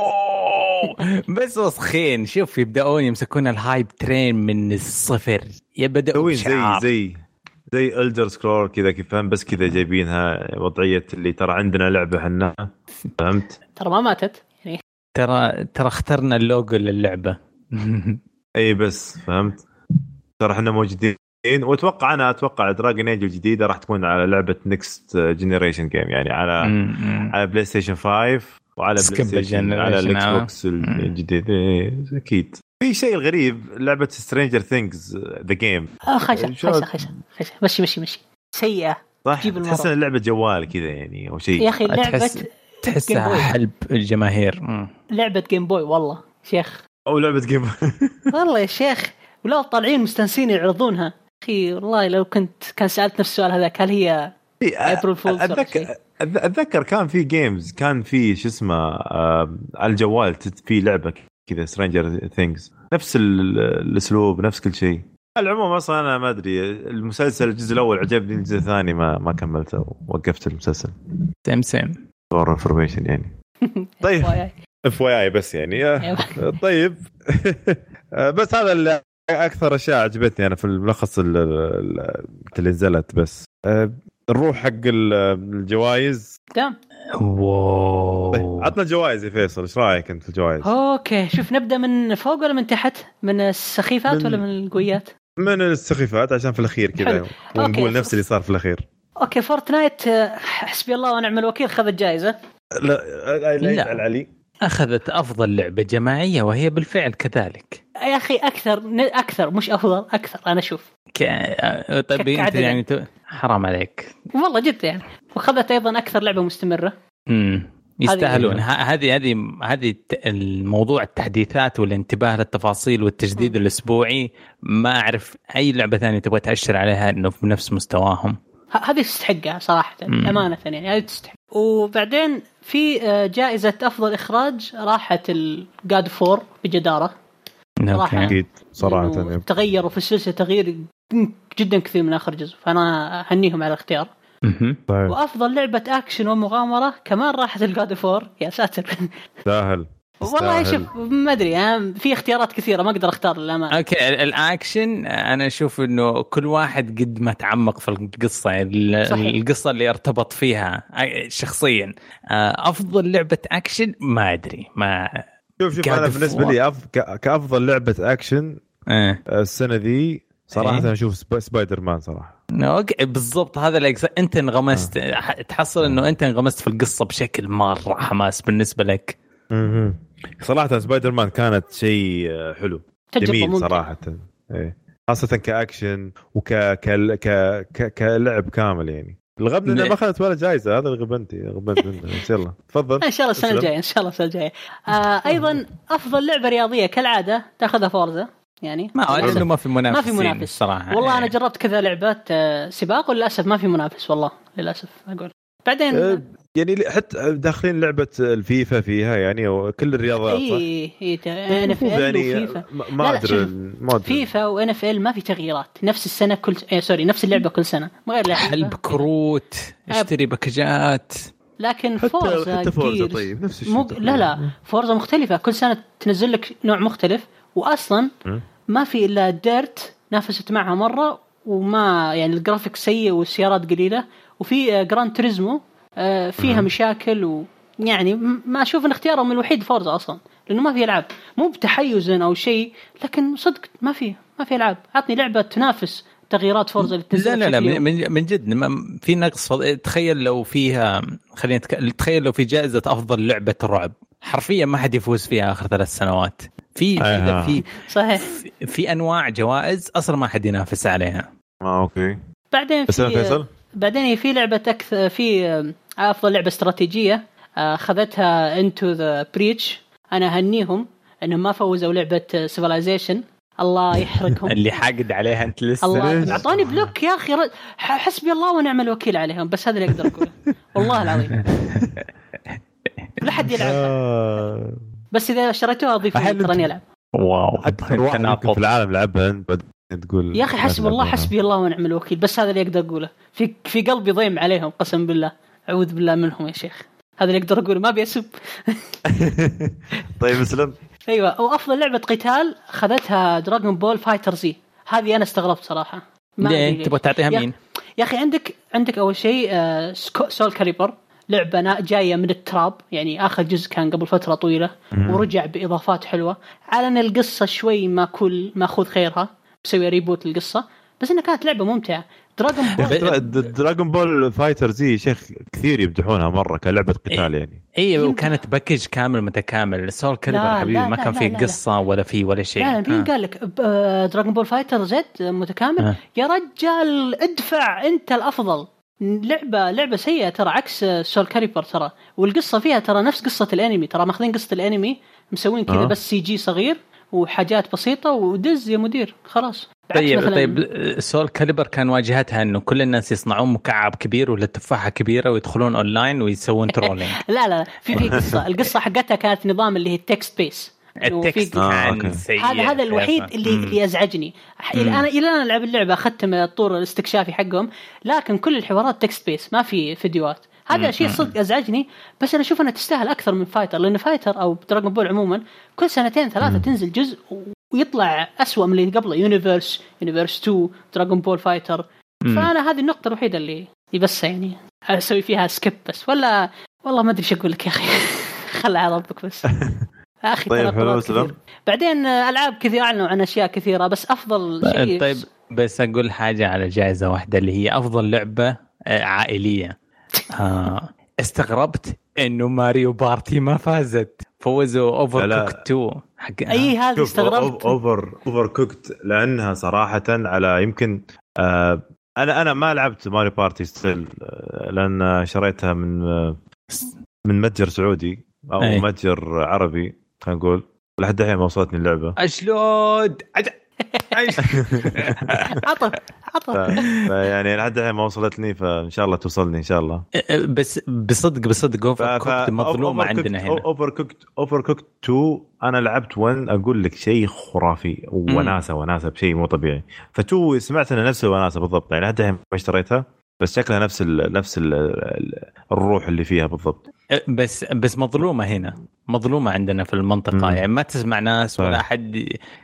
بس وسخين شوف يبدأون يمسكون الهايب ترين من الصفر. يبدأوا زي زي زي إلدر سكرول كذا كيف فهم بس كذا جايبينها وضعية اللي ترى عندنا لعبة حنا فهمت. ترى ما ماتت يعني. ترى ترى اخترنا اللوجو للعبة. اي بس فهمت ترى احنا موجودين. واتوقع انا اتوقع دراجون ايج الجديدة راح تكون على لعبة نيكست جينيريشن جيم يعني على على بلاي ستيشن خمسة وعلى بلاي ستيشن على الاكس بوكس الجديد. اكيد. في شيء الغريب لعبة سترينجر ثينجز ذا جيم. اه خيسة خيسة خيسة خيسة مشي مشي مشي سيئة. صح تحس ان اللعبة جوال كذا يعني او شيء. يا اخي لعبة تحس تحسها حلب الجماهير. مم. لعبة جيم بوي والله شيخ. او لعبة جيم بوي والله يا شيخ ولا طالعين مستنسين يعرضونها. اخي والله لو كنت كان سألت نفس السؤال هذاك هل هي ابريل فولز. اتذكر اتذكر كان في جيمز كان في شو اسمه آه على الجوال في لعبة كذا سترينجر ثينجز نفس الاسلوب نفس كل شيء. العموم اصلا انا ما ادري المسلسل الجزء الاول عجبني الجزء الثاني ما ما كملته ووقفت المسلسل. سيم سيم فور انفورميشن يعني. طيب اف واي اي بس يعني طيب بس هذا اللي اكثر اشياء عجبتني انا في الملخص اللي نزلت. بس نروح حق الجوائز. تمام واو طيب عطنا الجوائز يا فيصل ايش رايك انت في الجوائز؟ اوكي شوف نبدا من فوق ولا من تحت من السخيفات من... ولا من القويات؟ من السخيفات عشان في الاخير كذا ونقول نفس اللي صار في الاخير. اوكي فورتنايت حسبي الله ونعم الوكيل خذت جائزه. لا لا, لا. علي اخذت افضل لعبه جماعيه وهي بالفعل كذلك يا اخي اكثر اكثر مش افضل اكثر انا اشوف ك... طيب انت يعني ت... حرام عليك والله جد يعني. وخذت ايضا اكثر لعبه مستمره. امم يستاهلون. هذه هذه هذه الموضوع التحديثات والانتباه للتفاصيل والتجديد م. الاسبوعي ما اعرف اي لعبه ثانيه تبغى تاشر عليها انه في نفس مستواهم. هذه تستحقها صراحه امانه يعني هذه تستحق. وبعدين في جائزه افضل اخراج راحت الجاد فور بجداره صراحه اكيد صراحه تغيروا في السلسله تغيير جدا كثير من اخر جزء، فانا اهنيهم على الاختيار. طيب. وافضل لعبه اكشن ومغامره كمان راحت الجاد فور. يا ساتر سهل والله. شوف ما ادري يعني في اختيارات كثيره ما اقدر اختار الامانه. اوكي الاكشن انا اشوف انه كل واحد قد ما تعمق في القصه القصه اللي ارتبط فيها شخصيا. افضل لعبه اكشن ما ادري ما شوف شوف انا بالنسبه لي أف... كافضل لعبه اكشن أه. السنه ذي صراحه أه. انا اشوف سب... سبايدر مان صراحه. اوكي بالضبط هذا اللي انت انغمست أه. تحصل انه انت انغمست في القصه بشكل مره حماس بالنسبه لك. اها صراحه سبايدر مان كانت شيء حلو جميل صراحه ايه خاصه كاكشن وك ك ك كلعب كامل يعني. الغبن انه ما اخذت ولا جائزه هذا الغبنتي غبنت منه. ان شاء الله تفضل ان شاء الله السنه الجايه ان شاء الله السنه الجايه. آه ايضا افضل لعبه رياضيه كالعاده تاخذها فورزا يعني ما لانه ما في منافس ما في منافس صراحه والله يعني. انا جربت كذا لعبات آه سباق وللاسف ما في منافس والله للاسف اقول. بعدين أه يعني حتى داخلين لعبه الفيفا فيها يعني وكل الرياضات اي اي ان اف ال وفيفا ما ادري ما فيفا وان اف ال ما في تغييرات نفس السنه كل إيه سوري نفس اللعبه كل سنه ما غير لعبه حلب كروت اشتري باكجات. لكن فورزا حتى فورزا طيب نفس الشيء مج... لا لا فورزا مختلفه كل سنه تنزل لك نوع مختلف واصلا ما في الا ديرت نافست معها مره وما يعني الجرافيك سيء والسيارات قليله وفي جراند توريزمو فيها مشاكل ويعني ما أشوف إن اختيارهم الوحيد فورزا أصلاً لأنه ما في ألعاب مو بتحيز أو شيء لكن صدق ما في ما في ألعاب. عطني لعبة تنافس تغييرات فورزا اللي تنزل. لا لا لا من, من جد في نقص. تخيل لو فيها خلينا تخيل لو في جائزة أفضل لعبة رعب حرفيا ما حد يفوز فيها آخر ثلاث سنوات في آه. في صحيح في, في أنواع جوائز أصلاً ما حد ينافس عليها. آه أوكي. بعدين في بعدين في لعبة أكثر في أفضل لعبة استراتيجية أخذتها Into the Breach. أنا هنيهم أنهم ما فوزوا لعبة Civilization الله يحرقهم اللي حاقد عليها أنت لسه الله أعطاني بلوك يا أخي حسبي الله ونعم الوكيل عليهم بس هذا اللي أقدر أقوله والله العظيم لا حد يلعب بس إذا اشتريتوها أضيف تراني ألعب. واو في العالم لعبها أنت تقول يا أخي حسبي الله حسبي الله ونعم الوكيل بس هذا اللي أقدر أقوله. في في قلبي ضيم عليهم قسم بالله أعوذ بالله منهم يا شيخ هذا اللي أقدر أقوله ما بيسب. طيب اسلم. أيوة وأفضل لعبة قتال خذتها دراغون بول فايتر زي. هذه أنا استغربت صراحة. ليه تبغى تعطيها مين؟ يا أخي عندك عندك أول شيء آه سول كاليبر لعبة جاية من التراب يعني آخر جزء كان قبل فترة طويلة ورجع بإضافات حلوة على أن القصة شوي ما كل ما أخذ خيرها بسوي ريبوت القصة بس إنها كانت لعبة ممتعة. دراغون بول دراغون بول فايتر زي شيخ كثير يمدحونها مرة كلعبة قتال يعني. اي وكانت باكج كامل متكامل. سول كاليبر حبيبي ما كان فيه قصة ولا فيه ولا شيء. لا مين قال لك دراغون بول فايتر زد متكامل آه. يا رجال ادفع انت الافضل. لعبة لعبة سيئة ترى عكس سول كاليبر ترى والقصة فيها ترى نفس قصة الانمي ترى ماخذين قصة الانمي مسوين كذا آه. بس سي جي صغير وحاجات بسيطة ودز يا مدير خلاص. طيب طيب سول كاليبر كان واجهتها انه كل الناس يصنعون مكعب كبير ولا تفاحة كبيرة ويدخلون اونلاين ويسوون ترولينج. لا لا في في قصة القصة حقتها كانت نظام اللي هي التكست بيس. التكست كان سيء. هذا هذا الوحيد اللي اللي ازعجني. انا الى انا العب اللعبة اختم الطور الاستكشافي حقهم لكن كل الحوارات تكست بيس ما في فيديوهات. هذا شيء صدق ازعجني بس انا اشوف انها تستاهل اكثر من فايتر لان فايتر او دراغون بول عموما كل سنتين ثلاثه تنزل جزء ويطلع أسوأ من اللي قبله يونيفرس يونيفرس تو دراغون بول فايتر. فانا هذه النقطه الوحيده اللي بس يعني اسوي فيها سكيب بس ولا والله ما ادري ايش اقول لك يا اخي خلى على ربك بس اخي. طيب بعدين العاب كثير اعلنوا عن اشياء كثيره بس افضل شيء طيب بس اقول حاجه على جائزه واحده اللي هي افضل لعبه عائليه. آه استغربت انه ماريو بارتي ما فازت فوزوا اوفر كوكت تو حق اي هذا استغربت اوفر اوفر كوكت لانها صراحه على يمكن آه انا انا ما لعبت ماريو بارتي ستيل لان شريتها من من متجر سعودي او أي. متجر عربي خلينا نقول لحد الحين ما وصلتني اللعبه. اشلود عطف يعني لحد الحين ما وصلتني، فان شاء الله توصلني ان شاء الله. بس بصدق بصدق اوفر كوكت مظلومه عندنا هنا. اوفر كوكت اوفر كوكت تو انا لعبت واحد اقول لك شيء خرافي وناسه وناسه بشيء مو طبيعي. فتو سمعت انها نفس الوناسه بالضبط، يعني لحد الحين ما اشتريتها بس شكلها نفس ال نفس ال الروح اللي فيها بالضبط. بس بس مظلومه هنا، مظلومه عندنا في المنطقه. مم. يعني ما تسمع ناس ولا احد،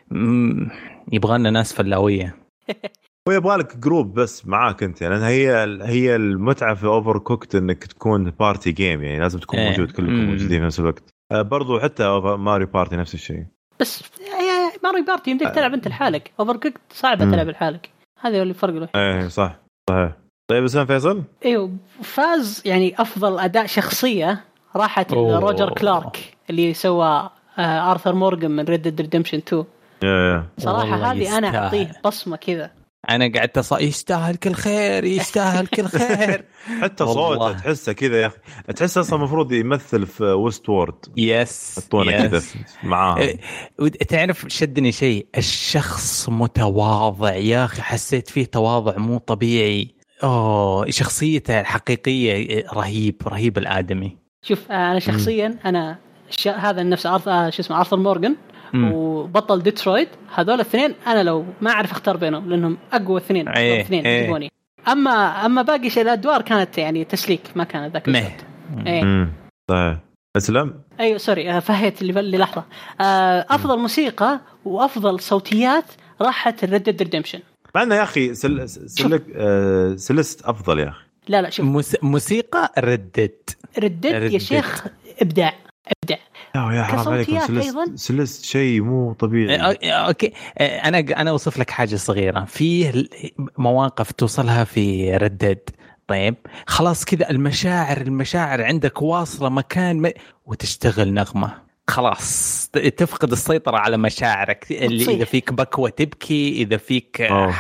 يبغى لنا ناس فلاويه. ويبغى لك جروب بس معاك انت، يعني هي هي المتعه في اوفر كوكت انك تكون بارتي جيم، يعني لازم تكون ايه. موجود كلكم مم. موجودين في نفس الوقت. برضو حتى ماريو بارتي نفس الشيء. بس ماريو بارتي يمديك تلعب انت لحالك، اوفر كوكت صعبه تلعب لحالك، هذا هو اللي فرق له. ايه صح صحيح. طيب اسمع فيصل، ايوه فاز يعني افضل اداء شخصيه راحت روجر كلارك اللي سوى آرثر مورغان من ريد ديد ريدمشن تو. صراحه هذه انا اعطيه بصمه كذا. انا قعدت ص... يستاهل كل خير، يستاهل كل خير. حتى صوته تحسه كذا يا اخي، تحسه اصلا المفروض يمثل في ويست وورد. يس حطونا كذا معاه. تعرف شدني شيء، الشخص متواضع يا اخي، حسيت فيه تواضع مو طبيعي. اوه شخصيته الحقيقيه رهيب رهيب الادمي. شوف انا شخصيا انا ش... هذا النفس ارثر شو اسمه ارثر مورغان وبطل ديترويت، هذول الاثنين انا لو ما اعرف اختار بينهم لانهم اقوى اثنين اثنين يجيبوني. اما اما باقي شيء الادوار كانت يعني تسليك، ما كانت ذاك الوقت. ايه طيب اسلم. ايوه سوري فهيت اللي اللي لحظه. افضل موسيقى وافضل صوتيات راحت الريد ديد ريدمشن. معنا يا اخي سل... سلك آه... سلست افضل يا اخي. لا لا شوف موس... موسيقى ردد ردد يا شيخ ابداع ابداع. يا حرام عليكم، سلست سلست شيء مو طبيعي. اوكي انا انا اوصف لك حاجه صغيره، فيه مواقف توصلها في ردد. طيب خلاص كذا المشاعر المشاعر عندك واصله مكان م... وتشتغل نغمه، خلاص تفقد السيطرة على مشاعرك. اللي إذا فيك بكوة تبكي، إذا فيك أوه.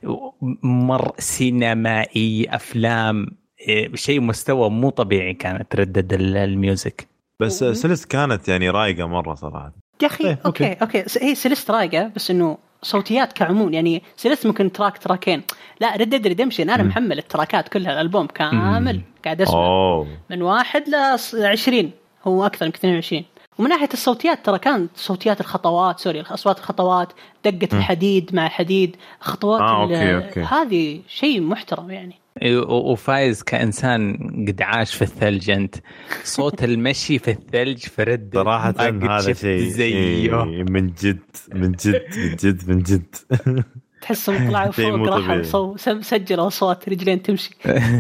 مر سينمائي أفلام، شيء مستوى مو طبيعي كانت تردد الميوزك. بس سلست كانت يعني رايقة مرة صراحة يا أخي. أوكي أوكي, أوكي. هي سلست رايقة، بس إنه صوتيات كعموم يعني سلست ممكن تراك تراكين. لا ريد ديد ريدمشن أنا م. محمل التراكات كلها، الألبوم كامل م. قاعد أسمع أوه. من واحد لعشرين، هو أكثر من اثنين وعشرين. ومن ناحية الصوتيات ترى كانت صوتيات الخطوات سوري أصوات الخطوات، دقة م. الحديد مع حديد، خطوات آه، أوكي، أوكي. هذه شيء محترم يعني. وفايز كإنسان قد عاش في الثلج، أنت صوت المشي في الثلج في رد صراحة هذا شيء زيه من جد من جد من جد من جد تحسهم طلعوا فوق راحوا سجلوا أصوات رجلين تمشي.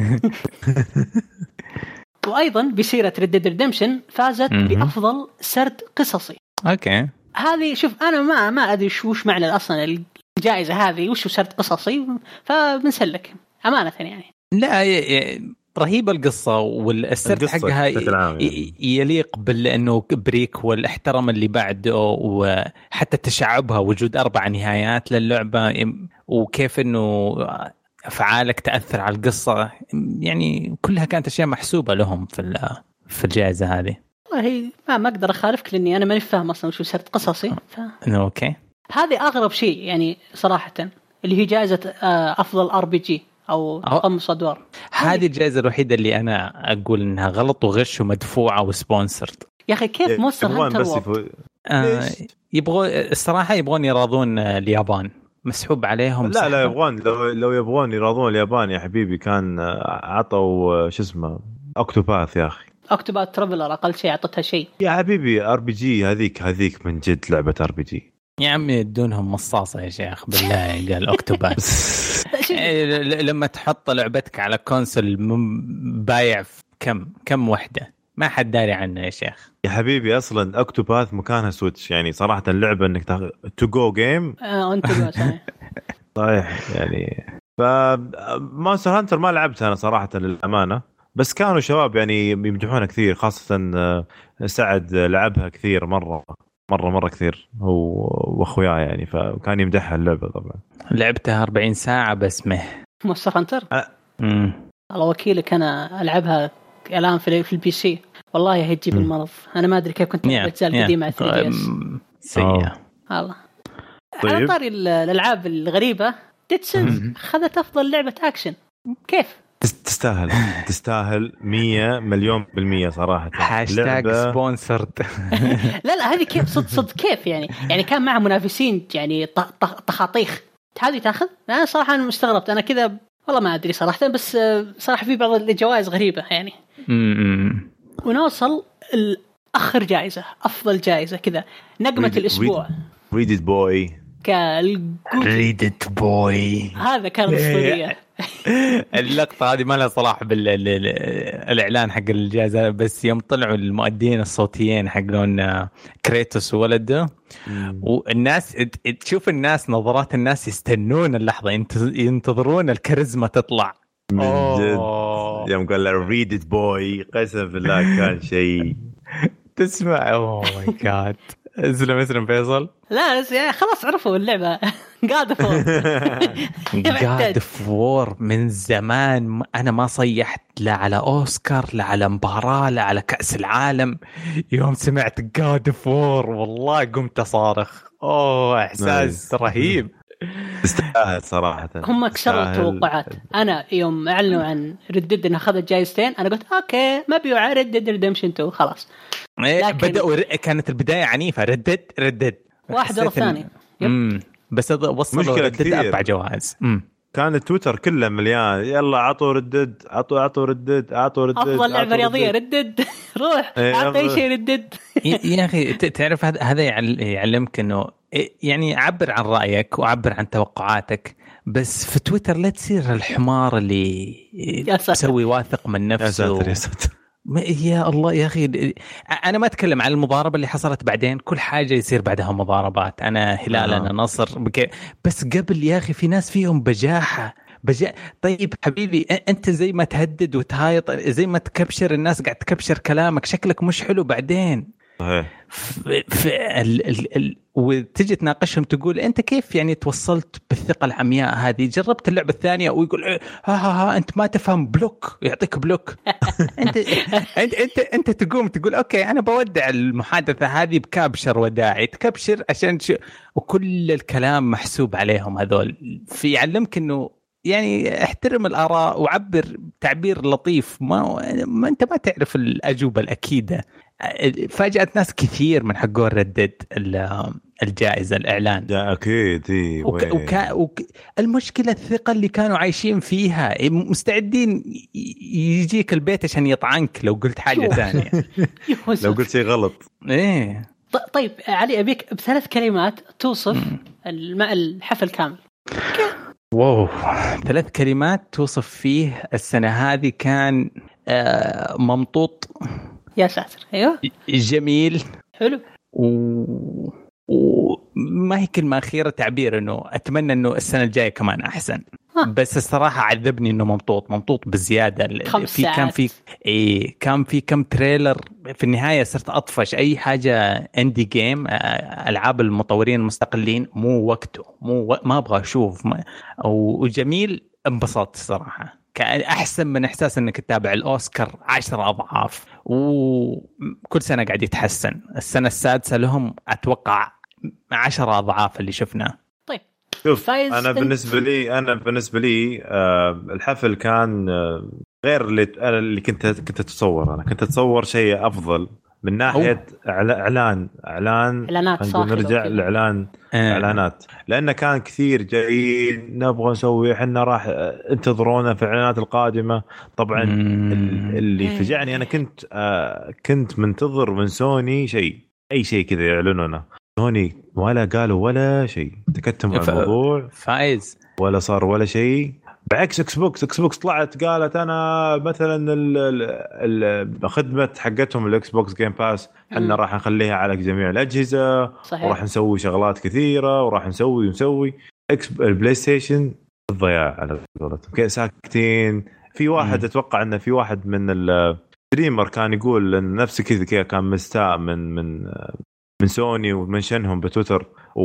وأيضا بسيرة Red Dead Redemption فازت م-م. بأفضل سرد قصصي. أوكي. هذه شوف أنا ما ما أدري وش معنى أصلا الجائزة هذه، وش سرد قصصي، فبنسلك أمانة يعني. لا رهيبة القصة والسرد حقها يعني. يليق بالأنه بريك والاحترام اللي بعده، وحتى تشعبها وجود أربع نهايات للعبة، وكيف أنه أفعالك تأثر على القصة، يعني كلها كانت أشياء محسوبة لهم في في الجائزة هذه. هي ما ما أقدر أخالفك لأني أنا ماني فاهم أصلاً شو سرد قصصي. ف... أوكي. هذه أغرب شيء يعني صراحة، اللي هي جائزة أفضل آر بي جي أو قمص أدوار. هذه الجائزة الوحيدة اللي أنا أقول إنها غلط وغش ومدفوعة وسبونسرد. يا أخي كيف مونستر هانتر يفو... آه يبغوا الصراحة يبغون يراضون اليابان، مسحوب عليهم. لا لا يبغون، لو لو يبغون يراضون اليابان يا حبيبي كان عطوا شو اسمه أوكتوباث يا أخي. أوكتوباث ترافلر أقل شيء عطتها شيء يا حبيبي. آر بي جي هذيك هذيك من جد لعبة آر بي جي يا عمي، يدونهم مصاصة يا شيخ بالله. قال أوكتوباث لما تحط لعبتك على كونسول بايع كم كم وحدة، ما حد داري عنه يا شيخ. يا حبيبي أصلا أوكتوباث مكانها سويتش، يعني صراحة اللعبة إنك تاخذ تو جو جيم. آه أنت صحيح صحيح يعني. فمونستر هانتر ما لعبتها أنا صراحة للأمانة، بس كانوا شباب يعني يمدحونها كثير، خاصة سعد لعبها كثير مرة مرة مرة كثير هو وأخوياي يعني، فكان يمدحها اللعبة. طبعا لعبتها أربعين ساعة بس مه مونستر هانتر. امم الله وكيلك أنا ألعبها الآن في في البي سي، والله هي تجيب المرض. أنا ما أدري كيف كنت ألعب أجزاء القديمة ثري دي إس. سيئة الله. على طاري الألعاب الغريبة، ديد سيلز اخذت افضل لعبه اكشن. كيف تستاهل تستاهل مية مليون بالمية صراحة. هاشتاج سبونسرد. لا لا هذه كيف صد صد كيف يعني يعني كان معها منافسين يعني طخاطيخ هذه تاخذ. انا صراحة انا مستغربت انا كذا والله ما ادري صراحة بس صراحة في بعض الجوائز غريبة يعني. ونوصل اخر جائزة افضل جائزة كذا نقمة الاسبوع ريدت بوي ريدت بوي هذا كان اسطورية. اللقطة هذه ما لها صلاح بالإعلان حق الجائزة بس يوم طلعوا المؤدين الصوتيين حقون كريتوس وولده والناس تشوف الناس نظرات الناس يستنون اللحظة ينتظرون الكاريزما تطلع من جد. يوم قال له ريدت بوي قسم بالله كان شيء تسمع. اوه ماي جاد. اسلم اسلم فيصل. لا يعني خلاص عرفوا اللعبة God of War. God of War من زمان أنا ما صيحت لا على أوسكار لا على مباراة لا على كأس العالم. يوم سمعت God of War والله قمت أصارخ. أوه إحساس رهيب. تستاهل صراحة. هم كسروا التوقعات. أنا يوم أعلنوا عن ردد إنها أخذت جايزتين أنا قلت أوكي ما بيوعى ردد ريدمشن تو خلاص. لكن بدأوا كانت البداية عنيفة. ردد ردد واحد ورا الثاني. امم بس وصلوا ردد أربع جوائز. امم كان التويتر كله مليان يلا عطوا ردد عطوا عطوا ردد عطوا ردد أفضل لعبة رياضية ردد روح عطوا أي شيء ردد. يا أخي تعرف هذا يعلمك إنه يعني عبر عن رأيك وعبر عن توقعاتك بس في تويتر لا تصير الحمار اللي يسوي واثق من نفسه. يا ساتر يا ساتر. يا الله يا أخي أنا ما أتكلم عن المضاربة اللي حصلت بعدين كل حاجة يصير بعدها مضاربات. أنا هلال أنا نصر بك... بس قبل يا أخي في ناس فيهم بجاحة بجا... طيب حبيبي أنت زي ما تهدد وتهايط زي ما تكبشر الناس قاعد تكبشر كلامك شكلك مش حلو بعدين. في في ال ال ال وتجي تناقشهم تقول انت كيف يعني توصلت بالثقه العمياء هذه. جربت اللعبه الثانيه ويقول ها ها ها انت ما تفهم بلوك يعطيك بلوك. انت انت انت انت تقوم تقول اوكي انا بودع المحادثه هذه بكابشر وداعي تكبشر عشان شو وكل الكلام محسوب عليهم هذول. في يعلمك انه يعني احترم الآراء وعبر تعبير لطيف. ما, ما انت ما تعرف الأجوبة الأكيدة. فاجأت ناس كثير من حقون ردد الجائزة الإعلان. يا أكيد. وك وك وك المشكلة الثقة اللي كانوا عايشين فيها مستعدين يجيك البيت عشان يطعنك لو قلت حاجة ثانية. لو قلت شيء غلط. إيه. طيب علي أبيك بثلاث كلمات توصف الحفل كامل. واو ثلاث كلمات توصف فيه السنة هذه. كان آه ممطوط. يا ساتر. أيوه جميل حلو. و... وما هي كلمة أخيرة تعبير إنه أتمنى إنه السنة الجاية كمان أحسن. ها. بس الصراحة عذبني إنه ممطوط ممطوط بزيادة. في كان في إيه كان في كم تريلر في النهاية صرت أطفش أي حاجة اندي جيم ألعاب المطورين المستقلين مو وقته مو و... ما أبغى أشوف ما... وجميل انبسطت صراحة. كان أحسن من إحساس إنك تتابع الأوسكار عشرة أضعاف وكل سنة قاعد يتحسن. السنة السادسة لهم أتوقع عشرة أضعاف اللي شفناه. طيب شوف أنا بالنسبة لي أنا بالنسبة لي آه الحفل كان آه غير اللي أنا اللي كنت كنت أتصور. أنا كنت أتصور شيء أفضل من ناحية إعلان إعلان إعلانات. نرجع الإعلان آه. إعلانات لأنه كان كثير جايين نبغى نسوي إحنا راح انتظرونا في الإعلانات القادمة. طبعا مم. اللي فجعني أنا كنت آه كنت منتظر من سوني شيء أي شيء كذا يعلنونه. سوني ولا قالوا ولا شيء تكتم على الموضوع فايز ولا صار ولا شيء. بعكس اكس بوكس اكس بوكس طلعت قالت انا مثلا الخدمه حقتهم الاكس بوكس جيم باس احنا راح نخليها على جميع الاجهزه صحيح. وراح نسوي شغلات كثيره وراح نسوي ونسوي اكس البلاي ستيشن الضياع على قولتهم كذا ساكتين. في واحد مم. اتوقع انه في واحد من الستريمر كان يقول ان نفس كذا كذا كان مستاء من من من سوني ومنشنهم بتويتر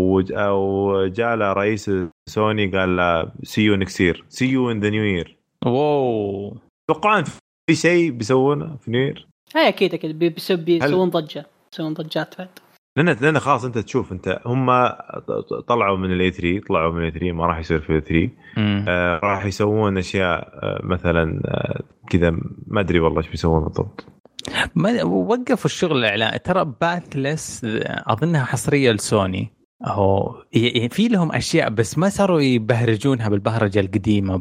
وجاله رئيس سوني قال له سي يو نكست يير سي يو ان ذا نيو يير. واو توقعون في شيء بيسوونه في نيو يير؟ هاي اكيد اكيد بيسوون ضجه بيسوون ضجات بعد. لان لان خلاص انت تشوف انت هم طلعوا من الاي ثري طلعوا من الاي ثري ما راح يصير في ثري آه راح يسوون اشياء آه مثلا آه كذا ما ادري والله ايش بيسوون بالضبط. ما وقفوا الشغل الاعلان ترى باثلس اظنها حصريه لسوني أو في لهم أشياء بس ما صاروا يبهرجونها بالبهرجة القديمة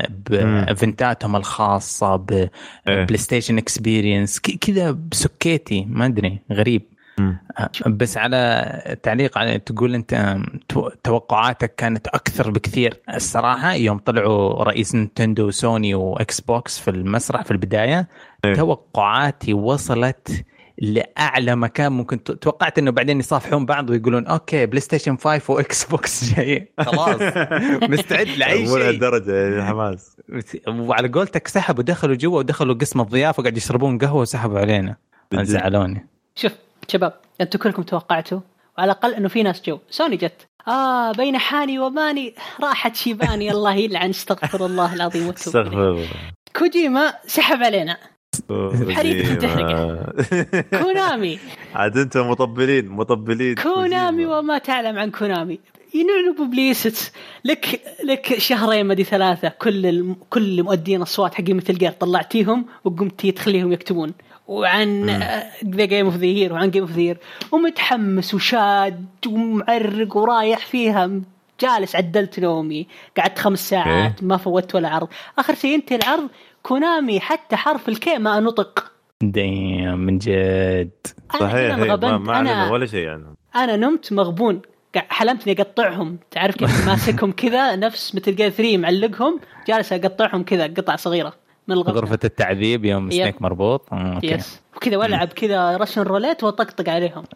بإفنتاتهم الخاصة ببلاي ستيشن اكسبيرينس كذا بسكيتي ما أدري غريب. مم. بس على تعليق على تقول أنت توقعاتك كانت أكثر بكثير الصراحة يوم طلعوا رئيس نينتندو سوني وإكس بوكس في المسرح في البداية أيه. توقعاتي وصلت لأعلى مكان ممكن. توقعت إنه بعدين يصافحون بعض ويقولون أوكي بلاي ستيشن فايف وإكس بوكس جاي خلاص مستعد لأي شيء. الدرجة حماس. وعلى قولتك سحبوا دخلوا جوا ودخلوا قسم الضيافة وقاعد يشربون قهوة وسحبوا علينا زعلوني. شوف شباب أنتوا كلكم توقعتوا وعلى الأقل إنه في ناس جو. سوني جت آه بين حاني وماني راحت شيباني الله يلعن استغفر الله العظيم وتوب. كوجيما سحب علينا حريقة تحرق. كونامي عاد انتم مطبلين مطبلين كونامي وما تعلم عن كونامي ينعلبوا بليست لك لك شهرين مدي ثلاثة كل ال... كل مؤدين الصوات حق مثل جير طلعتيهم وقمتي تخليهم يكتبون وعن ذا جيم اوف ذا يير وعن جيم اوف ذا يير ومتحمس وشاد ومعرق ورايح فيها جالس عدلت نومي قعدت خمس ساعات ما فوت ولا عرض. آخر شيء انت العرض كونامي حتى حرف الكي ما نطق دايم من جد صحيح ما, ما أنا ولا شيء يعني. أنا نمت مغبون حلمت إني أقطعهم تعرف كيف ماسكهم كذا نفس مثل جير ثري معلقهم جالس أقطعهم كذا قطع صغيرة من الغرفة. غرفة التعذيب يوم سنيك مربوط يس وكذا والعب كذا رشن رولات وطقطق عليهم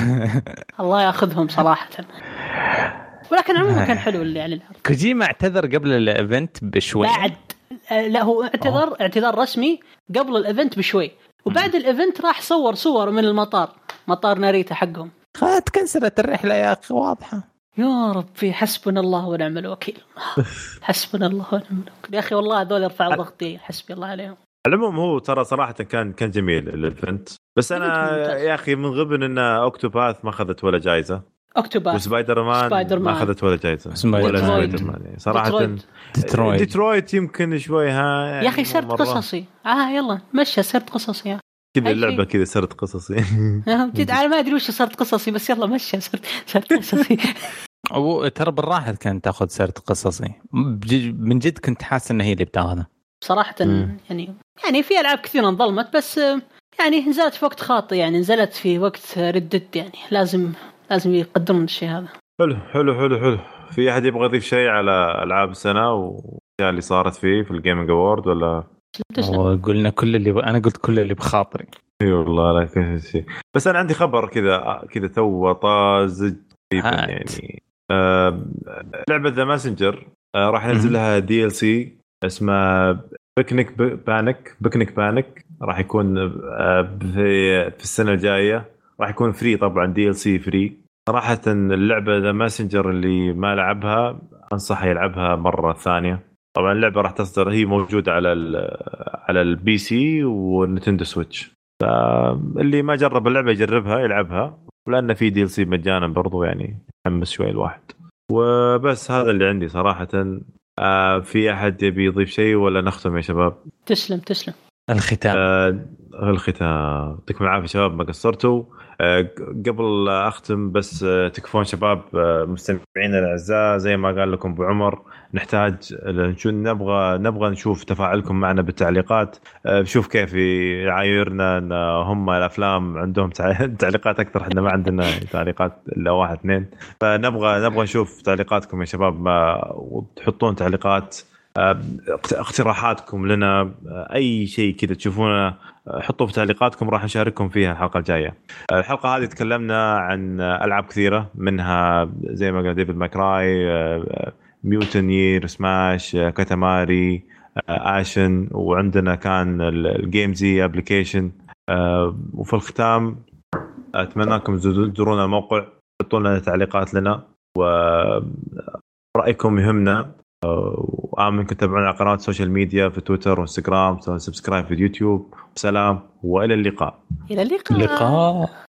الله يأخذهم صراحة. ولكن عموما كان حلو اللي يعني العرض. كوجيما اعتذر قبل الايفنت بشوي بعد لا هو اعتذر أوه. اعتذار رسمي قبل الايفنت بشوي وبعد الايفنت راح صور صور من المطار مطار ناريتا حقهم. خلاص كنسلت الرحله يا اخي واضحه. يا ربي حسبنا الله ونعم الوكيل حسبنا الله ونعم الوكيل يا اخي والله هذول يرفعوا ضغطي حسبي الله عليهم. على العموم هو ترى صراحه كان كان جميل الايفنت بس انا يا اخي من غبن ان اوكتوباث ما اخذت ولا جائزه. أكتوبر وسبايدر مان سبايدر ما أخذت ولا جائزة ولا سبايدر مان يعني صراحة ديترويت. ديترويت. ديترويت يمكن شوي ها يعني يا أخي سرد قصصي آه يلا مشى سرد قصصي يا كذا اللعبة كذا سرد قصصي جد أنا ما أدري وش سرد قصصي بس يلا مشى سرد سرد قصصي. أو ترى بالراحة كانت تأخذ سرد قصصي من جد كنت حاسس إن هي اللي بتاخذها صراحة. م. يعني يعني في ألعاب كثيرة انظلمت بس يعني نزلت في وقت خاطئ يعني نزلت في وقت ردت يعني لازم لازم يقدرون الشيء هذا. حلو حلو حلو حلو. في أحد يبغى يضيف شيء على ألعاب السنة والأشياء اللي صارت فيه في الجيمنج أوورد ولا؟ قلنا كل اللي ب... أنا قلت كل اللي بخاطري. إي والله لا كل شيء. بس أنا عندي خبر كذا كذا تو طازج يعني آه لعبة ذا ماسنجر آه راح ننزل لها دي إل سي اسمه بيكنيك بانيك بيكنيك بانيك راح يكون آه في في السنة الجاية راح يكون فري طبعا دي إل سي فري. صراحة اللعبة ذا ماسنجر اللي ما لعبها أنصح يلعبها مرة ثانية. طبعا اللعبة راح تصدر هي موجودة على على البي سي والنينتندو سويتش فاللي ما جرب اللعبة يجربها يلعبها ولأن في دي إل سي مجانا برضو يعني حمس شوي الواحد. وبس هذا اللي عندي صراحة. آه في أحد يبي يضيف شيء ولا نختم يا شباب؟ تسلم تسلم. الختام آه الختام يعطيكم العافية شباب ما قصرتوا. آه قبل أختم بس آه تكفون شباب آه مستمعين الأعزاء زي ما قال لكم أبو عمر نحتاج نبغى نبغى نشوف تفاعلكم معنا بالتعليقات. آه شوف كيف يعايرنا إن هم الأفلام عندهم تعليقات أكثر احنا ما عندنا تعليقات إلا واحد اثنين فنبغى نبغى نشوف تعليقاتكم يا شباب ما وتحطون تعليقات اقتراحاتكم لنا اي شيء كذا تشوفونه حطوا في تعليقاتكم راح نشارككم فيها الحلقه الجايه. الحلقه هذه تكلمنا عن العاب كثيره منها زي ما قال ديفيد ماكراي ميوتن يير سماش كاتاماري آشن وعندنا كان الجيمزي ابليكيشن. وفي الختام اتمنىكم تزورونا الموقع حطوا لنا تعليقات لنا ورأيكم يهمنا. وآمنكم تتابعونا على قنوات السوشيال ميديا في تويتر وانستغرام سبسكرايب في اليوتيوب. سلام وإلى اللقاء. إلى اللقاء. اللقاء.